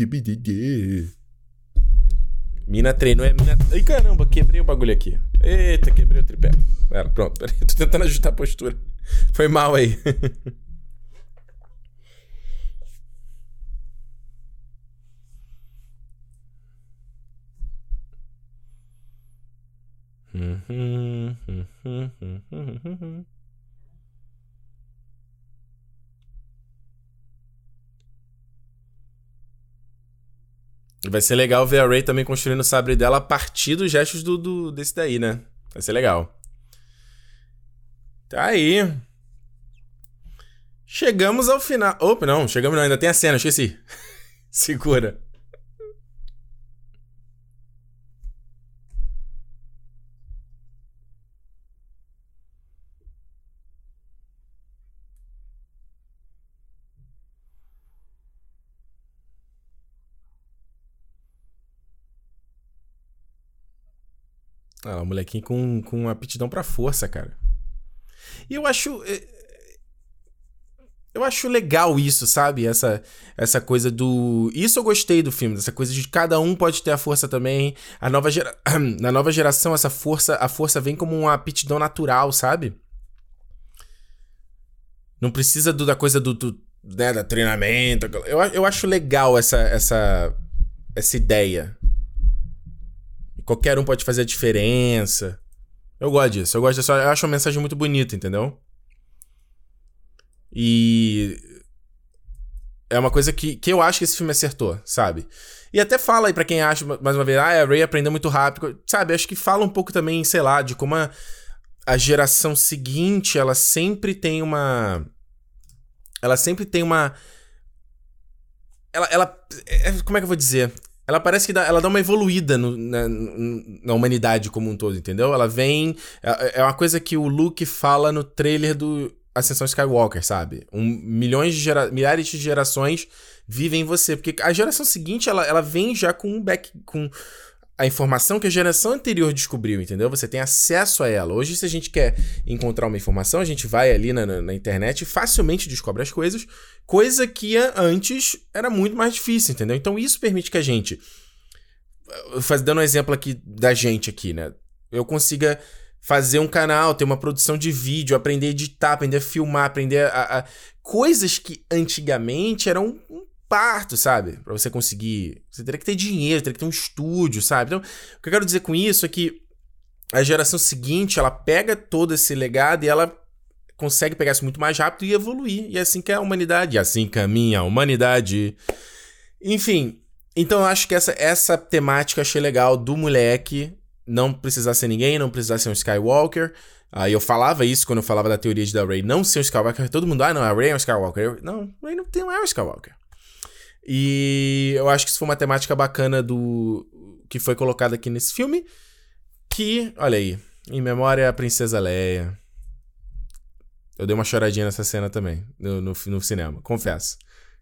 Mina treinou, mina... Ai, caramba, quebrei o bagulho aqui. Eita, quebrei o tripé. Pronto, peraí, tô tentando ajustar a postura. Foi mal aí. Vai ser legal ver a Rey também construindo o sabre dela a partir dos gestos desse daí, né? Vai ser legal. Tá aí. Chegamos ao final. Opa, não, chegamos não, ainda tem a cena, esqueci. Segura. Ah, o molequinho com aptidão pra força, cara. E eu acho legal isso, sabe? Essa coisa do... Isso eu gostei do filme, dessa coisa de cada um pode ter a força também. Na nova geração, a força vem como uma aptidão natural, sabe? Não precisa da coisa né, da treinamento. Eu acho legal essa ideia. Qualquer um pode fazer a diferença. Eu gosto disso. Eu acho uma mensagem muito bonita, entendeu? E é uma coisa que eu acho que esse filme acertou, sabe? E até fala aí pra quem acha, mais uma vez, a Rey aprendeu muito rápido, sabe? Acho que fala um pouco também, sei lá, de como a geração seguinte, ela sempre tem uma... Como é que eu vou dizer? Ela parece que ela dá uma evoluída na humanidade como um todo, entendeu? Ela vem... É uma coisa que o Luke fala no trailer do Ascensão Skywalker, sabe? Milhares de gerações vivem em você. Porque a geração seguinte, ela vem já com a informação que a geração anterior descobriu, entendeu? Você tem acesso a ela. Hoje, se a gente quer encontrar uma informação, a gente vai ali na internet e facilmente descobre as coisas, coisa que antes era muito mais difícil, entendeu? Então isso permite que a gente, dando um exemplo aqui da gente aqui, né? Eu consiga fazer um canal, ter uma produção de vídeo, aprender a editar, aprender a filmar, aprender coisas que antigamente eram um parto, sabe? Pra você conseguir... Você teria que ter dinheiro, teria que ter um estúdio, sabe? Então, o que eu quero dizer com isso é que a geração seguinte, ela pega todo esse legado e ela consegue pegar isso muito mais rápido e evoluir. E é assim que é a humanidade. E assim caminha a humanidade. Enfim, então eu acho que essa temática eu achei legal do moleque não precisar ser ninguém, não precisar ser um Skywalker. Aí eu falava isso quando eu falava da teoria da Rey não ser um Skywalker. Todo mundo, não, a Rey é um Skywalker. Não, a Rey não é um Skywalker. E eu acho que isso foi uma temática bacana que foi colocada aqui nesse filme. Que, olha aí, em memória a Princesa Leia. Eu dei uma choradinha nessa cena também, no cinema, confesso.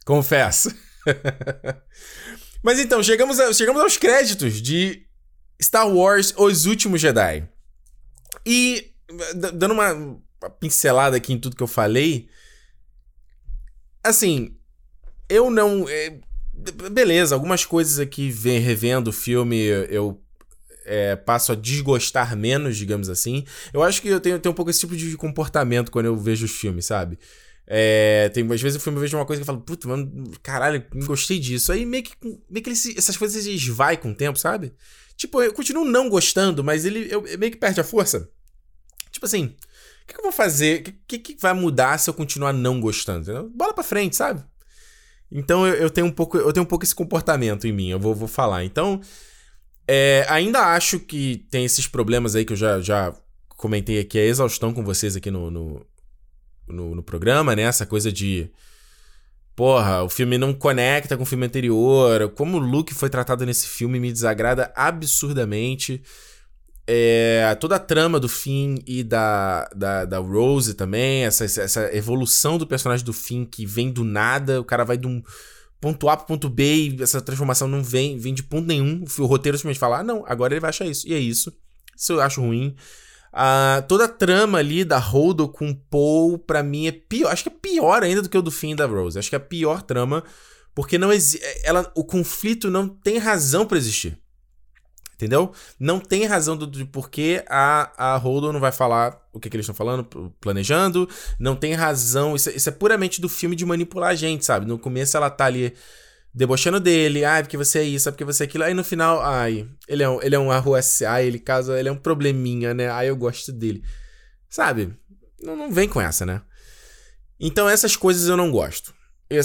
Mas então, chegamos aos créditos de Star Wars Os Últimos Jedi. E, dando uma pincelada aqui em tudo que eu falei, assim... Eu não... beleza, algumas coisas aqui, revendo o filme, eu passo a desgostar menos, digamos assim. Eu acho que eu tenho um pouco esse tipo de comportamento quando eu vejo os filmes, sabe? Às vezes o filme eu vejo uma coisa que eu falo, puta, mano, caralho, não gostei disso. Aí meio que essas coisas esvaem com o tempo, sabe? Tipo, eu continuo não gostando, mas eu meio que perde a força. Tipo assim, o que eu vou fazer? O que vai mudar se eu continuar não gostando? Entendeu? Bola pra frente, sabe? Então eu tenho um pouco esse comportamento em mim, eu vou falar. Então, ainda acho que tem esses problemas aí que eu já comentei aqui, a exaustão com vocês aqui no programa, né? Essa coisa de... Porra, o filme não conecta com o filme anterior. Como o Luke foi tratado nesse filme me desagrada absurdamente. Toda a trama do Finn e da Rose também, essa evolução do personagem do Finn que vem do nada, o cara vai de um ponto A pro ponto B e essa transformação não vem de ponto nenhum. O roteiro simplesmente fala, não, agora ele vai achar isso. E é isso. Isso eu acho ruim. Toda a trama ali da Holdo com o Paul, pra mim, é pior. Acho que é pior ainda do que o do Finn e da Rose. Acho que é a pior trama, porque o conflito não tem razão pra existir. Entendeu? Não tem razão de porquê a Holdo não vai falar o que eles estão falando, planejando. Não tem razão. Isso é puramente do filme de manipular a gente, sabe? No começo ela tá ali debochando dele. Porque você é isso, porque você é aquilo. Aí no final, ele é um arruaça, ele é um probleminha, né? Eu gosto dele. Sabe? Não vem com essa, né? Então essas coisas eu não gosto.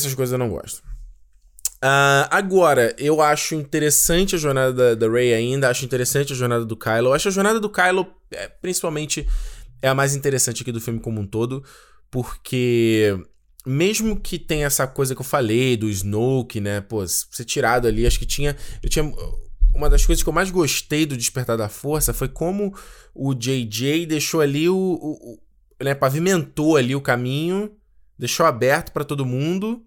Agora, eu acho interessante a jornada da Rey ainda, acho interessante a jornada do Kylo. Eu acho a jornada do Kylo, principalmente, é a mais interessante aqui do filme como um todo, porque mesmo que tenha essa coisa que eu falei do Snoke, né, ser tirado ali, acho que uma das coisas que eu mais gostei do Despertar da Força foi como o JJ deixou ali né, pavimentou ali o caminho, deixou aberto pra todo mundo.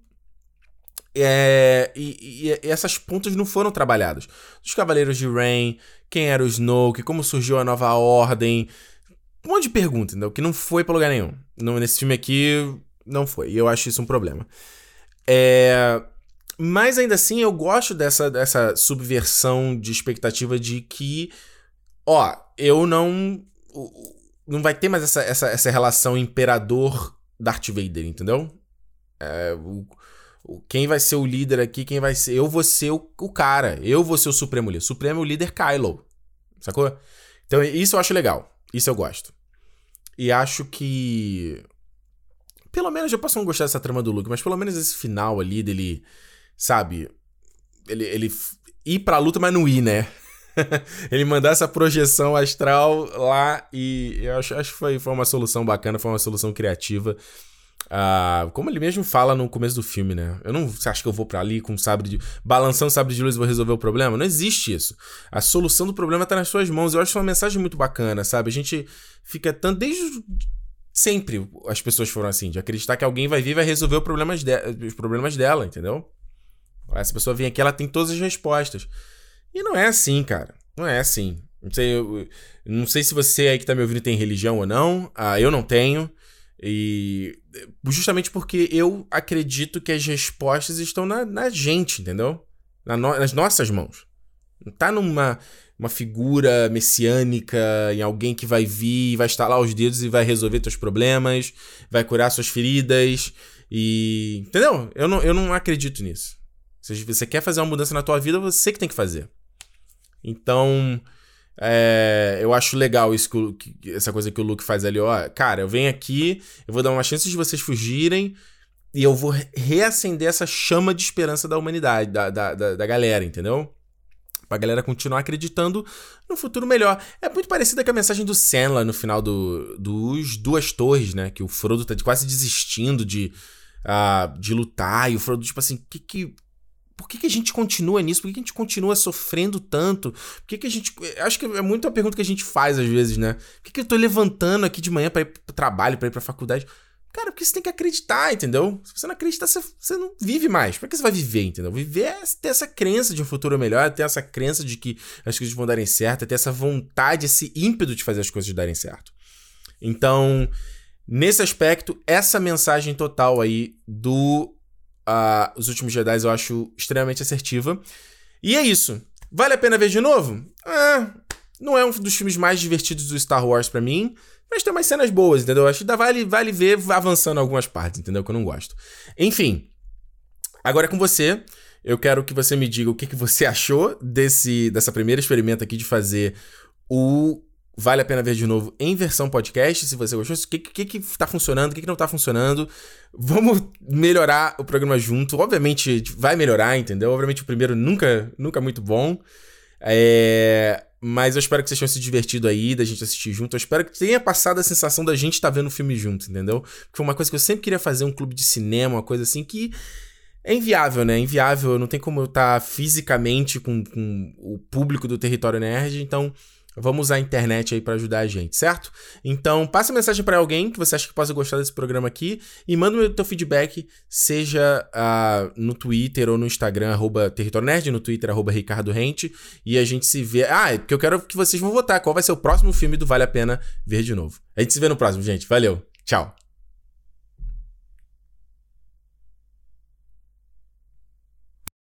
E essas pontas não foram trabalhadas. Os Cavaleiros de Rain, quem era o Snoke, como surgiu a Nova Ordem, um monte de pergunta, entendeu? Que não foi pra lugar nenhum. Nesse filme aqui, não foi. E eu acho isso um problema. Mas ainda assim, eu gosto dessa subversão de expectativa de que, eu não vai ter mais essa relação Imperador-Darth Vader, entendeu? Quem vai ser o líder aqui, eu vou ser o cara, eu vou ser o Supremo Líder. Supremo Líder Kylo, sacou? Então isso eu acho legal, isso eu gosto. E acho que, pelo menos, eu posso não gostar dessa trama do Luke, mas pelo menos esse final ali dele, sabe, ele ir pra luta, mas não ir, né? Ele mandar essa projeção astral lá e eu acho que foi uma solução bacana, foi uma solução criativa. Como ele mesmo fala no começo do filme, né? Você acha que eu vou pra ali com balançando o sabre de luz e vou resolver o problema? Não existe isso. A solução do problema tá nas suas mãos. Eu acho uma mensagem muito bacana, sabe? A gente fica desde sempre as pessoas foram assim, de acreditar que alguém vai vir e vai resolver os problemas dela, entendeu? Essa pessoa vem aqui, ela tem todas as respostas. E não é assim, cara. Não é assim. Não sei se você aí que tá me ouvindo tem religião ou não. Eu não tenho. E justamente porque eu acredito que as respostas estão na gente, entendeu? Nas nossas mãos. Não tá numa figura messiânica, em alguém que vai vir, vai estalar os dedos e vai resolver teus problemas, vai curar suas feridas, entendeu? Eu não acredito nisso. Se você quer fazer uma mudança na tua vida, você que tem que fazer. Então, eu acho legal essa coisa que o Luke faz ali, cara, eu venho aqui, eu vou dar uma chance de vocês fugirem e eu vou reacender essa chama de esperança da humanidade, da galera, entendeu? Pra galera continuar acreditando no futuro melhor. É muito parecida com a mensagem do Sam lá no final dos Duas Torres, né? Que o Frodo tá quase desistindo de lutar e o Frodo, tipo assim, por que a gente continua nisso? Por que a gente continua sofrendo tanto? Por que a gente... Acho que é muito a pergunta que a gente faz às vezes, né? Por que eu tô levantando aqui de manhã pra ir pro trabalho, pra ir pra faculdade? Cara, porque você tem que acreditar, entendeu? Se você não acreditar, você não vive mais. Pra que você vai viver, entendeu? Viver é ter essa crença de um futuro melhor, ter essa crença de que as coisas vão darem certo, é ter essa vontade, esse ímpeto de fazer as coisas darem certo. Então, nesse aspecto, essa mensagem total aí Os Últimos Jedi eu acho extremamente assertiva. E é isso. Vale a pena ver de novo? Não é um dos filmes mais divertidos do Star Wars pra mim, mas tem umas cenas boas, entendeu? Acho que vale ver avançando algumas partes, entendeu? Que eu não gosto. Enfim, agora é com você. Eu quero que você me diga o que você achou dessa primeira experimento aqui de fazer o Vale a Pena Ver de Novo em versão podcast. Se você gostou, o que tá funcionando, o que não tá funcionando. Vamos melhorar o programa junto. Obviamente vai melhorar, entendeu? Obviamente o primeiro nunca é muito bom. Mas eu espero que vocês tenham se divertido aí, da gente assistir junto. Eu espero que tenha passado a sensação da gente estar vendo o filme junto, entendeu? Porque foi uma coisa que eu sempre queria fazer, um clube de cinema, uma coisa assim que é inviável, né? Inviável, não tem como eu estar fisicamente com o público do Território Nerd. Então, vamos usar a internet aí pra ajudar a gente, certo? Então, passa mensagem pra alguém que você acha que possa gostar desse programa aqui e manda o teu feedback, seja no Twitter ou no Instagram, @territorionerd, no Twitter, @Ricardo Rente, e a gente se vê... porque eu quero que vocês vão votar qual vai ser o próximo filme do Vale a Pena Ver de Novo. A gente se vê no próximo, gente. Valeu. Tchau.